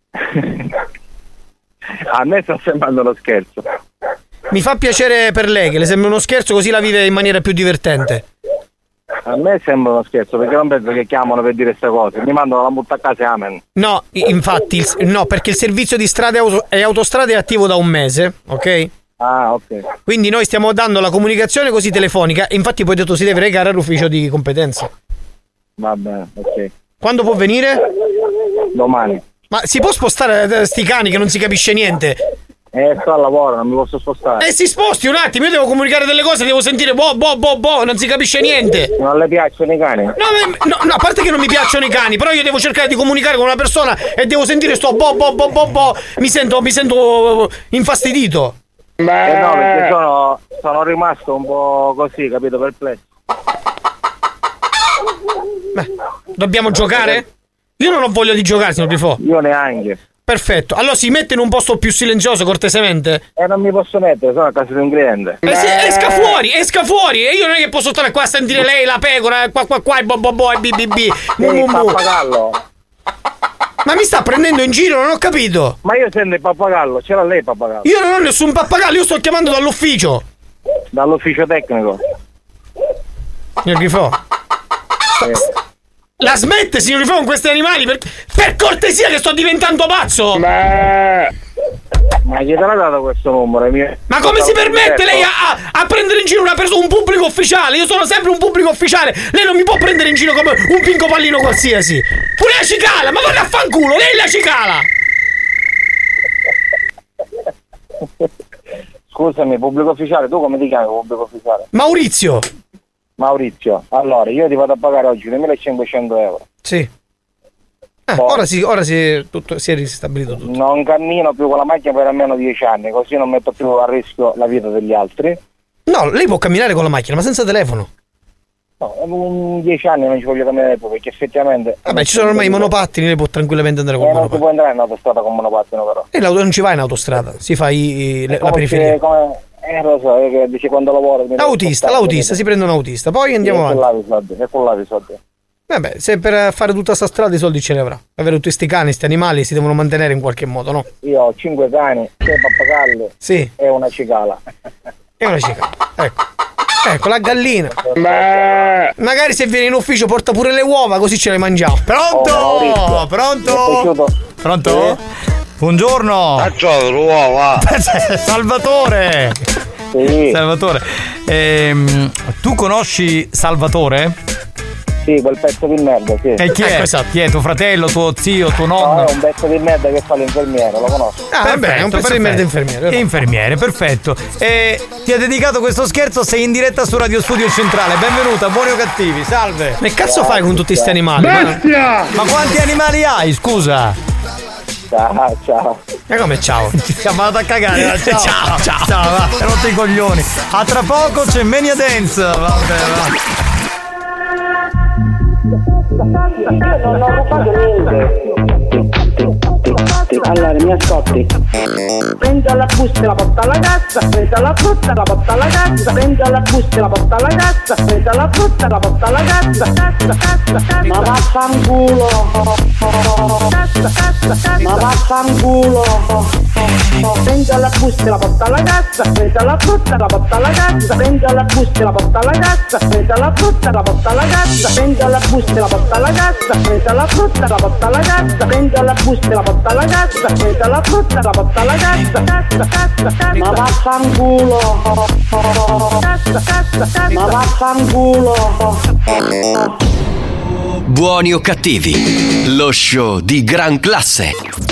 A me sta sembrando uno scherzo. Mi fa piacere per lei, che le sembra uno scherzo, così la vive in maniera più divertente. A me sembra uno scherzo perché non penso che chiamano per dire queste cose. Mi mandano la multa a casa e amen. No, i- infatti, il- no, perché il servizio di strade e auto- e autostrade è attivo da un mese, ok? Ah, ok. Quindi noi stiamo dando la comunicazione così telefonica, infatti poi detto si deve recare all'ufficio di competenza. Va bene, ok. Quando può venire? Domani. Ma si può spostare eh, sti cani che non si capisce niente? Eh, sto al lavoro, non mi posso spostare. E eh, si sposti un attimo, io devo comunicare delle cose, devo sentire boh, boh, boh, boh, non si capisce niente. Non le piacciono i cani? No, no, no, a parte che non mi piacciono i cani, però io devo cercare di comunicare con una persona e devo sentire sto boh, boh, boh, boh, boh. Mi sento, mi sento infastidito. Eh no, perché sono, sono rimasto un po' così, capito, perplesso. Beh, dobbiamo giocare? Io non ho voglia di giocare, signor Grifo. Io neanche. Perfetto, allora si mette in un posto più silenzioso cortesemente. Eh, non mi posso mettere, sono a casa di un cliente. Eh, se, esca fuori, esca fuori. E io non è che posso stare qua a sentire lei, la pecora, qua qua qua, e bo bo bo, e bi bi bi. Il pappagallo. Ma mi sta prendendo in giro, non ho capito. Ma io sento il pappagallo, c'era lei il pappagallo. Io non ho nessun pappagallo, io sto chiamando dall'ufficio. Dall'ufficio tecnico. Signor Grifo. Eh. La smette, signor Grifo, con questi animali, per, per cortesia, che sto diventando pazzo. Ma Ma chi te l'ha dato questo numero? Mio... Ma come si permette lei a, a, a prendere in giro una persona, un pubblico ufficiale? Io sono sempre un pubblico ufficiale. Lei non mi può prendere in giro come un pinco pallino qualsiasi. Pure la cicala, ma vada a fanculo, lei è la cicala. Scusami, pubblico ufficiale, tu come ti chiami pubblico ufficiale? Maurizio. Maurizio, allora io ti vado a pagare oggi duemilacinquecento euro. Sì. Ah, ora si, ora si è, tutto, si è ristabilito tutto. Non cammino più con la macchina per almeno dieci anni, così non metto più a rischio la vita degli altri. No, lei può camminare con la macchina, ma senza telefono. No, in dieci anni non ci voglio camminare più, perché effettivamente... Vabbè, ci sono ormai i monopattini, lei può tranquillamente andare con eh, il monopattino. non si può entrare in autostrada con monopattino però. E l'auto non ci va in autostrada, si fa i, le, la periferia. Come... Eh lo so, è che dice quando lavoro... L'autista, l'autista, si prende un autista, poi andiamo avanti. E con là i soldi. Vabbè, se per fare tutta sta strada i soldi ce li avrà. Avere tutti questi cani, questi animali si devono mantenere in qualche modo, no? Io ho cinque cani, sei pappagalli sì. E una cicala. E una cicala, ecco. Ecco, la gallina. Beh. Magari se viene in ufficio porta pure le uova, così ce le mangiamo. Pronto? Oh, pronto? Pronto? Sì. Buongiorno. Faccio l'uova. Salvatore. Sì. Salvatore. Ehm, tu conosci Salvatore? Sì, quel pezzo di merda, sì. E chi è? Ecco, esatto. Chi è? Tuo fratello, tuo zio, tuo nonno? No, è un pezzo di merda che fa l'infermiere, lo conosco. Ah, vabbè, è un pezzo perfetto. Di merda infermiere. Infermiere, perfetto. E ti ha dedicato questo scherzo, sei in diretta su Radio Studio Centrale. Benvenuta, buoni o cattivi, salve. Che cazzo Grazie. Fai con tutti questi animali? Bestia! Ma quanti animali hai, scusa? Ciao, ciao. E come ciao? Ci siamo andati a cagare. Ciao, ciao, ciao. Ciao, va. Hai rotto i coglioni. A tra poco c'è Mania Dance. Vabbè, va. Non ho rubato niente. Allora mi ascolti. Prendo la busta e la porta alla cassa, prendo la frutta e la porta alla cassa, prendo la busta e la porta alla cassa, prendo la frutta e la porta alla cassa, cassa, cassa, cassa. Ma vaffanculo. Cassa, cassa, cassa. Ma vaffanculo. Prendo la busta e la porta alla cassa, prendo la frutta e la porta alla cassa, prendo la busta e la porta alla cassa, prendo la frutta e la porta alla cassa, prendo la busta e la porta alla cassa, prendo la frutta e la porta alla cassa, prendo la busta e la porta alla cassa, prendo la frutta e la porta alla cassa, cassa, cassa, cassa. Ma vaffanculo. Cassa, cassa, cassa. Ma vaffanculo. Buoni o cattivi, lo show di gran classe.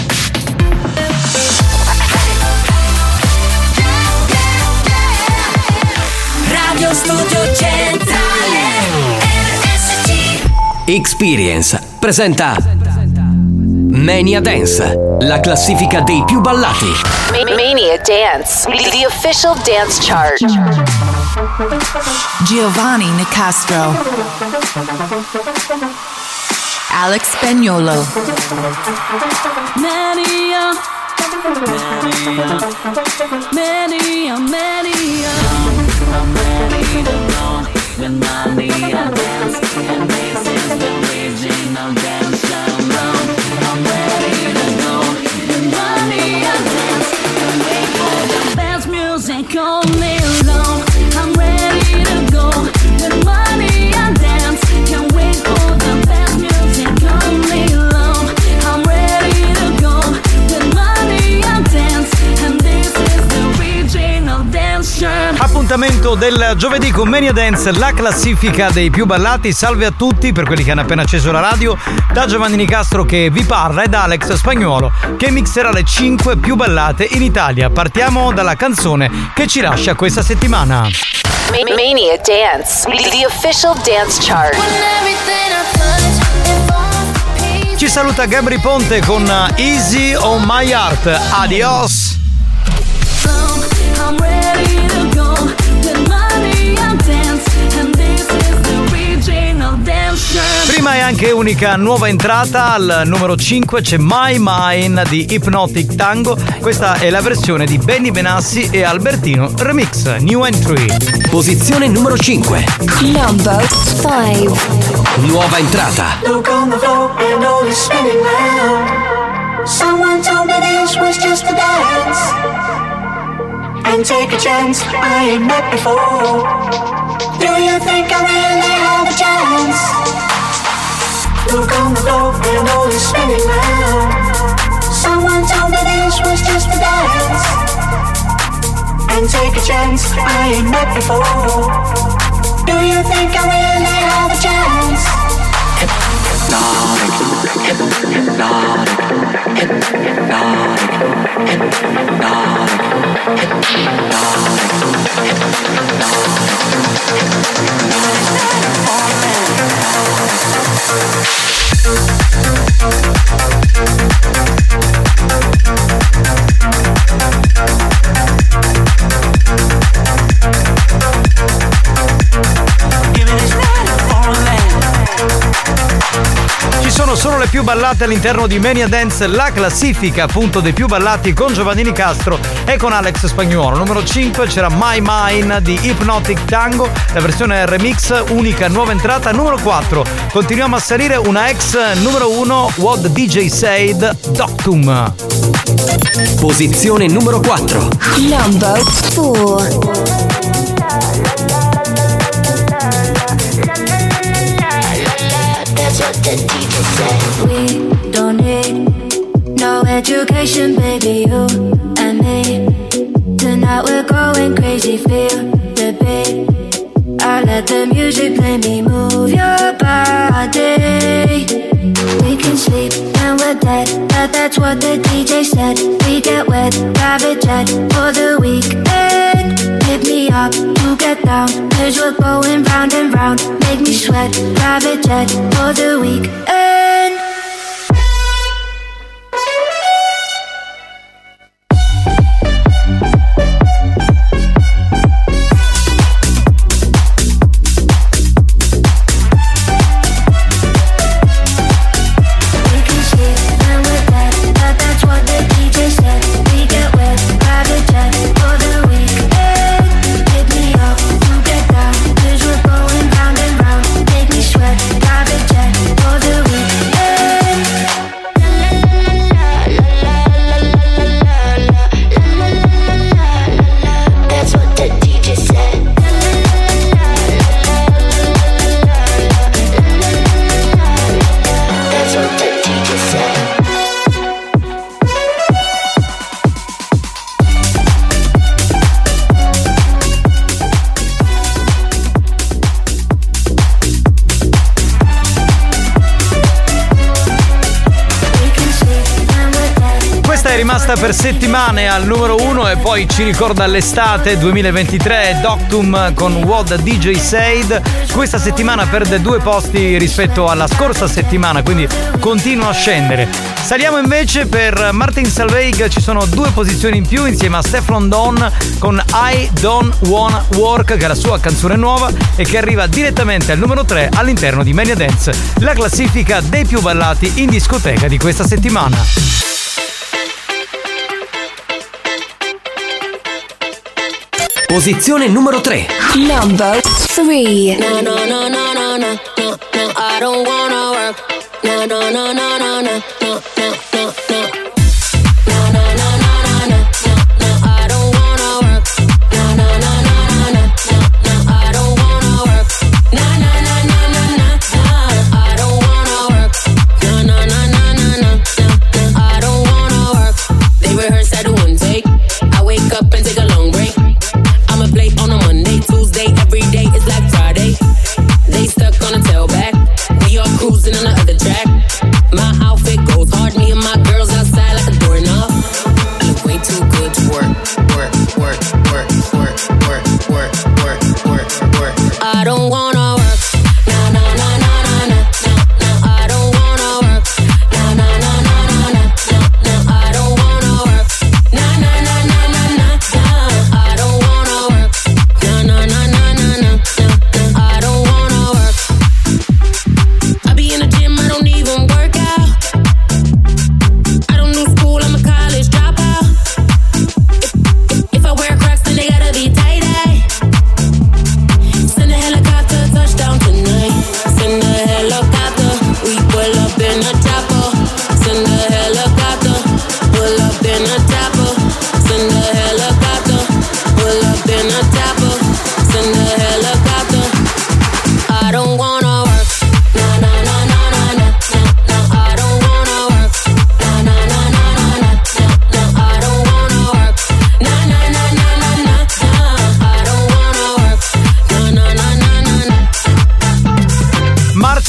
Radio Studio Centrale R S C. Experience presenta Mania Dance, la classifica dei più ballati. Mania Dance, the official dance chart. Giovanni Nicastro, Alex Spagnolo, Mania, Mania, Mania, Mania. I'm ready to go with Mania Dance, and this is the original dance alone. I'm ready to go with Mania Dance, and wait for the best music all day long. I'm ready to go with Mania Dance, can't wait for the best music all day long. I'm ready to go with Mania Dance, and this is the original dance shirt. Appuntamento appuntamento del giovedì con Mania Dance, la classifica dei più ballati. Salve a tutti per quelli che hanno appena acceso la radio. Da Giovanni Nicastro che vi parla e da Alex Spagnuolo che mixerà le cinque più ballate in Italia. Partiamo dalla canzone che ci lascia questa settimana. Mania Dance, the official dance chart. Ci saluta Gabri Ponte con Easy on My Heart. Adios. I'm ready to go with Mania Dance, and this is the original dance chart. Prima e anche unica nuova entrata al numero cinque c'è My Mine di Hypnotic Tango. Questa è la versione di Benny Benassi e Albertino remix, new entry. Posizione numero cinque. Number five. Nuova entrata. Look on the floor and all is spinning round. Someone told me this was just a dance. And take a chance I ain't met before. Do you think I really have a chance? Look on the floor and all is spinning round. Someone told me this was just a dance. And take a chance I ain't met before. Do you think I really have a chance? Hypnotic, hypnotic, hypnotic, hypnotic, Ci sono solo le più ballate all'interno di Mania Dance, la classifica appunto dei più ballati con Giovanni Nicastro e con Alex Spagnuolo. Numero cinque c'era My Mine di Hypnotic Tango, la versione remix, unica nuova entrata. Numero quattro continuiamo a salire, una ex numero uno, What D J Said, Doctum. Posizione numero quattro. Number four. That's what the teacher said. We don't need no education, baby, you and me. Tonight we're going crazy, feel the beat. I let the music play me, move your body. We can sleep when we're dead, but that's what the D J said. We get wet, private jet for the weekend. Hit me up to get down, cause we're going round and round. Make me sweat, private jet for the weekend. Per settimane al numero uno e poi ci ricorda l'estate duemilaventitré, Doctum con What D J Said. Questa settimana perde due posti rispetto alla scorsa settimana, quindi continua a scendere. Saliamo invece per Martin Solveig, ci sono due posizioni in più insieme a Stefflon Don con I Don't Wanna Work, che è la sua canzone nuova e che arriva direttamente al numero tre all'interno di Mania Dance, la classifica dei più ballati in discoteca di questa settimana. Posizione numero tre. Number three. No, no, no, no, no, no, no, no, I don't wanna work. No, no, no, no, no, no, no, no, no, no. No, no, no, no, no, no, no, I don't wanna work. No, no, no, no, no, no, no, I don't wanna work. No, no, no, no, no, no, no, I don't wanna work. No, no, no, no, no, no, no, I don't wanna work. They rehearse at one take. I wake up and take a long break. I'ma play on a Monday.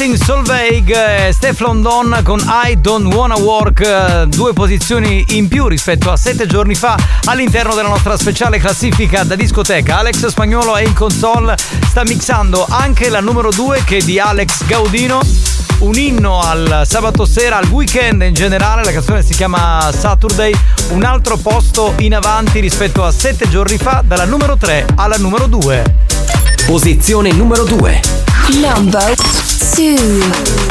Justin Solveig e Stefflon Don con I Don't Wanna Work, due posizioni in più rispetto a sette giorni fa all'interno della nostra speciale classifica da discoteca. Alex Spagnuolo è in console, sta mixando anche la numero due che è di Alex Gaudino, un inno al sabato sera, al weekend in generale. La canzone si chiama Saturday, un altro posto in avanti rispetto a sette giorni fa, dalla numero tre alla numero due. Posizione numero due. Number two.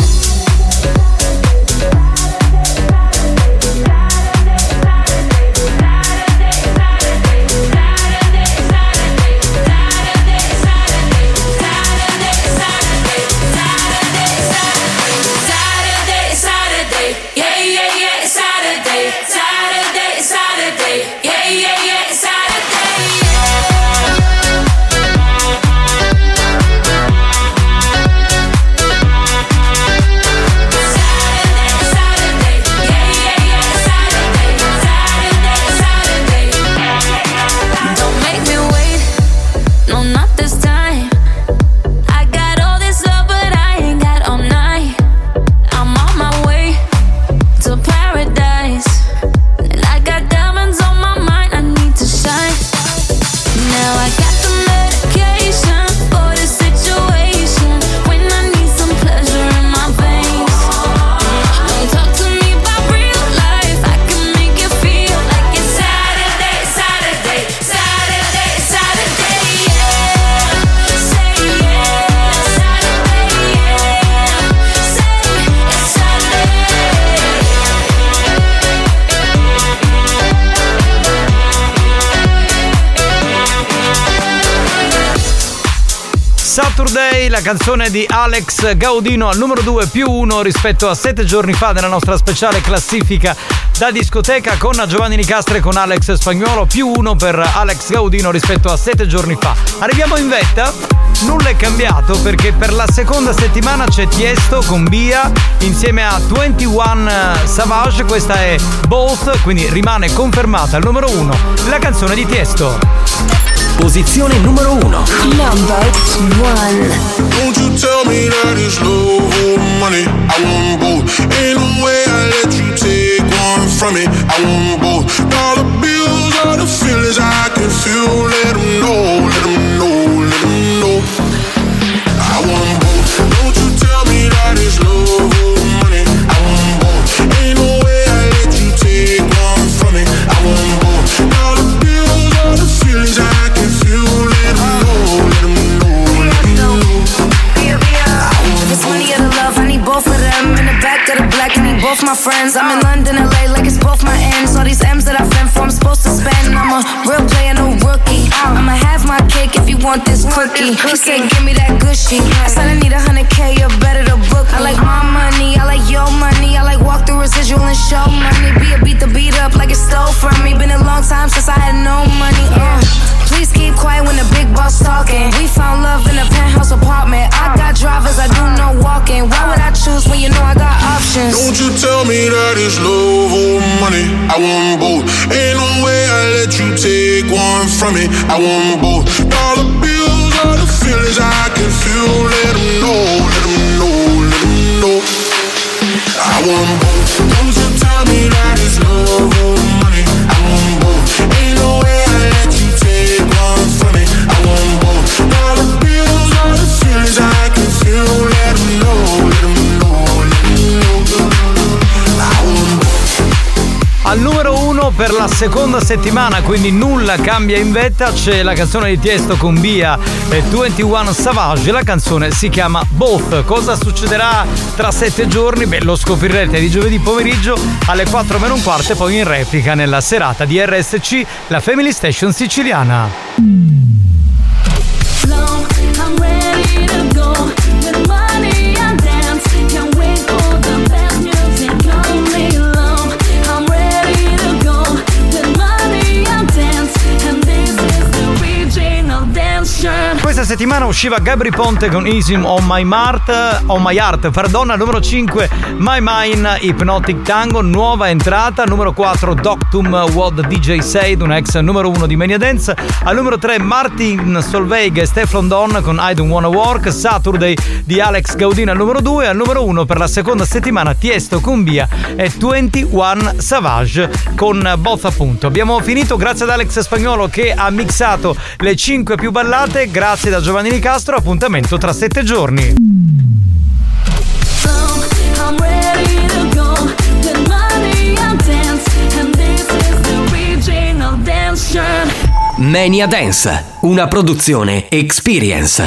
Saturday, la canzone di Alex Gaudino al numero due più uno rispetto a sette giorni fa nella nostra speciale classifica da discoteca con Giovanni Nicastre e con Alex Spagnuolo, più uno per Alex Gaudino rispetto a sette giorni fa. Arriviamo in vetta, nulla è cambiato perché per la seconda settimana c'è Tiesto con Bia insieme a ventuno Savage, questa è Both, quindi rimane confermata al numero uno la canzone di Tiesto. Posizione numero uno. Number one. Don't you tell me that it's love or money. I want both. Ain't no way I let you take one from me. I want both. Dollar bills are the feelings I can feel. Let them know, let them know, let them know. I want both. Don't you tell me that it's love or money. I want both. Ain't no way I let you take one from me. I want both. Dollar bills are the feelings I can feel. Let them know, let them know, let them know. If it's money or the love, I need both of them. In the back of the black, I need both my friends. I'm in London, L A, like it's both my ends. All these M's that I fend for, I'm supposed to spend. I'm a real player, no rookie. I'ma have my cake if you want this cookie. He said, give me that gushy. I said I need a hundred K, you're better to book. I like my money, I like your money. I like walk through residual and show money. Be a beat the beat up like it stole from me. Been a long time since I had no money. Uh. Please keep quiet when the big boss talking. We found love in a penthouse apartment. I got drivers, I do no walking. Why would I choose when you know I got options? Don't you tell me that it's love or money. I want both. Ain't no way I let you take one from me. I want both. Dollar bills are the feelings I can feel. Let them know, let them know, let them know. I want both. Don't you tell me that it's love or money. I want both. Ain't no way I let you take one from me. I want both. Dollar bills are the feelings I can feel. Let them know, let them know, let them know. I want both. Al numero uno per la seconda settimana, quindi nulla cambia in vetta, c'è la canzone di Tiesto con Bia e ventuno Savage, la canzone si chiama Both. Cosa succederà tra sette giorni? Beh, lo scoprirete di giovedì pomeriggio alle quattro meno un quarto e poi in replica nella serata di R S C, la Family Station siciliana. I'm ready to go with money and dance. Can't wait for the best music all day long. I'm ready to go with money and dance. And this is the original dance shirt. Questa settimana usciva Gabry Ponte con Easy on My Heart, on My Heart, perdona. Numero cinque My Mind, Hypnotic Tango, nuova entrata. Numero quattro Doctum Wad D J Said, un ex numero uno di Mania Dance. Al numero tre Martin Solveig e Stefan Don con I Don't Wanna Work. Saturday di Alex Gaudino al numero due. Al numero uno per la seconda settimana Tiesto con Bia e ventuno Savage con Both appunto. Abbiamo finito grazie ad Alex Spagnuolo che ha mixato le cinque più ballate. Grazie da Giovanni Nicastro. Appuntamento tra sette giorni. Mania Dance, una produzione Experience.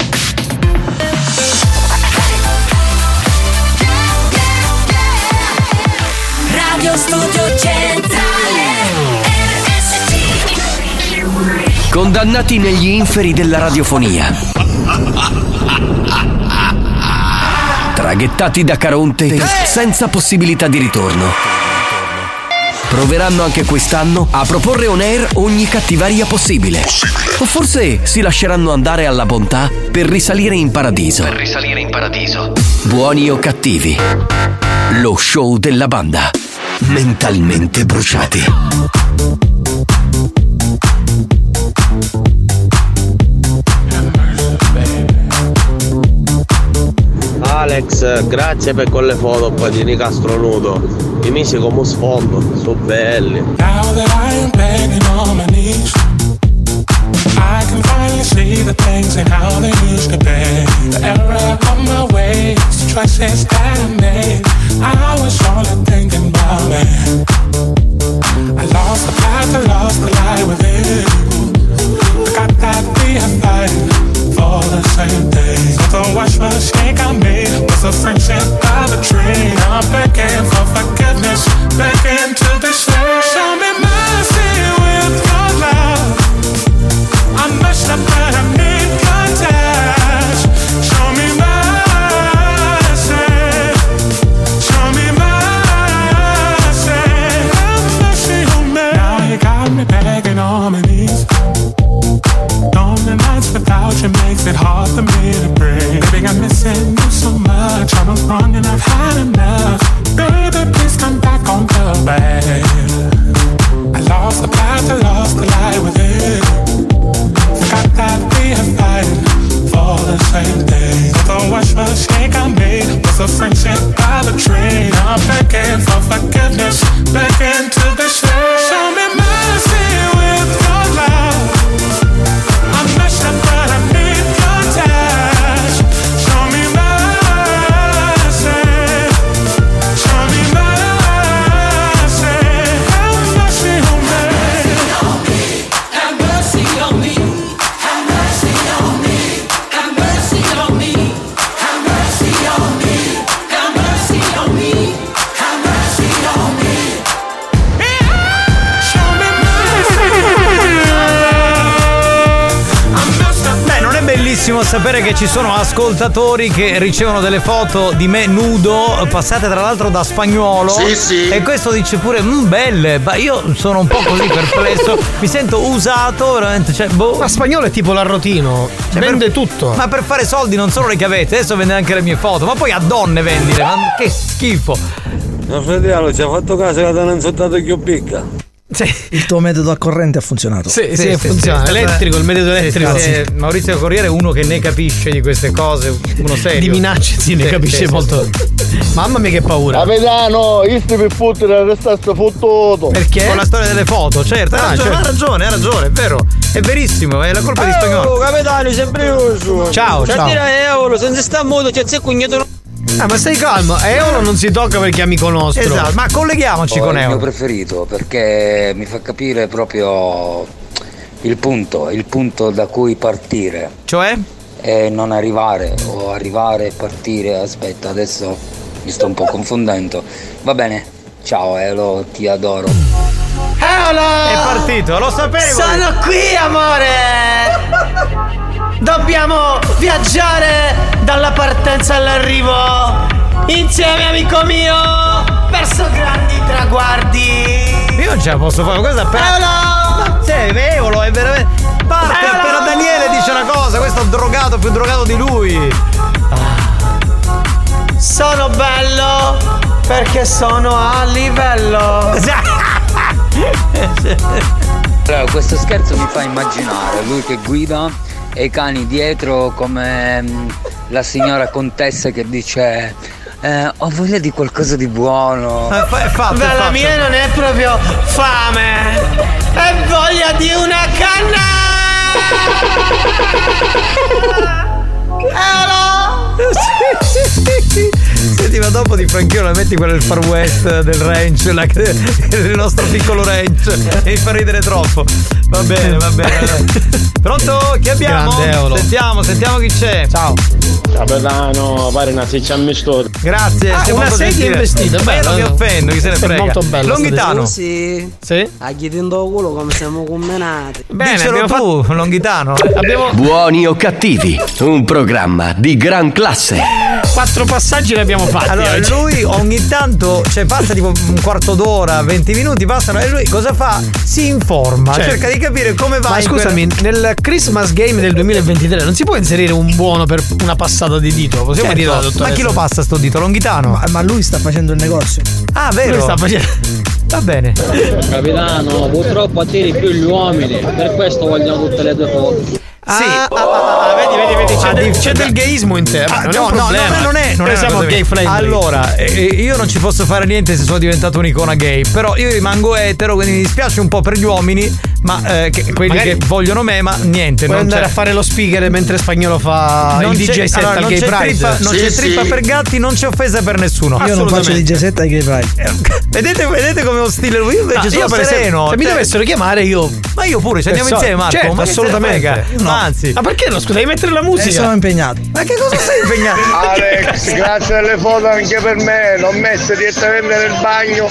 Radio Studio Centrale R S C. Condannati negli inferi della radiofonia, traghettati da Caronte senza possibilità di ritorno, proveranno anche quest'anno a proporre on air ogni cattiveria possibile. O forse si lasceranno andare alla bontà per risalire in paradiso. Per risalire in paradiso. Buoni o cattivi, lo show della banda. Mentalmente bruciati. Alex, grazie per quelle foto poi di Nicastro nudo. Mi misi come sfondo, sono belli. Now that I am begging on my knees, I can finally see the things and how they used to be. The error of my ways, the choices that I made. I was only thinking about me. I lost the path, I lost the light within. I got that we are fighting for the same thing. So don't watch the mistake I made. Was a friendship by the tree. I'm begging for forgiveness, begging to be saved. Show me mercy with your love. I messed up but I need your touch. Show me mercy. Show me mercy. Have mercy on me. Now you got me begging on my knees. Lonely nights without you makes it hard for me to breathe. Baby, I'm missing you so much. I was wrong and I've had enough. Baby, please come back on the bed. I lost the path, I lost the light within. Forgot that we are fighting for the same thing. Don't watch the mistake I made. Was a friendship by the tree. I'm begging for forgiveness, begging to be saved. Show me mercy with your love. I messed up but I need your touch. Show me mercy. Show me mercy. Have mercy on me. Have mercy on me. Have mercy on me. Have mercy on me. Have mercy on me. Have mercy on me. Have mercy on me. Show me Beh, non è bellissimo sapere che ci sono ascoltatori che ricevono delle foto di me nudo, passate tra l'altro da Spagnuolo. Sì, sì. E questo dice pure, mmm, belle. Ma io sono un po' così perplesso. Mi sento usato, veramente. Cioè, boh. Ma Spagnolo è tipo l'arrotino. Cioè, vende per, tutto. Ma per fare soldi non solo le chiavette, adesso vende anche le mie foto. Ma poi a donne vendile. Ma che schifo. Mio fratello ci ha fatto caso che ti hanno insultato più picca. Sì. Il tuo metodo a corrente ha funzionato. Sì, Sì, sì, funziona. sì. Elettrico, il metodo elettrico. Sì, sì. Maurizio Corriere è uno che ne capisce di queste cose, uno serio. Di minacce, sì, ne Sì, capisce sì, molto. sì. Mamma mia che paura. Capitano, io sto per fottere restasse fottuto. Perché? Con la storia delle foto, certo. Ah, ha, ragione, certo. ha ragione, ha ragione, è vero. È verissimo, è la colpa di Spagnolo. Oh, capitano, sempre io. Ciao, ciao. euro, senza sta modo, c'è il cugnato. Ah, ma stai calmo, Eolo non si tocca perché è amico nostro. Esatto, ma colleghiamoci Oh, con è il Eolo. mio preferito perché mi fa capire proprio il punto, il punto da cui partire. Cioè? E non arrivare o arrivare e partire. Aspetta, adesso mi sto un po' confondendo. Va bene, ciao Elo, ti adoro. Eolo! È partito, lo sapevo. Sono qui, amore! Dobbiamo viaggiare dalla partenza all'arrivo insieme, amico mio, verso grandi traguardi. Io non ce la posso fare, cosa per... Eolo! Ma sei Eolo, è veramente... Parte Eolo! per Daniele una cosa, questo è drogato, più drogato di lui. Sono bello perché sono a livello. Allora, questo scherzo mi fa immaginare lui che guida e i cani dietro come mm, la signora contessa che dice eh, ho voglia di qualcosa di buono. È fatto, Beh, è la fatto. mia non è proprio fame, è voglia di una canna. Senti, ma dopo di Franchino la metti quella del Far West del ranch, la, del nostro piccolo ranch, e mi fa ridere troppo. Va bene, va bene. Pronto? Chi abbiamo? Grande Eolo. Sentiamo, sentiamo chi c'è. Ciao. Capitano, pare una seccia misto. Grazie, Ah, sei una molto sedia gentile. investita, Ma io bello, non mi no? offendo, chi se ne Questo è frega. molto bello, Longhitano. Sì. Sì? A chi dentro culo come siamo combinati. Bene, Dicelo tu, fatto... Longhitano. Abbiamo Buoni o cattivi, un programma di gran classe. quattro passaggi li abbiamo fatti. Allora, oggi. lui ogni tanto, cioè passa tipo un quarto d'ora, venti minuti passano e lui cosa fa? Si informa, Cioè, cerca di capire come va. Ma in scusami, quella... nel Christmas Game del duemilaventitré non si può inserire un buono per una passata di dito? Possiamo Certo, dire alla dottoressa? ma chi lo passa sto dito? Longhitano? Ma, ma lui sta facendo il negozio. Ah, vero? Lui sta facendo. Va bene. Capitano, purtroppo attiri più gli uomini, per questo vogliamo tutte le tue foto. Sì, ah, ah, ah, ah, vedi, vedi, vedi, c'è, Ah, del, di- c'è del gayismo in te. Ah, non no, è un no, problema. no, non è, non Noi è siamo una cosa gay mia. friendly. Allora, eh, io non ci posso fare niente se sono diventato un'icona gay, però io rimango etero, quindi mi dispiace un po' per gli uomini, ma eh, che, quelli Magari- che vogliono me, ma niente, Puoi non andare c'è. a fare lo speaker mentre Spagnolo fa Non il D J c'è- set allora, al non Gay c'è Pride. trippa, non Sì, c'è sì. trippa per gatti, non c'è offesa per nessuno. Io non faccio di G sette ai Gay Pride. Vedete, vedete come ostile lui? Io invece No, sono io per esempio, sereno. se mi cioè- dovessero chiamare io. Ma io pure, ci andiamo so- insieme, Marco. certo, ma che se ne assolutamente. frega? No. Ma anzi. Ma perché no? Scusa, devi mettere la E musica. sono impegnato. Ma che cosa sei impegnato? Alex, grazie alle foto anche per me, l'ho messa direttamente nel bagno.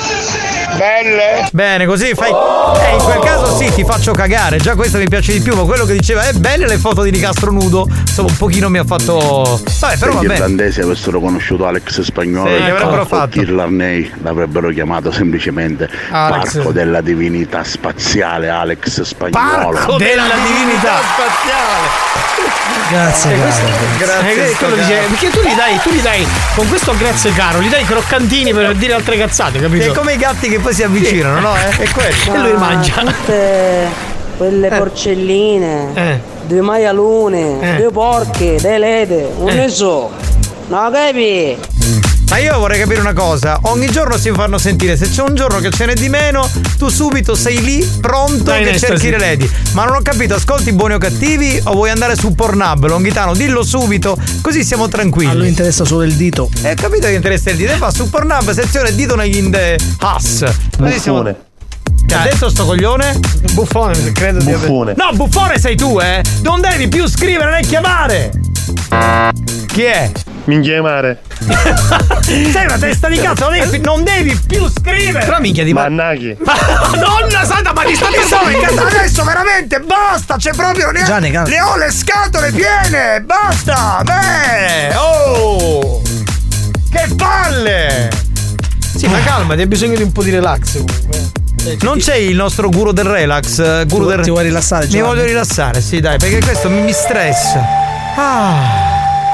Belle? Bene, così fai. Eh, in quel caso sì, ti faccio cagare. Già questo mi piace di più, ma quello che diceva è belle le foto di Nicastro nudo. Insomma, un pochino mi ha fatto. Vabbè, però Se gli vabbè. irlandesi avessero conosciuto Alex Spagnolo Sì, e che avrebbero fatto? Killarney l'avrebbero chiamato semplicemente Alex. Parco della Divinità Spaziale Alex Spagnolo. Parco della divinità spaziale. Grazie, grazie. Grazie. Eh, quello dice, perché tu gli dai, tu gli dai con questo grazie caro, gli dai croccantini per dire altre cazzate, capito? È come i gatti che poi si avvicinano, no? Eh? È quello. E lui mangia. Tutte quelle porcelline, Eh. due maialune, Eh. due porche, dei lede, non Eh. ne so. No, capi? Ma io vorrei capire una cosa, ogni giorno si fanno sentire, se c'è un giorno che ce n'è di meno, tu subito sei lì pronto Dai, che in cerchi estasi. le lady. Ma non ho capito, ascolti Buoni o Cattivi o vuoi andare su Pornhub? Longhitano, dillo subito, così siamo A lui tranquilli. interessa solo il dito. Eh, capito che interessa il dito? Va su Pornhub, sezione dito negli in the Us. Così siamo. Che ha detto sto coglione? Buffone, credo di aver. Buffone. No, buffone sei tu, eh! Non devi più scrivere né chiamare! Chi è? Minchia mare. Sei una testa di cazzo, non devi, non devi più scrivere! Però minchia di ma. Mannaghi. Madonna santa, ma ti state solo adesso veramente basta, c'è proprio ne, Gianni, calma. ne ho le scatole piene, basta, beh, oh, che palle! Sì, ma calma, hai bisogno di un po' di relax comunque. Eh, Non c'è il nostro guru del relax, eh, guru Ti- del ti vuoi rilassare, Mi Gianni? voglio rilassare, sì, dai, perché questo mi, mi stressa. Ah,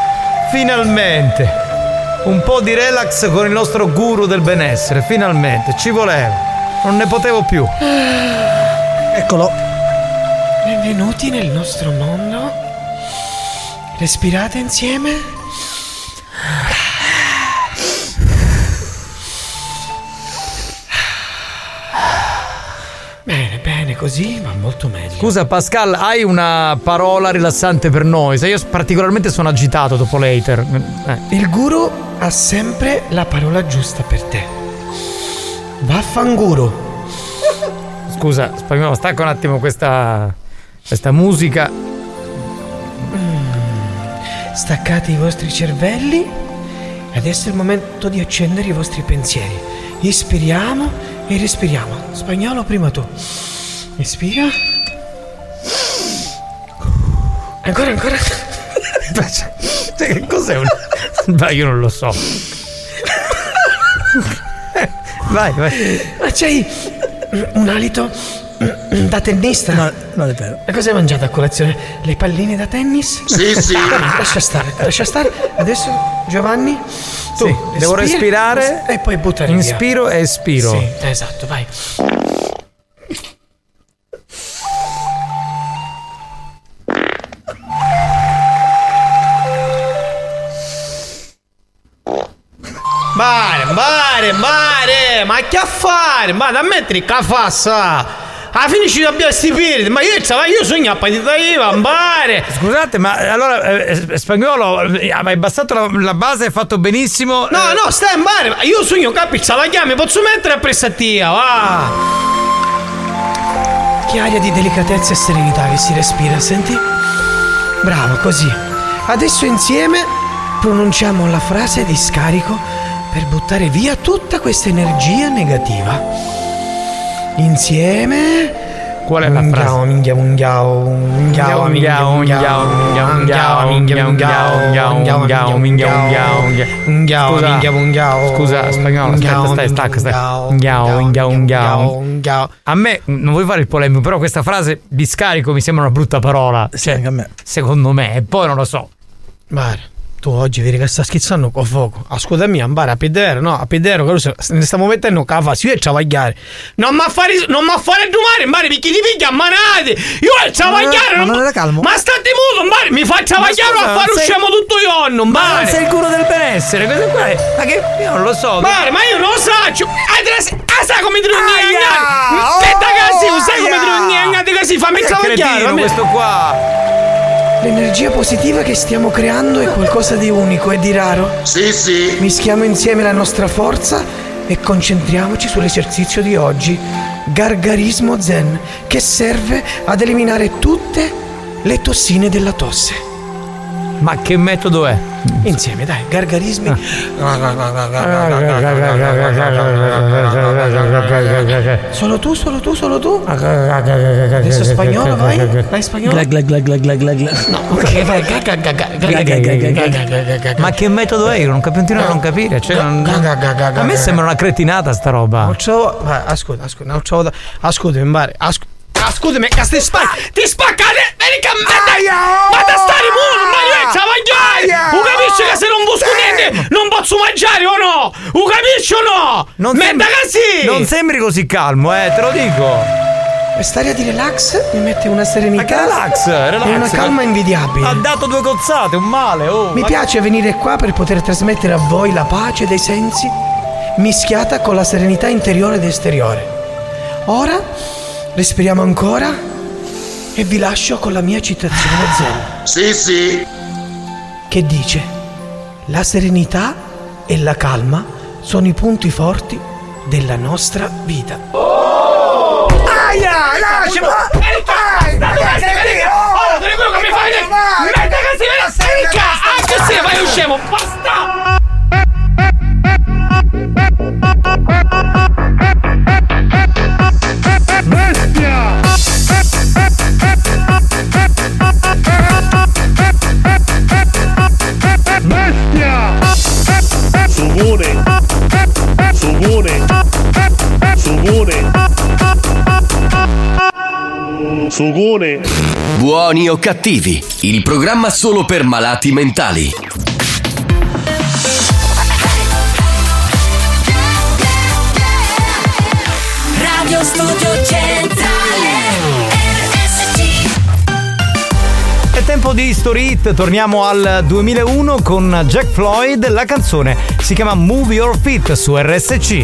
finalmente un po' di relax con il nostro guru del benessere, finalmente, ci voleva. Non ne potevo più. Eccolo. Benvenuti nel nostro mondo. Respirate insieme. Bene, bene, così va molto meglio. Scusa Pascal, hai una parola rilassante per noi? Se io particolarmente sono agitato dopo l'hater. Eh. Il guru ha sempre la parola giusta per te. Vaffanguru. Scusa, Spagnolo, stacca un attimo questa questa musica. Staccate i vostri cervelli. Adesso è il momento di accendere i vostri pensieri. Ispiriamo e respiriamo. Spagnolo, prima tu. Ispira. Ancora, ancora. Che cos'è un. Vai, io non lo so. Vai, vai. Ma c'hai un alito da tennista? No, non è vero. E cosa hai mangiato a colazione? Le palline da tennis? Sì, sì. Lascia stare, lascia stare. Adesso Giovanni, tu sì, devo respirare e poi buttare via. Inspiro e espiro. Sì, esatto, vai. Mare, mare, mare, ma che a fare? Ma da mettere che fassa? Ah, finisci di abbiare sti piriti, ma io, io sogno a partita I V A, mare. Scusate, ma allora eh, Spagnolo, hai abbassato la, la base, hai fatto benissimo. No, eh. no, stai in mare, io sogno capizza la chiami, posso mettere a pressatia, va. Che aria di delicatezza e serenità che si respira, senti? Bravo, così. Adesso insieme pronunciamo la frase di scarico per buttare via tutta questa energia negativa. Insieme. Qual è la frase? Minghia, minghia, minghia, minghia, minghia, minghia, minghia, minghia, minghia. Scusa, Spagnolo, aspetta, stai, stacca, stai. Minghia, minghia. A me non vuoi fare il polemico, però questa frase di scarico mi sembra una brutta parola. Sì, anche a me. Secondo me, e poi non lo so. Mare. Tu oggi vedi che sta schizzando con fuoco. Ascoltami, andare a pedere, no? A pedere, che ne stiamo mettendo che fa, si io e ciavagliare. Non mi fare non mi fare domare, mare, perché ti piglia a manate. Io e ciavagliare. Non era calmo. Ma state muto, mare, mi fa ciavagliare a fare usciamo tutto io, non Ma mare. non sei il culo del benessere, questo qua è. Ma che io non lo so. Mare, ma io non lo so. Ah, sai come ti rugni a Aspetta così, sai come ti rugni a così, fammi ciavagliare. Questo qua. L'energia positiva che stiamo creando è qualcosa di unico e di raro. Sì, sì. Mischiamo insieme la nostra forza e concentriamoci sull'esercizio di oggi. Gargarismo Zen, che serve ad eliminare tutte le tossine della tosse. Ma che metodo è? Insieme, dai, gargarismi. Solo tu, solo tu, solo tu. Adesso spagnolo, vai. Vai spagnolo. No, ok, vai. Ma che metodo è? Io non continuo a non capire. Cioè, non... A me sembra una cretinata sta roba. Ascolta, ascolta, ascolta, impari. Ascoltami, che stai spaccando! Ti spaccate! Vieni che me! Ma te stare muto! Ma io ci mangiare! Tu capisci che se non busco niente non posso mangiare o no? Tu capisci o no? Non Metta così! Non sembri così calmo, eh, te lo dico! Quest'aria di relax mi mette una serenità. Ma che relax, relax! E una calma invidiabile. Ha dato due cozzate, un male, oh! Mi piace venire qua per poter trasmettere a voi la pace dei sensi mischiata con la serenità interiore ed esteriore. Ora respiriamo ancora e vi lascio con la mia citazione zen. Sì, sì. Che dice: la serenità e la calma sono i punti forti della nostra vita. Oh! Aia, lasciamo! Erika! Ora te ne quello che mi fai vedere! Metta che si vede! Erika! Anche se vai usciamo! Basta! Bestia! Bestia! Sugone! Sugone! Sugone! Sugone! Buoni o cattivi, il programma solo per malati mentali. Radio Studio Centrale R S C. È tempo di History Hit, torniamo al duemilauno con Jack Floyd, la canzone si chiama Move Your Feet su R S C.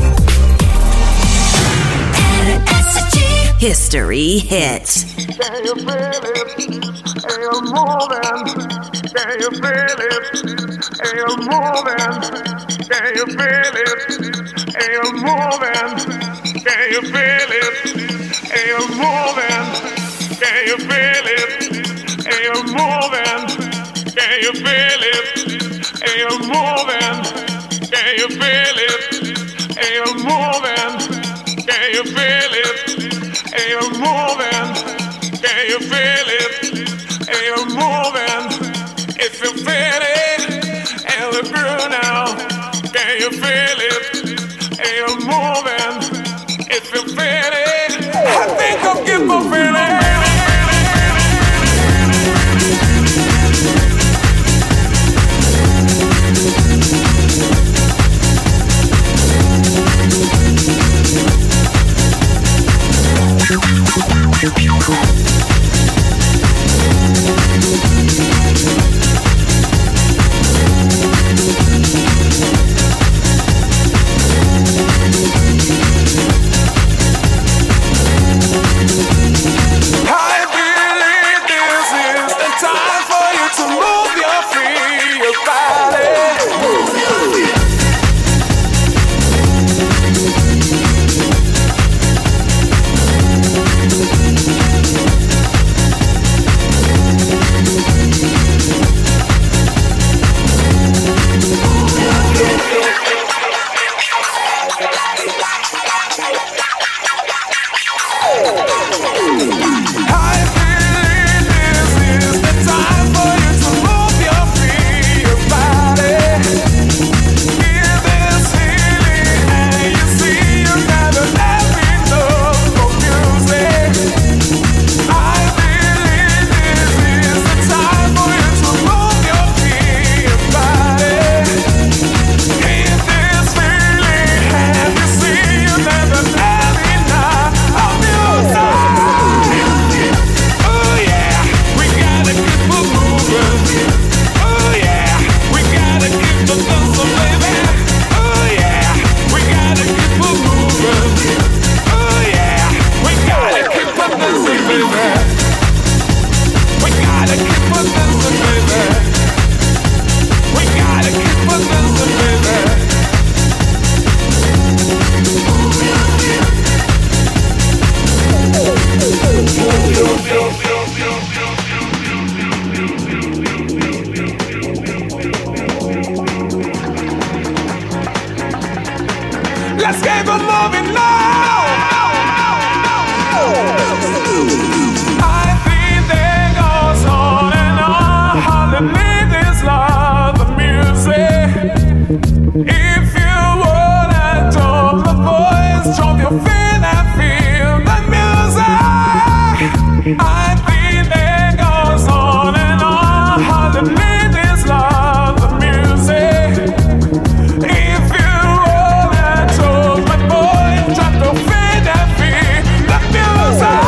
R S C History Hit. Can you feel it? Are you moving? Can you feel it? Are you moving? Can you feel it? Are you moving? Can you feel it? Are you moving? Can you feel it? Are you moving? Can you feel it? Are you moving? Can you feel it? Are you moving? Can you feel it? Are you moving? Can you feel it? Are you moving? If you feel it, and the groove now. Can you feel it? Are you moving? If you feel it, I think I'm Let's get the loving now. I think that goes on and on. How to make this love the music. If you wanna drop the voice, drop your feet and feel the music. I think that goes on and on. How to make this love the music. If you wanna drop the voice, drop your feet and feel the music.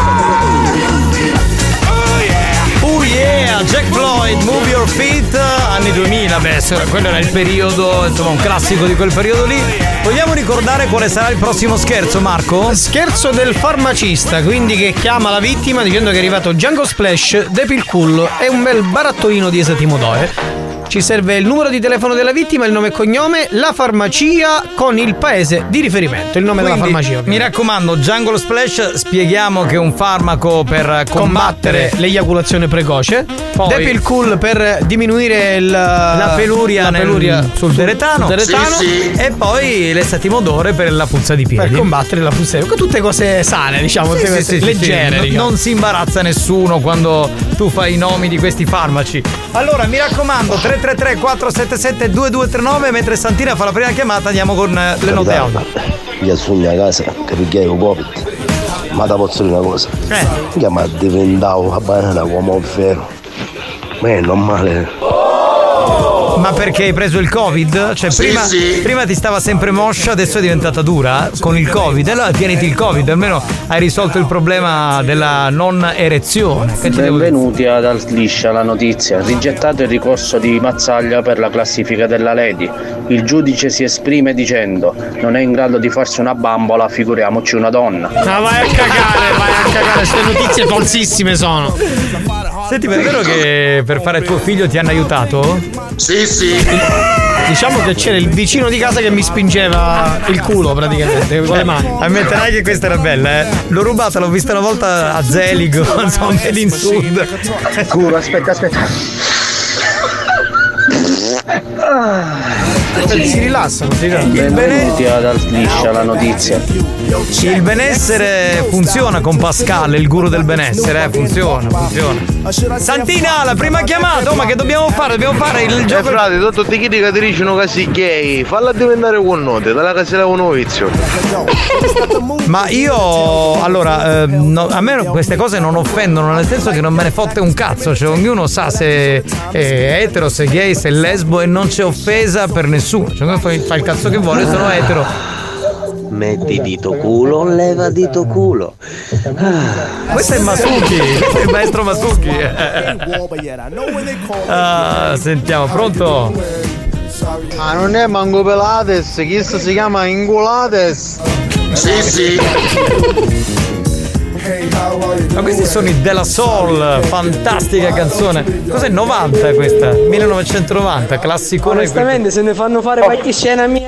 Oh yeah. Oh yeah, Jack Floyd, Move Your Feet, anni duemila, beh, quello era il periodo, insomma, un classico di quel periodo lì. Vogliamo ricordare quale sarà il prossimo scherzo, Marco? Scherzo del farmacista, quindi che chiama la vittima dicendo che è arrivato Django Splash, Depil Cool e un bel barattolino di esatimodore. Ci serve il numero di telefono della vittima, il nome e cognome, la farmacia con il paese di riferimento, il nome Quindi, della farmacia. Mi raccomando, Jungle Splash, spieghiamo che è un farmaco per combattere, combattere l'eiaculazione precoce. Poi, Depil Cool per diminuire il, la peluria, la nel, peluria sul teretano, sul teretano. Sì, sì. E poi l'esatimodore per la puzza di piedi. Per combattere la puzza di piedi. Tutte cose sane, diciamo, sì, sì, sì, leggere. sì, sì. Diciamo. Non si imbarazza nessuno quando tu fai i nomi di questi farmaci. Allora, mi raccomando, tre tre tre quattro sette sette due due tre nove, mentre Santina fa la prima chiamata andiamo con eh, le note audio. Io sogno a casa che perché ho Covid. Ma da posso dire una cosa? Eh. Io mi diventavo a banana come vero. Ma è normale. Ma perché hai preso il Covid? Cioè Sì, prima, sì. prima ti stava sempre moscia, adesso è diventata dura con il Covid. Allora tieniti il Covid, almeno hai risolto il problema della non erezione. Che ti devo dire? Benvenuti ad Altliscia, la notizia. Rigettato il ricorso di Mazzaglia per la classifica della Lady. Il giudice si esprime dicendo: non è in grado di farsi una bambola, figuriamoci una donna. Ma vai a cagare, vai a cagare, queste notizie falsissime sono. Senti, ma è vero che per fare tuo figlio ti hanno aiutato? Sì, sì. Diciamo che c'era il vicino di casa che mi spingeva il culo praticamente con le mani. Ammetterai che questa era bella, eh? L'ho rubata, l'ho vista una volta a Zeligo, insomma, lì in sud. Culo, aspetta, aspetta. Si rilassano, si rilassano. Benvenuti ad Altliscia, la notizia. Il benessere funziona con Pascal, il guru del benessere, eh? Funziona, funziona. Santina, la prima chiamata, oh, ma che dobbiamo fare? Dobbiamo fare il gioco. Eh frate, tutto ti chiedi che ti dicono che si gay, falla diventare con note, dalla casella un novizio. Ma io, allora, eh, no, a me queste cose non offendono, nel senso che non me ne fotte un cazzo, cioè ognuno sa se è etero, se è gay, se è lesbo e non c'è offesa per nessuno, cioè fa il cazzo che vuole, sono etero. Metti dito culo, leva dito culo. Ah. Questo è Masuki, questo è il maestro Masuki. Ah, sentiamo, pronto? Ma non è mango pelates, questo si chiama ingulates. Sì, sì. Ma questi sono i Della Soul, fantastica canzone. Cos'è novanta questa? millenovecentonovanta, classicone. Onestamente se ne fanno fare qualche scena mia.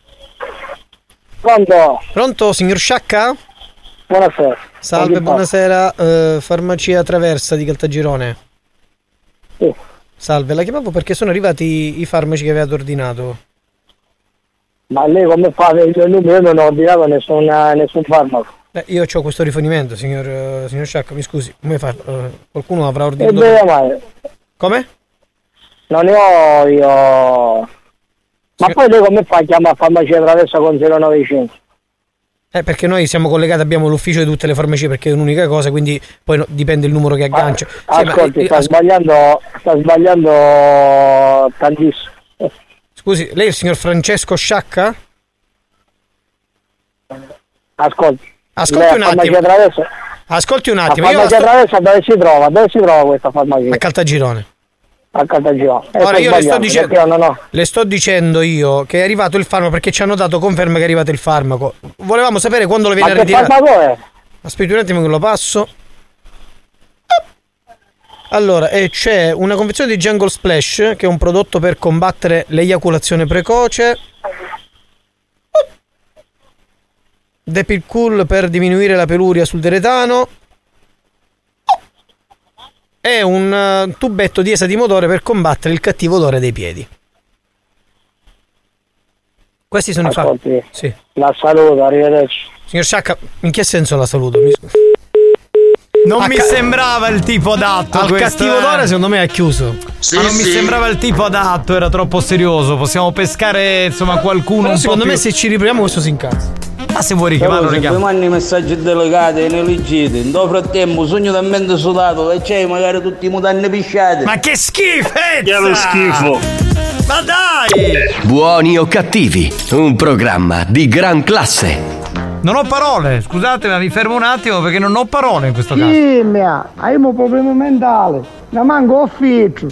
Pronto? Pronto, signor Sciacca? Buonasera. Salve, buonasera, eh, farmacia Traversa di Caltagirone. Sì. Salve, la chiamavo perché sono arrivati i farmaci che avevate ordinato. Ma lei come fa? Il numero io non ho ordinato nessun, nessun farmaco. Eh, io ho questo rifornimento, signor, uh, signor Sciacca, mi scusi, come fa? Uh, qualcuno avrà ordinato? E dove mai? Come? Non ne ho io. Ma poi lei come fa a chiamare farmacia Traversa con zero nove cinque? Eh, perché noi siamo collegati, abbiamo l'ufficio di tutte le farmacie perché è un'unica cosa, quindi poi no, dipende il numero che aggancia. Ah, sì, ascolti, ma, sta eh, sbagliando, sta sbagliando tantissimo. Scusi, lei è il signor Francesco Sciacca? Ascolti. Ascolti un attimo. Traversa, Ascolti un attimo. La farmacia sto... Traversa dove si trova? Dove si trova questa farmacia? A Caltagirone. A Caltagirone. Eh, Ora io le sto, dicendo, no, no. le sto dicendo io che è arrivato il farmaco perché ci hanno dato conferma che è arrivato il farmaco. Volevamo sapere quando lo viene Ma a ritirare. Che farmaco è? Aspetti un attimo che lo passo. Allora, eh, c'è una confezione di Jungle Splash che è un prodotto per combattere l'eiaculazione precoce. Depil Cool per diminuire la peluria sul deretano. E un uh, tubetto di esatimodore per combattere il cattivo odore dei piedi. Questi sono Ascolti, i fatti. Sì. La saluto, arrivederci. Signor Sciacca, in che senso la saluto? Mi... Non A mi ca- sembrava il tipo adatto. Al questo, cattivo eh. d'ora secondo me ha chiuso. Ma non mi sembrava il tipo adatto, era troppo serioso. Possiamo pescare insomma qualcuno. Però un secondo po' me più... se ci riproviamo questo si incazza. Ma se vuoi richiamarlo, richiamo. Se mi messaggi delegati e neleggiti, in dopo frattempo sogno talmente sudato e c'hai magari tutti i mutanni pisciati. Ma che schifezza! Che lo schifo! Ma dai! Buoni o cattivi, un programma di gran classe. Non ho parole, scusate, ma mi fermo un attimo perché non ho parole in questo caso. Sì, mia, hai un problema mentale. La manco affitto.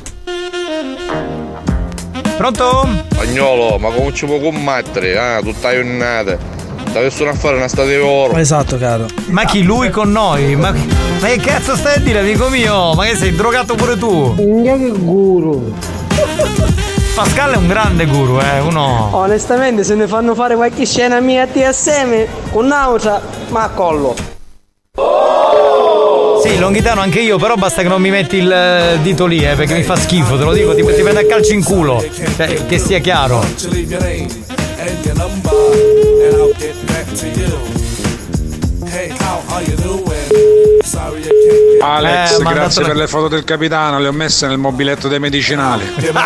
Pronto? Spagnolo, ma come ci può combattere? Ah, tutta giornata. T'avessero a fare una state oro. Esatto, caro. Ma chi lui con noi? Ma, ma che cazzo stai a dire, amico mio? Ma che sei drogato pure tu? Che guru. Pascal è un grande guru, eh, uno. Onestamente, se ne fanno fare qualche scena mia a te assieme con un'altra, ma collo. Sì, Longhitano anche io, però basta che non mi metti il eh, dito lì, eh, perché mi fa schifo, te lo dico, ti, ti prende a calcio in culo. Cioè, che sia chiaro. Alex, Eh, ma grazie dato- per le foto del capitano, le ho messe nel mobiletto dei medicinali.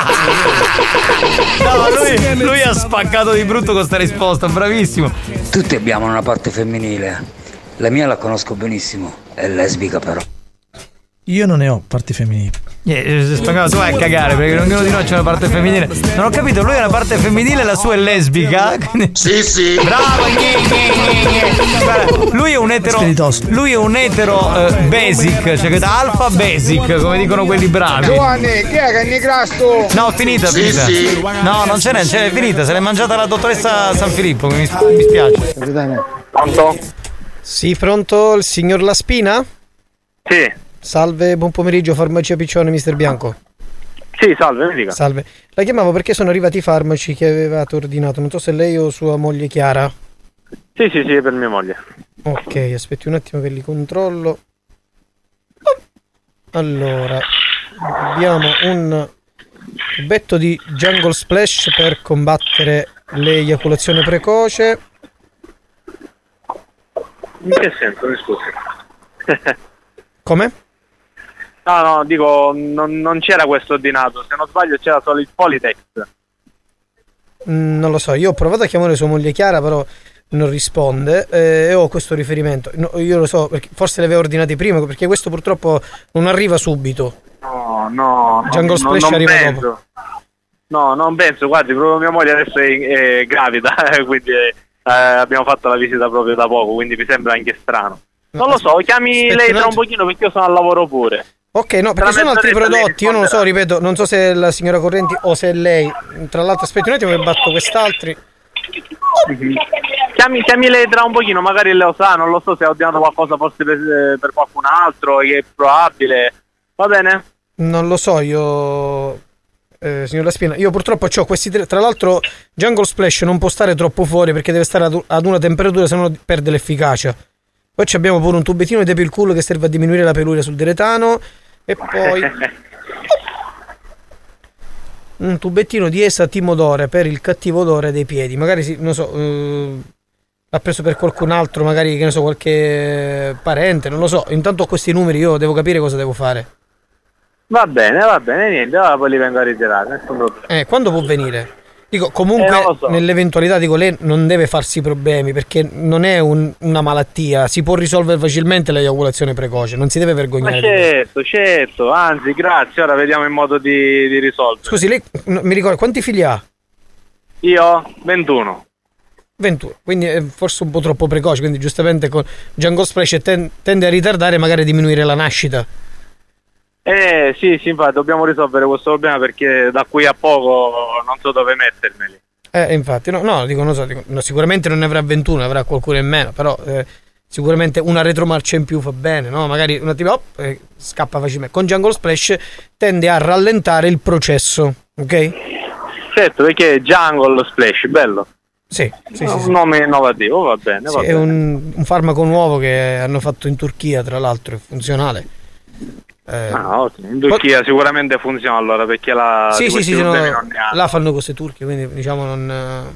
No, lui, lui ha spaccato di brutto con sta risposta, bravissimo. Tutti abbiamo una parte femminile. La mia la conosco benissimo, è lesbica però. Io non ne ho parti femminili. Eh, spaccato, tu vai a cagare perché ognuno di noi c'è una parte femminile. Non ho capito, lui è una parte femminile, la sua è lesbica. Sì, sì. Bravo, gne, gne, gne, gne. Guarda, lui è un etero. Lui è un etero eh, basic, cioè che da alfa basic, come dicono quelli bravi. Giovanni, che è che ne crasto? No, finita, Sì, finita. sì. No, non ce n'è, ce n'è finita, se l'è mangiata la dottoressa San Filippo, mi, mi spiace. Pronto? Sì, pronto il signor Laspina? Sì. Salve, buon pomeriggio, farmacia Piccione, mister Bianco. Sì, salve, mi dica. Salve. La chiamavo perché sono arrivati i farmaci che avevate ordinato, non so se lei o sua moglie Chiara. Sì, sì, sì, è per mia moglie. Ok, aspetti un attimo che li controllo. Allora, abbiamo un tubetto di Jungle Splash per combattere l'eiaculazione precoce. In che senso, mi scusi? Come? No, no, dico, non, non c'era questo ordinato, se non sbaglio c'era solo il Politex. Mm, non lo so, io ho provato a chiamare sua moglie Chiara, però non risponde eh, e ho questo riferimento. No, io lo so, perché forse le avevo ordinati prima, perché questo purtroppo non arriva subito. No, no, Jungle non, Splash non arriva penso. dopo. No, non penso, guardi, proprio mia moglie adesso è, è gravida, quindi eh, abbiamo fatto la visita proprio da poco, quindi mi sembra anche strano. Non lo so, chiami Aspetti lei un tra un attimo. pochino perché io sono al lavoro pure. Ok, no, perché Tra sono altri mezz'oretta lei prodotti, io non lo so, risponderà. ripeto, non so se è la signora Correnti o se è lei. Tra l'altro, aspetti un attimo che batto quest'altri. Chiami, chiami lei tra un pochino, magari lei lo sa, non lo so se ha ordinato qualcosa forse per, per qualcun altro, che è probabile. Va bene? Non lo so, io... Eh, signor Laspina, io purtroppo ho questi tre. Tra l'altro Jungle Splash non può stare troppo fuori perché deve stare ad, ad una temperatura, se no perde l'efficacia. Poi ci abbiamo pure un tubettino di Depilcool che serve a diminuire la peluria sul deretano. E poi un tubettino di Esatimodore per il cattivo odore dei piedi. Magari si, non so, eh, l'ha preso per qualcun altro, magari che ne so, qualche parente, non lo so. Intanto ho questi numeri, io devo capire cosa devo fare. Va bene, va bene, niente, allora poi li vengo a ritirare, nessun problema. Eh, quando può venire? Dico, comunque, Eh, non lo so. nell'eventualità, dico, lei non deve farsi problemi perché non è un- una malattia, si può risolvere facilmente l'eiaculazione precoce, non si deve Ma vergognare. certo, certo, anzi, grazie, ora vediamo il modo di, di risolvere. Scusi, lei no, mi ricorda quanti figli ha? Io? ventuno. ventuno, quindi è forse un po' troppo precoce, quindi giustamente con Jungle Splash ten- tende a ritardare e magari a diminuire la nascita. Eh sì, sì, infatti dobbiamo risolvere questo problema perché da qui a poco non so dove mettermeli. Eh, infatti, no, no, dico, non so, dico, no, sicuramente non ne avrà ventuno, avrà qualcuno in meno, però eh, sicuramente una retromarcia in più fa bene, no? Magari un attimo, oh, eh, scappa facilmente. Con Jungle Splash tende a rallentare il processo, ok? Certo, perché è Jungle Splash, bello. Sì, sì, sì, un sì. nome innovativo, va bene, Sì, va è bene. un, un farmaco nuovo che hanno fatto in Turchia, tra l'altro, è funzionale. Eh, Ah, ottimo. In Turchia sicuramente funziona allora perché la sì, di sì, questi sì, no, problemi non ne ha. là fanno cose turche, quindi diciamo non,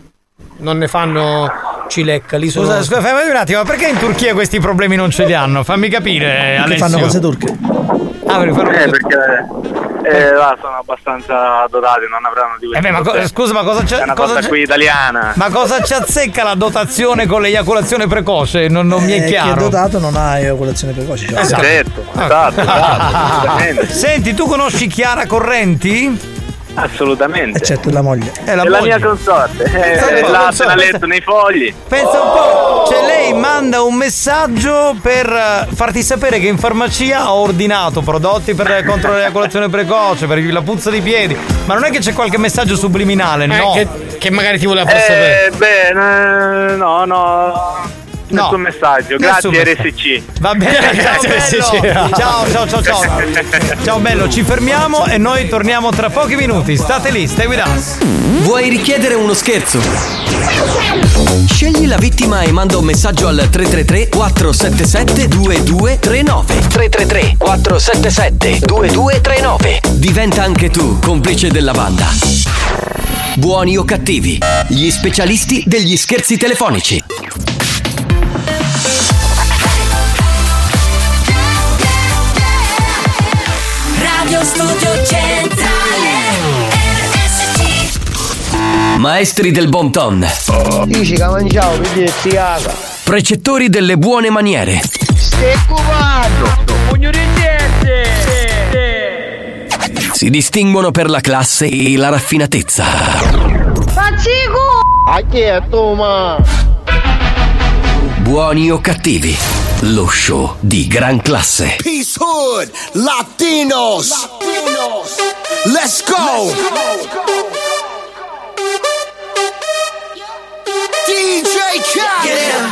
non ne fanno cilecca. Lì sono... Scusa, scusa, fammi un attimo, ma perché in Turchia questi problemi non ce li hanno? Fammi capire, Alessio. Che fanno cose turche. Ah, per fare eh, perché eh, là sono abbastanza dotati, non avranno di eh beh, ma co- scusa, ma cosa c'è? È una cosa cosa c'è? qui italiana. Ma cosa ci azzecca la dotazione con l'eiaculazione precoce? Non, non mi è Eh, chiaro. Chi è dotato non ha eiaculazione precoce. Cioè. Esatto, certo, esatto, esatto, assolutamente. Senti, tu conosci Chiara Correnti? Assolutamente. Eh, certo, la moglie. È la, È la moglie. mia consorte. Eh, Sai, l'ha non appena so, letto nei fogli. Pensa un po', cioè lei manda un messaggio per eh, farti sapere che in farmacia ho ordinato prodotti per contro l'eiaculazione precoce, per la puzza di piedi. Ma non è che c'è qualche messaggio subliminale, Eh, no? che, che magari ti voleva far Eh, sapere. beh, eh, no, no. Nessun messaggio, grazie Nessun R S C. Va bene, ciao bello. Ciao, ciao, ciao, ciao. Ciao bello, ci fermiamo e noi torniamo tra pochi minuti. State lì, stay with us. Vuoi richiedere uno scherzo? Scegli la vittima e manda un messaggio al tre tre tre quattro sette sette due due tre nove. tre tre tre quattro sette sette due due tre nove. Diventa anche tu complice della banda. Buoni o cattivi, gli specialisti degli scherzi telefonici. Radio Studio Centrale R S C. Maestri del bon ton. Dici che mangiavo, vedi ziaga. Precettori delle buone maniere. Stai cubando. Pugno di niente. Si distinguono per la classe e la raffinatezza. Faccico. A chi è tu, ma? Buoni o cattivi, lo show di gran classe. Peace Hood, Latinos. Latinos. Let's go. Let's go. D J Khaled. Yeah.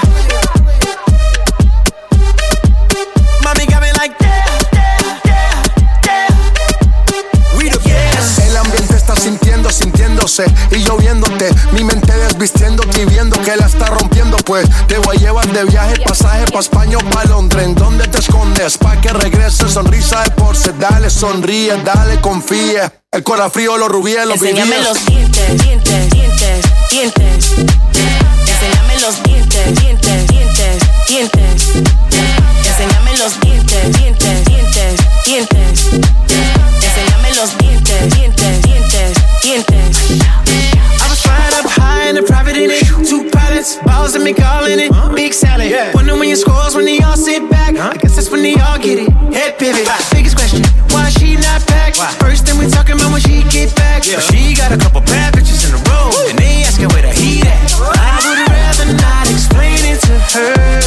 Mommy got me like that, that, that, that. We the best. El ambiente está sintiendo, sintiéndose y yo viéndote. Mi mente desvistiéndote y viendo que la está rompiendo. Pues te voy a llevar de viaje, pasaje pa' España o pa' Londres. ¿En dónde te escondes? Pa' que regreses, sonrisa de porce. Dale, sonríe, dale, confía. El corazón frío, los rubíes, los vivíes. Enséñame los dientes, dientes, dientes, dientes. Enséñame los dientes, dientes, dientes, dientes. Enséñame los dientes, dientes, dientes, dientes. Enséñame los dientes, dientes, dientes, dientes. I was flying up high in a private in it. Two pilots, balls and me calling it. Big salad. Wonder when your scores when they all sit back. I guess that's when they all get it. Head pivot. Biggest question, why she not back? First thing we talking about when she get back. But she got a couple bad bitches in a row. And they asking where the heat at. I would rather not explain it to her.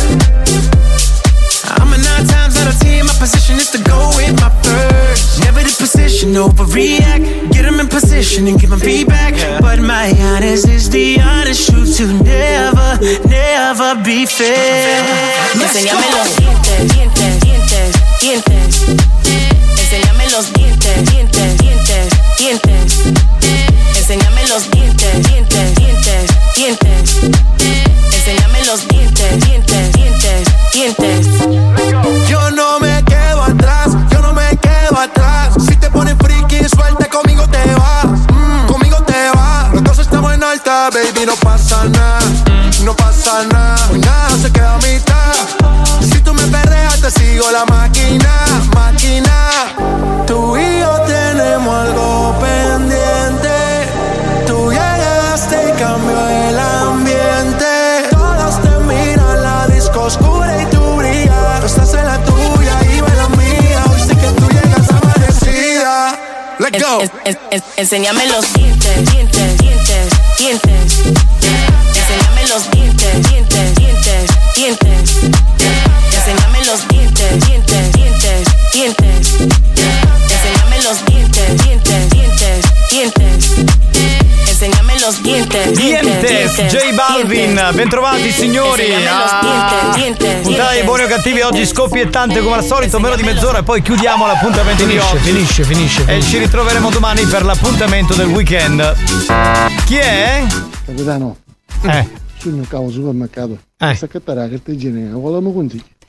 I'm a nine times out of ten. My position is to go with my first. Never the position, overreact. Get them in position and give them feedback. But my honest is the honest truth to never, never be fair. Enséñame los dientes, dientes, dientes, dientes. Enséñame los dientes, dientes, dientes, dientes. Enséñame los dientes, dientes, dientes, dientes. Enséñame los dientes, dientes, dientes, dientes. Yo no me quedo atrás, yo no me quedo atrás. Si te pones friki, suelta, conmigo te vas, mm, conmigo te vas. Los dos estamos en alta, baby, no pasa nada, no pasa nada. Hoy nada se queda a mitad. Si tú me perreas, te sigo la máquina, máquina. Tú y yo tenemos algo pendiente. Tú llegaste y cambió el ambiente. Todos te miran, la disco oscura y tú brillas. Tú estás en la tuya y yo en la mía. Hoy sé que tú llegas amanecida. Let's go. En, en, en, enséñame los dientes, dientes, dientes, dientes. Enséñame los dientes, dientes, dientes, dientes. Enséñame los dientes, dientes, dientes, dientes. Enséñame los dientes, dientes, dientes, dientes. Enséñame los dientes, Dientes, J Balvin, bentrovati signori. Ah, puntata di Buoni o Cattivi oggi scoppiettante come al solito, meno di mezz'ora e poi chiudiamo l'appuntamento di oggi. Finisce, finisce, E ci ritroveremo domani per l'appuntamento del weekend. Chi è? Capitano. Eh. Sono un cavo al supermercato. Eh. Sta cattare la carta igienica, volevamo consigli.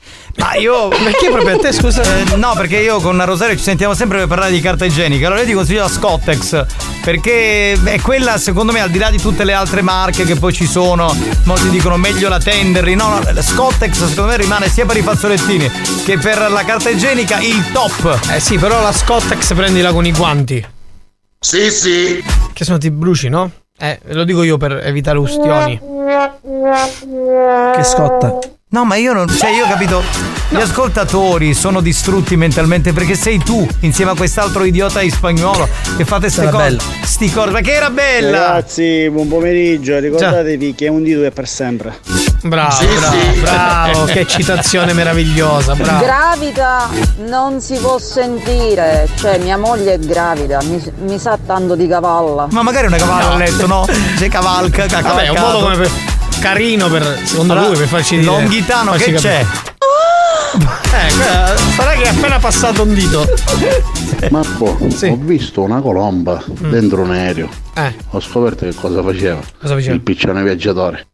Ma io. Perché proprio a te, scusa? Eh, no, perché io con Rosario ci sentiamo sempre per parlare di carta igienica. Allora io ti consiglio la Scottex. Perché è quella, secondo me, al di là di tutte le altre marche che poi ci sono, molti dicono meglio la Tenderly. No, no, la Scottex secondo me rimane sia per i fazzolettini che per la carta igienica il top. Eh sì, però la Scottex prendila con i guanti. Sì, sì. Che se no ti bruci, no? Eh, lo dico io per evitare ustioni. Che scotta. No, ma io non. Cioè, io ho capito. Gli ascoltatori sono distrutti mentalmente perché sei tu, insieme a quest'altro idiota in spagnolo, che fate ste cose. bella. Sti cose. Ma che era bella! Ragazzi, buon pomeriggio. Ricordatevi che un dito è per sempre. Bravo, Sì, bravo, sì. bravo, che citazione meravigliosa, bravo. Gravida non si può sentire, cioè mia moglie è gravida, mi, mi sa tanto di cavalla. Ma magari una cavalla a letto, no? C'è cavalca, cavalcato. Vabbè, è un modo come per, carino per, secondo Allora, lui, per farci dire. Longhitano, farci che capire. c'è? Eh, sarà che è appena passato un dito. Ma poi ho visto una colomba Mm. dentro un aereo. Eh. Ho scoperto che cosa faceva. Cosa faceva? Il piccione viaggiatore.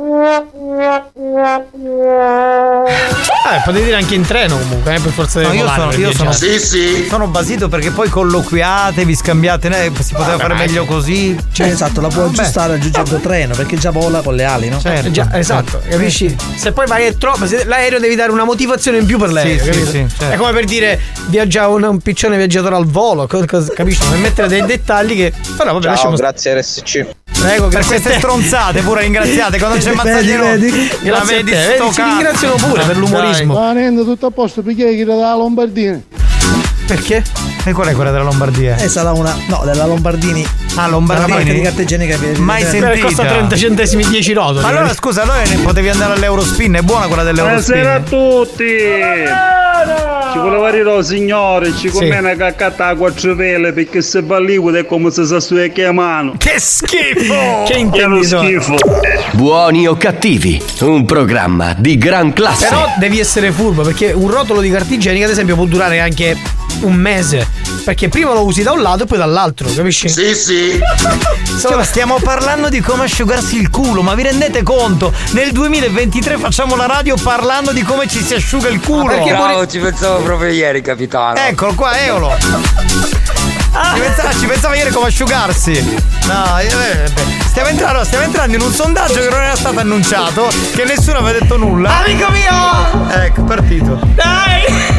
Eh, potete dire anche in treno comunque, eh, per forza No, di io volare sono, per io sono, viaggiare. sono basito perché poi colloquiate, vi scambiate, eh, si poteva Vabbè, fare ma meglio è- così. Cioè, esatto, la può Vabbè. aggiustare aggiungendo treno perché già vola con le ali, no? Certo. Già, esatto, capisci? Se poi vai è troppo, se l'aereo devi dare una motivazione in più per l'aereo, Sì, sì, capito? sì, certo. È come per dire viaggia un, un piccione viaggiatore al volo, co- co- capisci? Per mettere dei dettagli che. Però vabbè, Ciao, lasciamo. grazie R S C. Prego, Per grazie a queste te. stronzate pure ringraziate quando c'è Mazzagliero. Vedi, vedi? La Grazie a vedi te, sto vedi, ci cazzo. ringraziano pure per l'umorismo. Ma rende tutto a posto perché chi dalla Lombardina. Perché? E qual è quella della Lombardia? E sarà una. No, della Lombardini. Ah, La marca di Lombardini? carta igienica che Mai che- sentita. Costa trenta centesimi dieci rotoli. Ma allora scusa, allora ne potevi andare all'Eurospin, è buona quella Buonasera a dell'Eurospin. tutti! Ci voleva dire oh, signore, ci Sì. conviene caccata a quattro vele perché se ballico è come se si studia a mano. Che schifo! Che Che intenditore. schifo! Buoni o cattivi, un programma di gran classe. Però devi essere furbo perché un rotolo di carta igienica ad esempio può durare anche un mese. Perché prima lo usi da un lato e poi dall'altro, capisci? Sì, sì. Cioè, ma stiamo parlando di come asciugarsi il culo, ma vi rendete conto? Nel duemilaventitré facciamo la radio parlando di come ci si asciuga il culo. Perché bravo, ci pensavo proprio ieri, capitano. Eccolo qua, Eolo. Ci pensava, ci pensava ieri come asciugarsi. No, eh, beh, stiamo entrando, stiamo entrando in un sondaggio che non era stato annunciato, che nessuno aveva detto nulla. Amico mio! Ecco, partito. Dai!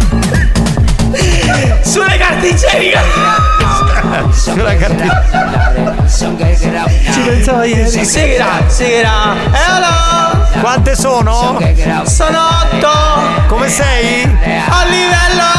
Sulle carte igieniche! Sulla cartina. Ci pensavo ieri. Sigla, sigla. Eolo! Quante sono? Sono otto! Come sei? A livello!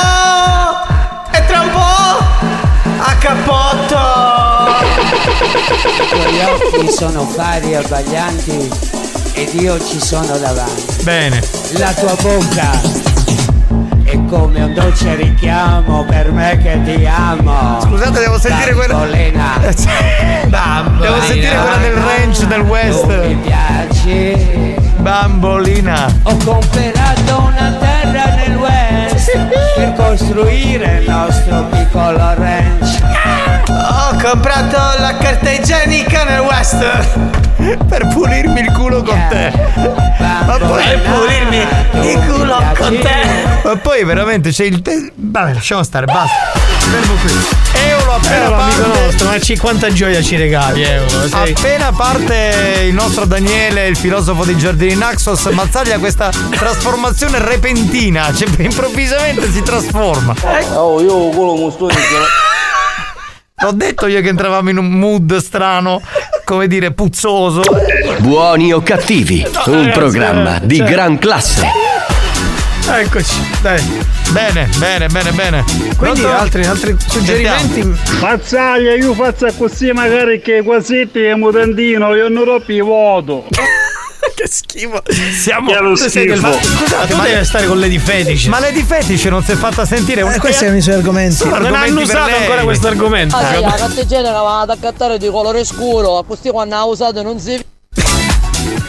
E tra un po' a cappotto! I tuoi occhi sono fari e abbaglianti ed io ci sono davanti. Bene. La tua bocca è come un dolce richiamo per me che ti amo. Scusate, devo sentire quella. Bambolina. Devo sentire quella del ranch del west. Tu mi piaci. Bambolina. Ho comprato una terra nel west per costruire il nostro piccolo ranch. Ho comprato la carta igienica nel west per pulirmi il culo con te. Ma poi per pulirmi il culo con te. Ma poi veramente c'è il. Vabbè, lasciamo stare, basta. Fermo qui. Eolo appena Eolo, amico parte. nostro, ma ci quanta gioia ci regali, Eolo. Sei... Appena parte il nostro Daniele, il filosofo dei giardini Naxos, Mazzaglia ha questa trasformazione repentina, cioè improvvisamente si trasforma. Oh, io quello mostro. L'ho detto io che entravamo in un mood strano, come dire, puzzoso. Buoni o cattivi, un ragazzi, programma eh, di cioè- gran classe. Eccoci, dai. Bene, bene, bene, bene. Quindi Pronto? altri, altri suggerimenti? Mazzaglia, io faccio così magari che quasi è mutandino, io non rompi voto. Che schifo. Siamo Che è lo Tu sei del- schifo. ma- Scusate, ma deve stare con Lady Fetish. Ma Lady Fetish non si è fatta sentire. Eh, questi erano i suoi argomenti. Sono non argomenti hanno per usato lei. ancora questo argomento. Ah, sì, la carta igienica va ad accattare di colore scuro, a questi quando ha usato non si.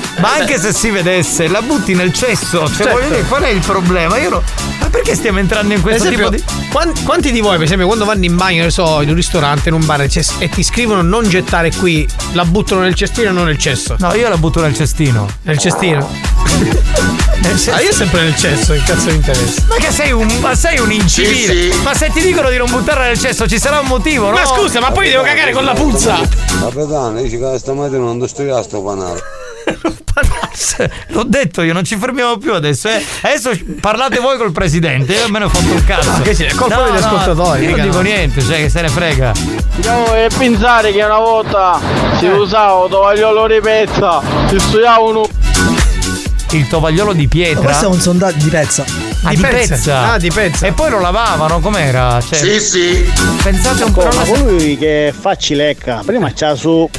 Ma anche se si vedesse, la butti nel cesso. Cioè, Certo. voglio dire, qual è il problema? Io no. Ma perché stiamo entrando in questo Per esempio, tipo di. quan- quanti di voi, per esempio, quando vanno in bagno, ne so, in un ristorante, in un bar e ti scrivono non gettare qui, la buttano nel cestino e non nel cesso? No, io la butto nel cestino. Nel cestino? Nel cesso. Ah, io sempre nel cesso, che cazzo mi interessa? Ma che sei un, ma sei un incivile? Sì, sì. Ma se ti dicono di non buttarla nel cesso ci sarà un motivo, no? Ma scusa, ma poi devo cagare con la puzza! Capitano, dici che stamattina non ti studiare sto panale. L'ho detto io, non ci fermiamo più adesso. Eh. Adesso parlate voi col presidente, io me ne ho fatto un cazzo. No, che c'è? È colpa degli ascoltatori, Io non mica dico no. niente, cioè che se ne frega. No, e pensare che una volta si usava il tovagliolo di pezza, si studiava uno. Il tovagliolo di pietra. Ma questo è un sondaggio di pezza. Ah, di, pezza. Ah, di pezza. E poi lo lavavano, com'era? Cioè, Sì, sì. Pensate un po'. Ma colui che fa cilecca, prima c'ha su.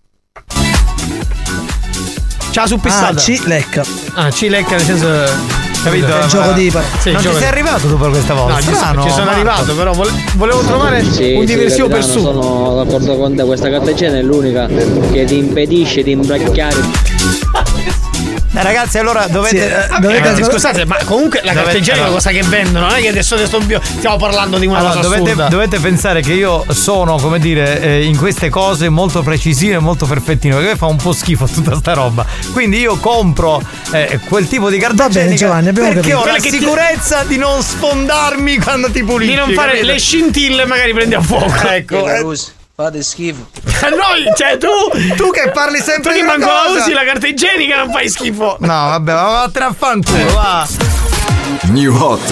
C'ha su pissata. Ah, cilecca. Ah, cilecca nel senso. Capito? È il gioco di par- Sì, non gioco ci sei di- arrivato tu per questa volta? No, ci sono, Strano, ci sono Marco. arrivato, però vole- volevo trovare Sì, un sì, diversivo per capitano, su. sono d'accordo con te, questa carteggiana è l'unica che ti impedisce di imbracchiare. Eh, ragazzi, allora dovete. Sì, eh, eh, dovete- eh, scusate, ma comunque la dovete- carteggiana è una allora- cosa che vendono, non è che adesso, adesso stiamo parlando di una Allora, cosa dovete, assurda. dovete pensare che io sono, come dire, eh, in queste cose molto precisino e molto perfettino, perché a me fa un po' schifo tutta sta roba. Quindi io compro eh, quel tipo di carta Va bene, igienica Giovanni, abbiamo perché capito. ho la Quella che ti- sicurezza di non sfondarmi quando ti pulisci. Di non fare capito? le scintille, magari prendi a fuoco. Ecco. eh, Fate schifo. A noi, cioè tu, tu che parli sempre tu di che una manco la cosa. usi la carta igienica non fai schifo. No, vabbè, ma vattene a fanculo, va. New Hot.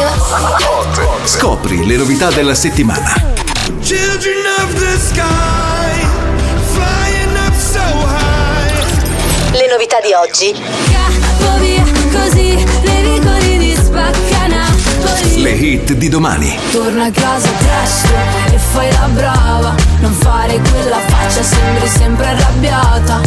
Scopri le novità della settimana. Children of the sky, flying up so high. Le novità di oggi. Scappo via così, nei vicoli di Spaccanapoli. Le hit di domani. Torna a casa presto e fai la brava. Non fare quella faccia, sembri sempre arrabbiata.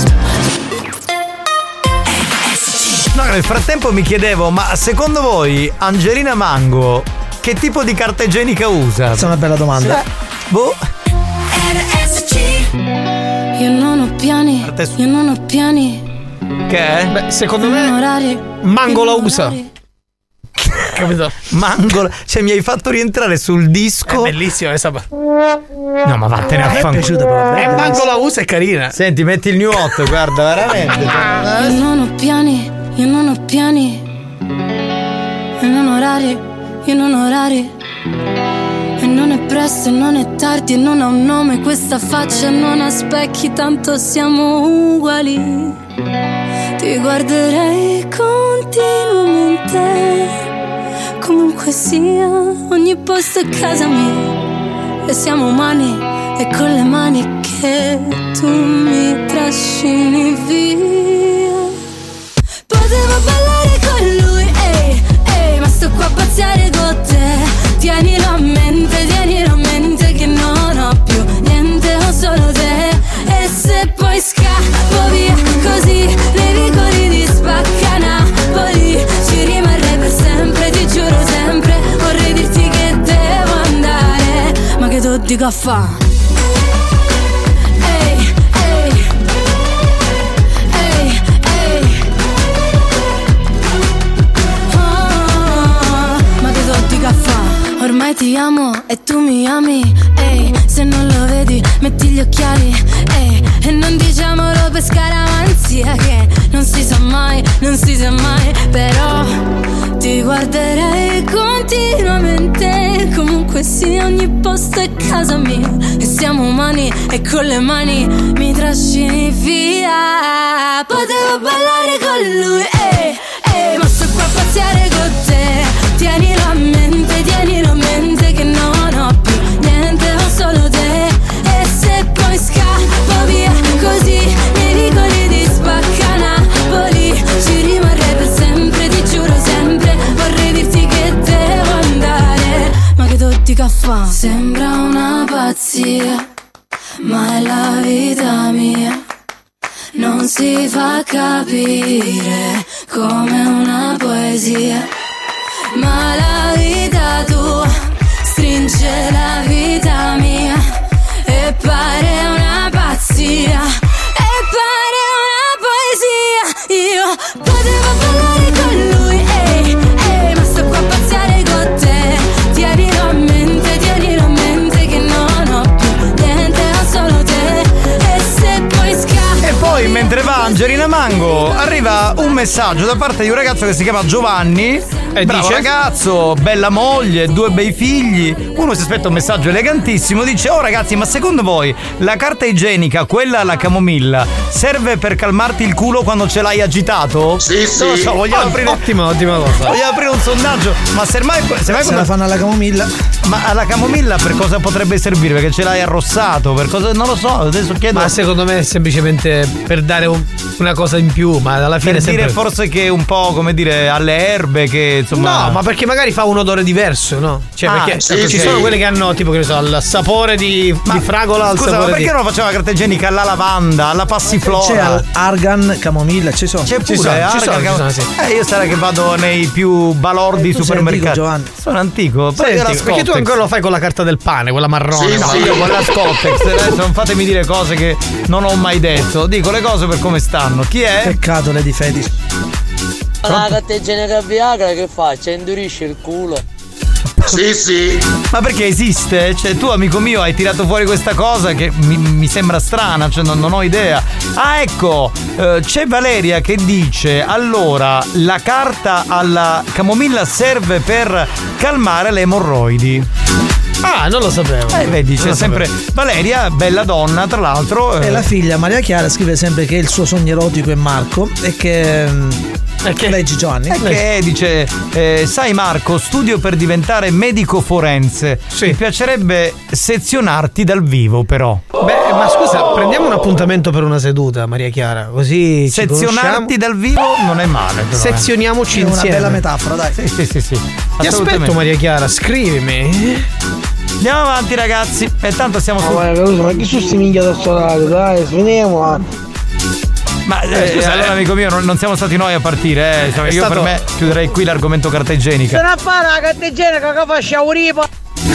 No, nel frattempo mi chiedevo, ma secondo voi Angelina Mango che tipo di carta igienica usa? Questa è una bella domanda. Boh. R S C. Io non ho piani, io non ho piani. Che è? Beh, secondo Non me orari, Mango la non usa. orari. Capito? Mango, cioè mi hai fatto rientrare sul È disco. bellissima questa. No, ma vattene a Mi è fanculo. piaciuta proprio. Eh, Mango la usa è carina. Senti, metti il new hot, guarda, veramente. Io non ho piani, io non ho piani. E non orari, io non orari. E non è presto e non è tardi e non ha un nome. Questa faccia non ha specchi, tanto siamo uguali. Ti guarderei continuamente. Comunque sia, ogni posto è casa mia. E siamo umani e con le mani che tu mi trascini via. Potevo ballare con lui, ehi, ehi, ma sto qua a pazziare con te. Tienilo a mente, tienilo a mente che non ho più niente, ho solo te. E se poi scappo via così, nei vicoli di Spaccanapoli, ci rimarrei per sempre, ti giuro sempre. Vorrei dirti che devo andare, ma che tu dico a fa'? Ehi, ehi, ehi, ehi. Oh, ma che tu dico a fa'? Ormai ti amo e tu mi ami, ehi. Se non lo vedi, metti gli occhiali, ehi. E non diciamolo per scaramanzia, che non si sa mai, non si sa mai. Però ti guarderei continuamente. Comunque sì, ogni posto è casa mia. E siamo umani e con le mani mi trascini via. Potevo ballare con lui, ehi, ehi, ma sto qua a pazziare con te. Tienilo a mente, tienilo a mente che non ho più niente, ho solo te. E se poi scappo via così, nei vicoli di Spaccanapoli, ci rimarrei per sempre, ti giuro sempre. Vorrei dirti che devo andare, ma che tu dica fa'? Sembra una pazzia, ma è la vita mia. Non si fa capire come una poesia, ma la vita tua stringe la vita mia. E pare una pazzia, e pare una poesia. Potevo ballare con lui, ehi, ehi, ma sto qua a pazziare con te. Tienilo a mente, tienilo a mente che non ho più niente, ho solo te. E se poi scappi. E poi mentre va Angelina Mango arriva un messaggio da parte di un ragazzo che si chiama Giovanni. E bravo dice? ragazzo, bella moglie, due bei figli. Uno si aspetta un messaggio elegantissimo, dice: oh ragazzi, ma secondo voi la carta igienica, quella alla camomilla, serve per calmarti il culo quando ce l'hai agitato? Sì, sì. Non lo so, vogliamo Oh, aprire ottima, ottima cosa. Vogliamo aprire un sondaggio? Ma se mai se mai Se la fanno alla camomilla. Ma alla camomilla per cosa potrebbe servire? Perché ce l'hai arrossato? Per cosa? Non lo so, adesso chiedo. Ma secondo me è semplicemente per dare un, una cosa in più, ma alla fine per è sempre... dire forse che un po' come dire alle erbe che insomma. No, ma perché magari fa un odore diverso, no? Cioè, Ah, perché sì, ci sì. sono quelle che hanno tipo, che ne so, il sapore di, di fragola al Scusa, sapore ma perché di... non lo faceva la carta igienica alla lavanda, alla passiflora? C'è al- argan, camomilla, ci sono. C'è pure Ci sono, eh, ci sono, argan- ci sono, sì. Eh, io sarei che vado nei più balordi Eh, tu sei supermercati. antico, Giovanni. Sono antico. Poi Senti, io la perché tu Scottex. ancora lo fai con la carta del pane, quella marrone. Sì, no, ma- io con la Scottex, adesso non fatemi dire cose che non ho mai detto. Dico le cose per come stanno. Chi è? Peccato le difetti. La carta igienica Viagra che fa? Ci indurisce il culo. Sì, sì. Ma perché esiste? Cioè, tu, amico mio, hai tirato fuori questa cosa che mi, mi sembra strana, cioè non, non ho idea. Ah, ecco, eh, c'è Valeria che dice: allora, la carta alla camomilla serve per calmare le emorroidi. Ah, non lo sapevo. Eh, vedi, Non c'è lo sempre sapevo. Valeria, bella donna, tra l'altro. E eh, la figlia Maria Chiara scrive sempre che il suo sogno erotico è Marco e che. E che leggi Giovanni? E che dice: eh, sai Marco, studio per diventare medico forense. Mi piacerebbe sezionarti dal vivo, però. Beh, ma scusa, prendiamo un appuntamento per una seduta, Maria Chiara, così ci conosciamo. Sezionarti dal vivo non è male. però, eh. Sezioniamoci È una insieme. bella metafora, dai. Sì, sì, sì, sì. Ti aspetto, Maria Chiara, scrivimi. Andiamo avanti, ragazzi. E tanto siamo su. Ma chi su sti minchia da solare? Dai, sveniamo. Ma eh, scusa, allora, eh. amico mio, non, non siamo stati noi a partire. Eh. Insomma, È io stato- per me chiuderei qui l'argomento carta igienica. Se non fare la carta igienica che faccia un ripo.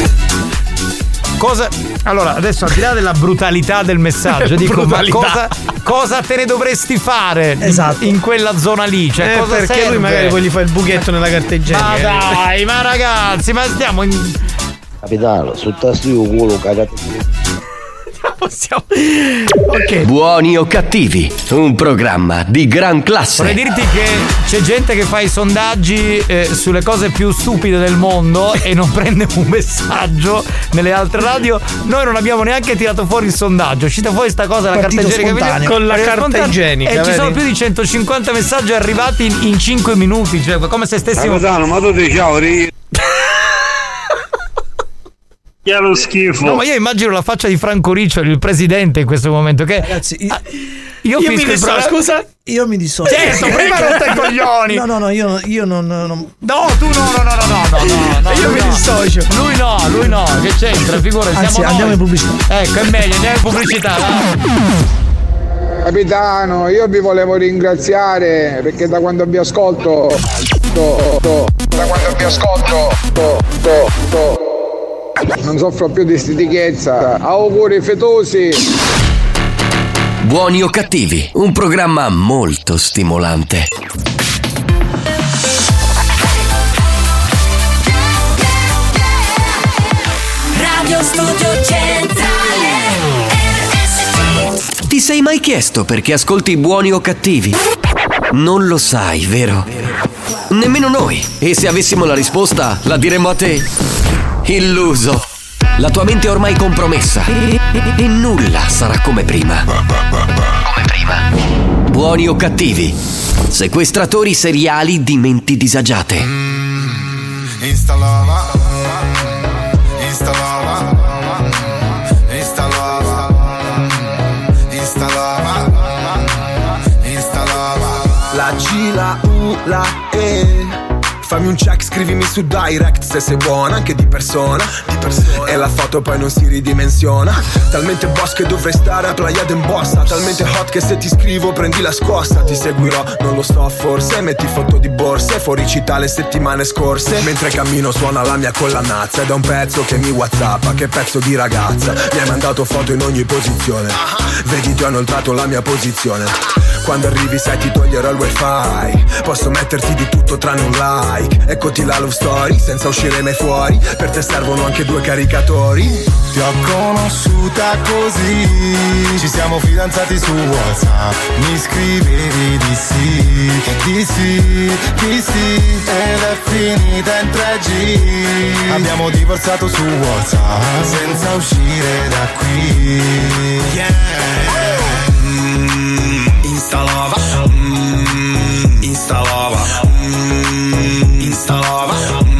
Cosa. Allora, adesso al di là della brutalità del messaggio, dico, ma Brutalità. cosa, cosa te ne dovresti fare in- Esatto. in quella zona lì? Cioè, Eh, cosa perché serve? lui magari poi gli fa il buchetto nella carta igienica. Ma dai, ma ragazzi, ma stiamo in. Capitano, sul tasto io culo cagato. Possiamo. Ok. Buoni o cattivi, un programma di gran classe. Vorrei dirti che c'è gente che fa i sondaggi eh, sulle cose più stupide del mondo e non prende un messaggio nelle altre radio. Noi non abbiamo neanche tirato fuori il sondaggio. È uscita fuori sta cosa, la carta Partito igienica. spontaneo. Con la Partito carta spontaneo. igienica, E ci vedi? sono più di centocinquanta messaggi arrivati in, in cinque minuti. Cioè, come se stessimo. Capitano, ma tu ti ciao, ri- Che è lo schifo. No, ma io immagino la faccia di Franco Riccioli, il presidente, in questo momento. Che Ragazzi, io, Ah, io, Io mi fischio il dissocio, programma- scusa. io mi dissocio. Certo, prima rotto i coglioni. No, no, no, io, io non, non. No, tu no, no, no, no, no, no, no, no. Io lui mi no. dissocio. Lui no, lui no, che c'entra, figura, Anzi, siamo andiamo noi. in pubblicità. Ecco, è meglio, andiamo in pubblicità. va. Capitano, io vi volevo ringraziare perché da quando vi ascolto. to- to- da quando vi ascolto. to- to- to- non soffro più di stitichezza. Auguri fetosi. Buoni o cattivi, un programma molto stimolante. Radio Studio Centrale R S C. Ti sei mai chiesto perché ascolti Buoni o cattivi? Non lo sai, vero? Nemmeno noi. E se avessimo la risposta, la diremmo a te? Illuso. La tua mente è ormai compromessa e, e- e nulla sarà come prima. Come prima. Buoni o cattivi, sequestratori seriali di menti disagiate. Installava, installava, installava, installava, installava. La G, la U, la E. Fammi un check, scrivimi su direct se sei buona, anche di persona, di persona. E la foto poi non si ridimensiona. Talmente boss che dovrei stare a Playa d'Embossa. Talmente hot che se ti scrivo prendi la scossa. Ti seguirò, non lo so forse. Metti foto di borse, fuori città le settimane scorse. Mentre cammino suona la mia collanazza. Ed è un pezzo che mi whatsappa, che pezzo di ragazza. Mi hai mandato foto in ogni posizione. Vedi ti ho inoltrato la mia posizione. Quando arrivi sai ti toglierò il wifi. Posso metterti di tutto tranne un like. Eccoti la love story senza uscire mai fuori. Per te servono anche due caricatori. Ti ho conosciuta così, ci siamo fidanzati su WhatsApp. Mi scrivevi di sì, di sì, di sì. Ed è finita in tre G. Abbiamo divorziato su WhatsApp senza uscire da qui. Yeah. Mm, instalava, mm, instalava, mm, instalava,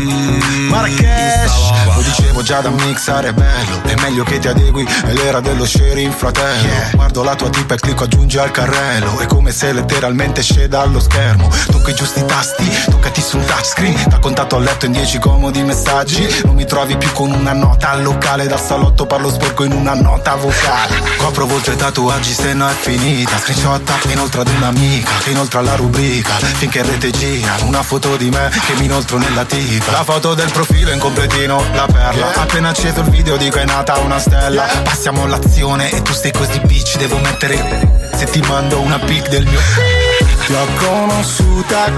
mm, Marrakesh. Lo dicevo già da mixare è bello, è meglio che ti adegui, è l'era dello sharing fratello. Yeah. Guardo la tua tipa e clicco aggiungi al carrello. È come se letteralmente sceda allo schermo. Tocco i giusti tasti, toccati sul touchscreen. Da contatto a letto in dieci comodi messaggi. Non mi trovi più con una nota al locale. Dal salotto parlo sporco in una nota vocale. Copro volto i tatuaggi se no è finita. Screenshotta inoltre ad un'amica che inoltre alla rubrica. Finché in rete gira una foto di me che mi inoltro nella tipa. La foto del profilo in completino, la perla. Appena acceso il video dico è nata una stella. Passiamo all'azione e tu stai così bitch. Devo mettere se ti mando una pic del mio. Ti ho conosciuta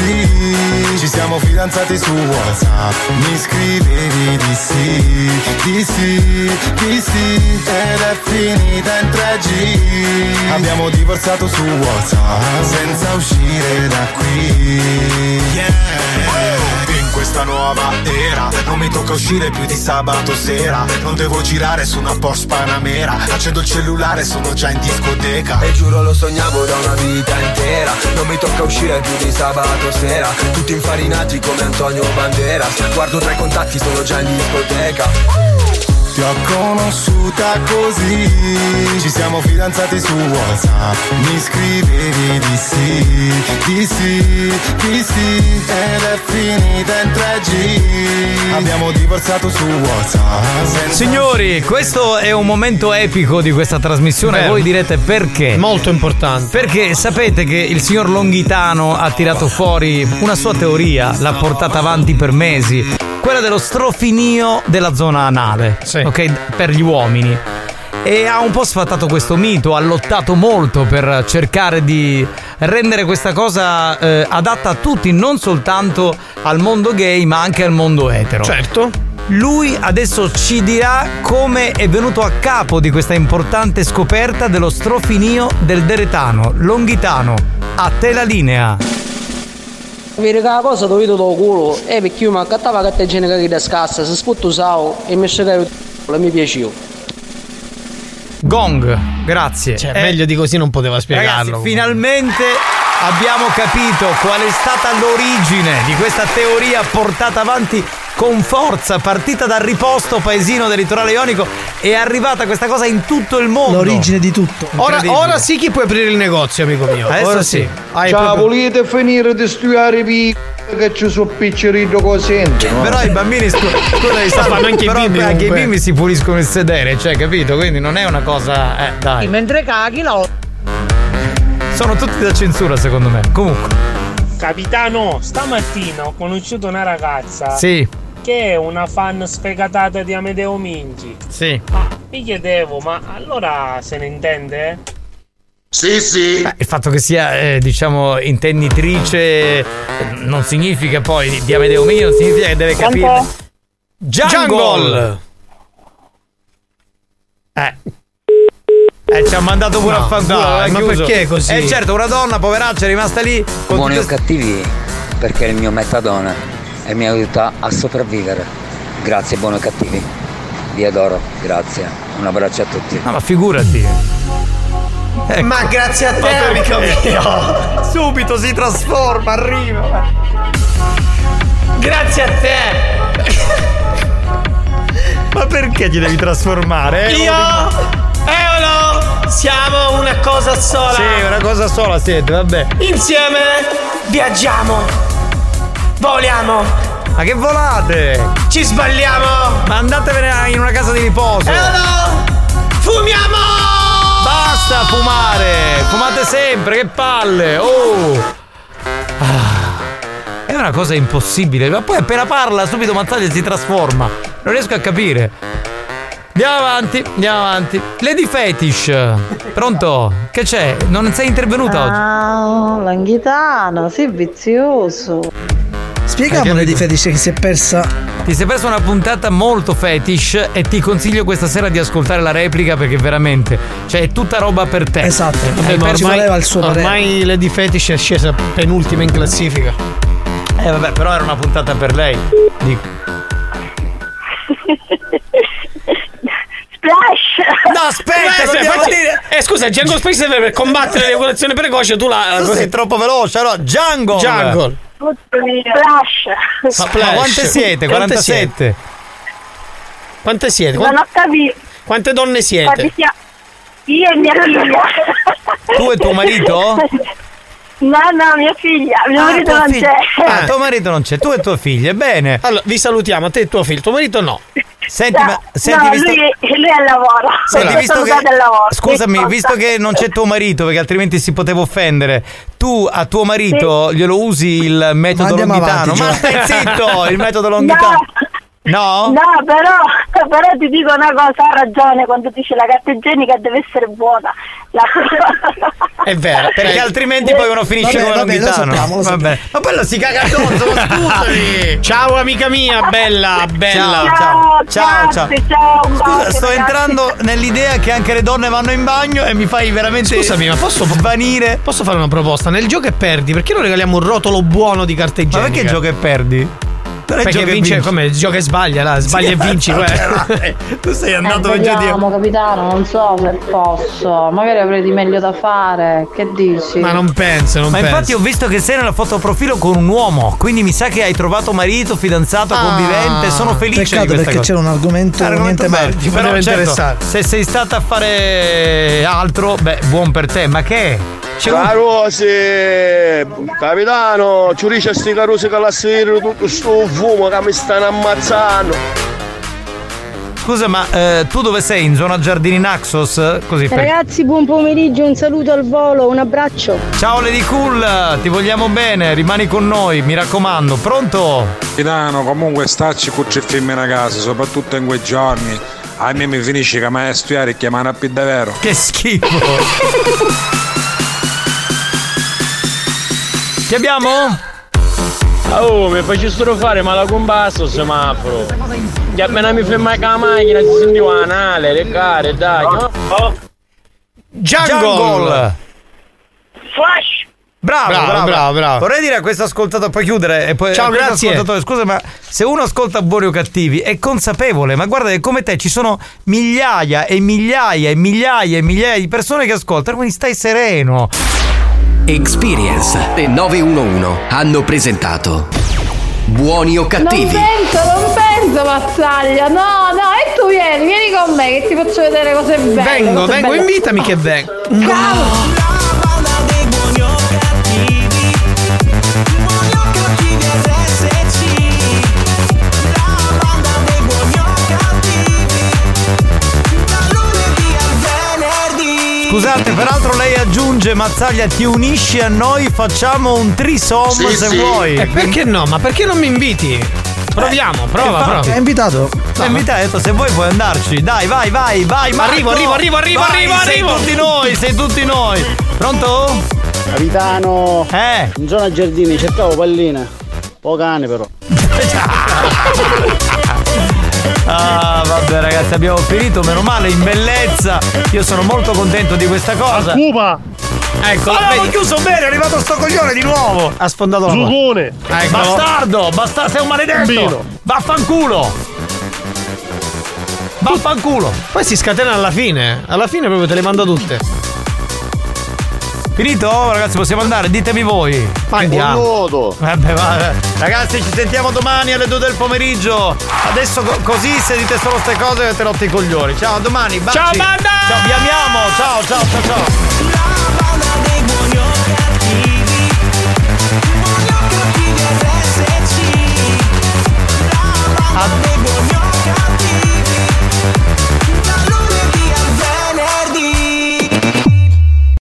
così, ci siamo fidanzati su WhatsApp. Mi scrivevi di sì, di sì, di sì. Ed è finita in tre G. Abbiamo divorziato su WhatsApp senza uscire da qui. Yeah. In questa nuova era non mi tocca uscire più di sabato sera. Non devo girare su una Porsche Panamera. Accendo il cellulare, sono già in discoteca. E giuro lo sognavo da una vita intera. Non mi tocca uscire più di sabato sera. Tutti infarinati come Antonio Banderas. Guardo tra i contatti, sono già in discoteca. Ti ho conosciuta così, ci siamo fidanzati su WhatsApp. Mi scrivevi di sì, di sì, di sì. Ed è finita in tre G. Abbiamo divorziato su WhatsApp. Signori, questo è un momento epico di questa trasmissione. Vero. Voi direte perché? Molto importante. Perché sapete che il signor Longhitano ha tirato fuori una sua teoria, l'ha portata avanti per mesi. Quella dello strofinio della zona anale, sì. Ok, per gli uomini. E ha un po' sfatato questo mito, ha lottato molto per cercare di rendere questa cosa eh, adatta a tutti, non soltanto al mondo gay, ma anche al mondo etero. Certo. Lui adesso ci dirà come è venuto a capo di questa importante scoperta dello strofinio del deretano. Longhitano, a te la linea. Vedi che la cosa dove vedo dal culo è perché io mi accattava la carta igienica che da scassa, se sputto usavo e mi asciugavo il culo, mi piaceva. Gong, grazie. Cioè, eh, meglio di così non poteva spiegarlo. Ragazzi, finalmente abbiamo capito qual è stata l'origine di questa teoria portata avanti con forza, partita dal riposto paesino del litorale ionico, è arrivata questa cosa in tutto il mondo. L'origine di tutto. Ora, ora sì che puoi aprire il negozio, amico mio. Adesso ora sì. sì. Hai Ciao, proprio... volete finire di studiare i che ci sono piccerino così? No? Però i bambini scu- scusa, sta fanno anche i bimbi, anche i comunque. bimbi si puliscono il sedere, cioè, capito? Quindi non è una cosa, eh, dai. Mentre caghi lo. Sono tutti da censura, secondo me. Comunque. Capitano, stamattina ho conosciuto una ragazza. Sì. Che è una fan sfegatata di Amedeo Minci. Sì. Ma mi chiedevo, ma allora se ne intende? Sì, sì. Beh, il fatto che sia, eh, diciamo, intenditrice eh, non significa poi di Amedeo Minci, non significa che deve capire. Jungle! Eh. Eh, ci ha mandato pure No, a fanculo. dai, ma perché così? Eh, certo, una donna poveraccia è rimasta lì. con Buoni o tutte- cattivi, perché è il mio metadone e mi aiuta a sopravvivere. Grazie, buoni o cattivi. Vi adoro, grazie. Un abbraccio a tutti. No, ma figurati. Ecco. Ma grazie a te, Ma amico perché? mio. Subito si trasforma, arriva. Grazie a te. Ma perché ti devi trasformare? Eh? Io Eolo siamo una cosa sola. Sì, una cosa sola siete, vabbè. Insieme viaggiamo, voliamo. Ma che volate? Ci sbagliamo. Ma andatevene in una casa di riposo. Eolo fumiamo. Basta fumare! Fumate sempre, che palle! Oh! Ah, è una cosa impossibile, ma poi appena parla subito Mazzaglia si trasforma. Non riesco a capire. Andiamo avanti, andiamo avanti. Lady Fetish, pronto? Che c'è? Non sei intervenuta oggi? Ah, Langhitano, sei vizioso. Spieghiamo Lady Fetish che si è persa. Ti sei persa una puntata molto fetish e ti consiglio questa sera di ascoltare la replica perché veramente, cioè, è tutta roba per te. Esatto. Hai Ma perso- ormai, il suo parere. ormai Lady Fetish è scesa penultima in classifica. Eh vabbè, però era una puntata per lei. Dico. Splash! No, aspetta, Eh, se dobbiamo facci- dire- eh scusa, Django Space per combattere l'evoluzione precoce, tu la. Tu sei troppo veloce, allora Jungle. Jungle. Splash! Ma, ma quante siete? quarantasette. Quante siete? Non ho capito. Quante donne siete? Quanti sia- Io e mia figlia. Tu e tuo marito? No, no, mia figlia. Mio Ah, marito tua non figlia. c'è. Ah, tuo marito non c'è, tu e tua figlia, bene. Allora, vi salutiamo, a te e tuo figlio, tuo marito no. Senti, No, ma senti, no, visto... lui, lui è al lavoro. Senti, L'ho visto salutato che... al lavoro. Scusami, Risposta. visto che non c'è tuo marito, perché altrimenti si poteva offendere, tu a tuo marito glielo usi il metodo Ma andiamo longhitano. avanti, Ma Gio. stai zitto, il metodo longhitano. No? No, però, però ti dico una cosa, ha ragione quando dice la carta igienica deve essere buona. La... È vero, Perché altrimenti poi uno finisce Vabbè, come vabbè, lo longhitano. sappiamo, lo Vabbè. Ma quello si caga addosso, ma scusami. Ciao amica mia, bella, bella. Ciao, ciao, ciao, ciao. Grazie, ciao, un Scusa, bacio, sto ragazzi. entrando nell'idea che anche le donne vanno in bagno e mi fai veramente Scusami, ma posso svanire. Posso fare una proposta? Nel gioco e perdi, perché non regaliamo un rotolo buono di carta Ma igienica? perché gioca e perdi? Non è Perché gioca e vince, vinci. come gioca e sbaglia, là, sbaglia e vinci. Eh, tu sei andato Eh, giù di. vediamo, capitano, non so se posso. Magari avrei meglio da fare. Che dici? Ma non penso, non Ma penso. infatti ho visto che sei nella fotoprofilo con un uomo, quindi mi sa che hai trovato marito, fidanzato, Ah, convivente. Sono felice Peccato di questa perché cosa. c'era un argomento, Argomento niente male. bello, Ti però poteva certo, interessare. se sei stata a fare altro, beh, buon per te. Ma che? C'è un- Carosi, capitano, ci dice sti carosi che la sera tutto sto fumo che mi stanno ammazzando. Scusa, ma eh, tu dove sei? In zona Giardini Naxos? Così per... Ragazzi, buon pomeriggio, un saluto al volo, un abbraccio. Ciao Lady Cool, ti vogliamo bene, rimani con noi, mi raccomando. Pronto? Capitano, comunque starci con tre femmine a casa, soprattutto in quei giorni. A me mi finisce che mai a studiare e chiamare a più davvero. Che schifo. Ti abbiamo? Oh, mi facessero fare mala combasso semaforo. Che appena mi ferma la macchina si sentiva anale, le care, dai. No? Oh. Jungle. Flash! Bravo, Bravo, bravo, bravo, bravo. Vorrei dire a questo ascoltatore, puoi chiudere e poi Ciao, a questo grazie. ascoltatore, scusa, ma se uno ascolta Buoni o Cattivi è consapevole, ma guarda che come te ci sono migliaia e migliaia e migliaia e migliaia di persone che ascoltano, quindi stai sereno. Experience e nove uno uno hanno presentato Buoni o Cattivi. Non penso, non penso, Mazzaglia. No, no, e tu vieni, vieni con me che ti faccio vedere cose belle. Vengo, cose vengo, belle. invitami che vengo. Ciao! Scusate, peraltro lei aggiunge, Mazzaglia, ti unisci a noi, facciamo un trisom Sì, se sì. vuoi. E perché no? Ma perché non mi inviti? Proviamo, prova, infatti. prova. È invitato? No, mi ha detto se vuoi puoi andarci. Dai, vai, vai, vai. Marco! Arrivo, arrivo, arrivo, arrivo, Vai, arrivo, sei arrivo. tutti noi, sei tutti noi. Pronto? Capitano, Eh? in zona giardini cercavo palline. Po' cane però. Ah, vabbè ragazzi, abbiamo finito, meno male, in bellezza. Io sono molto contento di questa cosa. Cupa, Ecco, Ma vedi, l'ho chiuso bene, è arrivato sto coglione di nuovo. ha sfondato la porta. Zugone, Ecco. Bastardo, bastardo, sei un maledetto. Bambino. Vaffanculo. Vaffanculo. Poi si scatena alla fine. Alla fine proprio te le manda tutte. Finito? Ragazzi, possiamo andare? Ditemi voi. Ma andiamo. nuoto. Vabbè, va. Ragazzi, ci sentiamo domani alle due del pomeriggio. Adesso co- così se dite solo ste cose avete rotto i coglioni. Ciao, a domani. Baci. Ciao, banda! Ciao, vi amiamo. Ciao, ciao, ciao, ciao.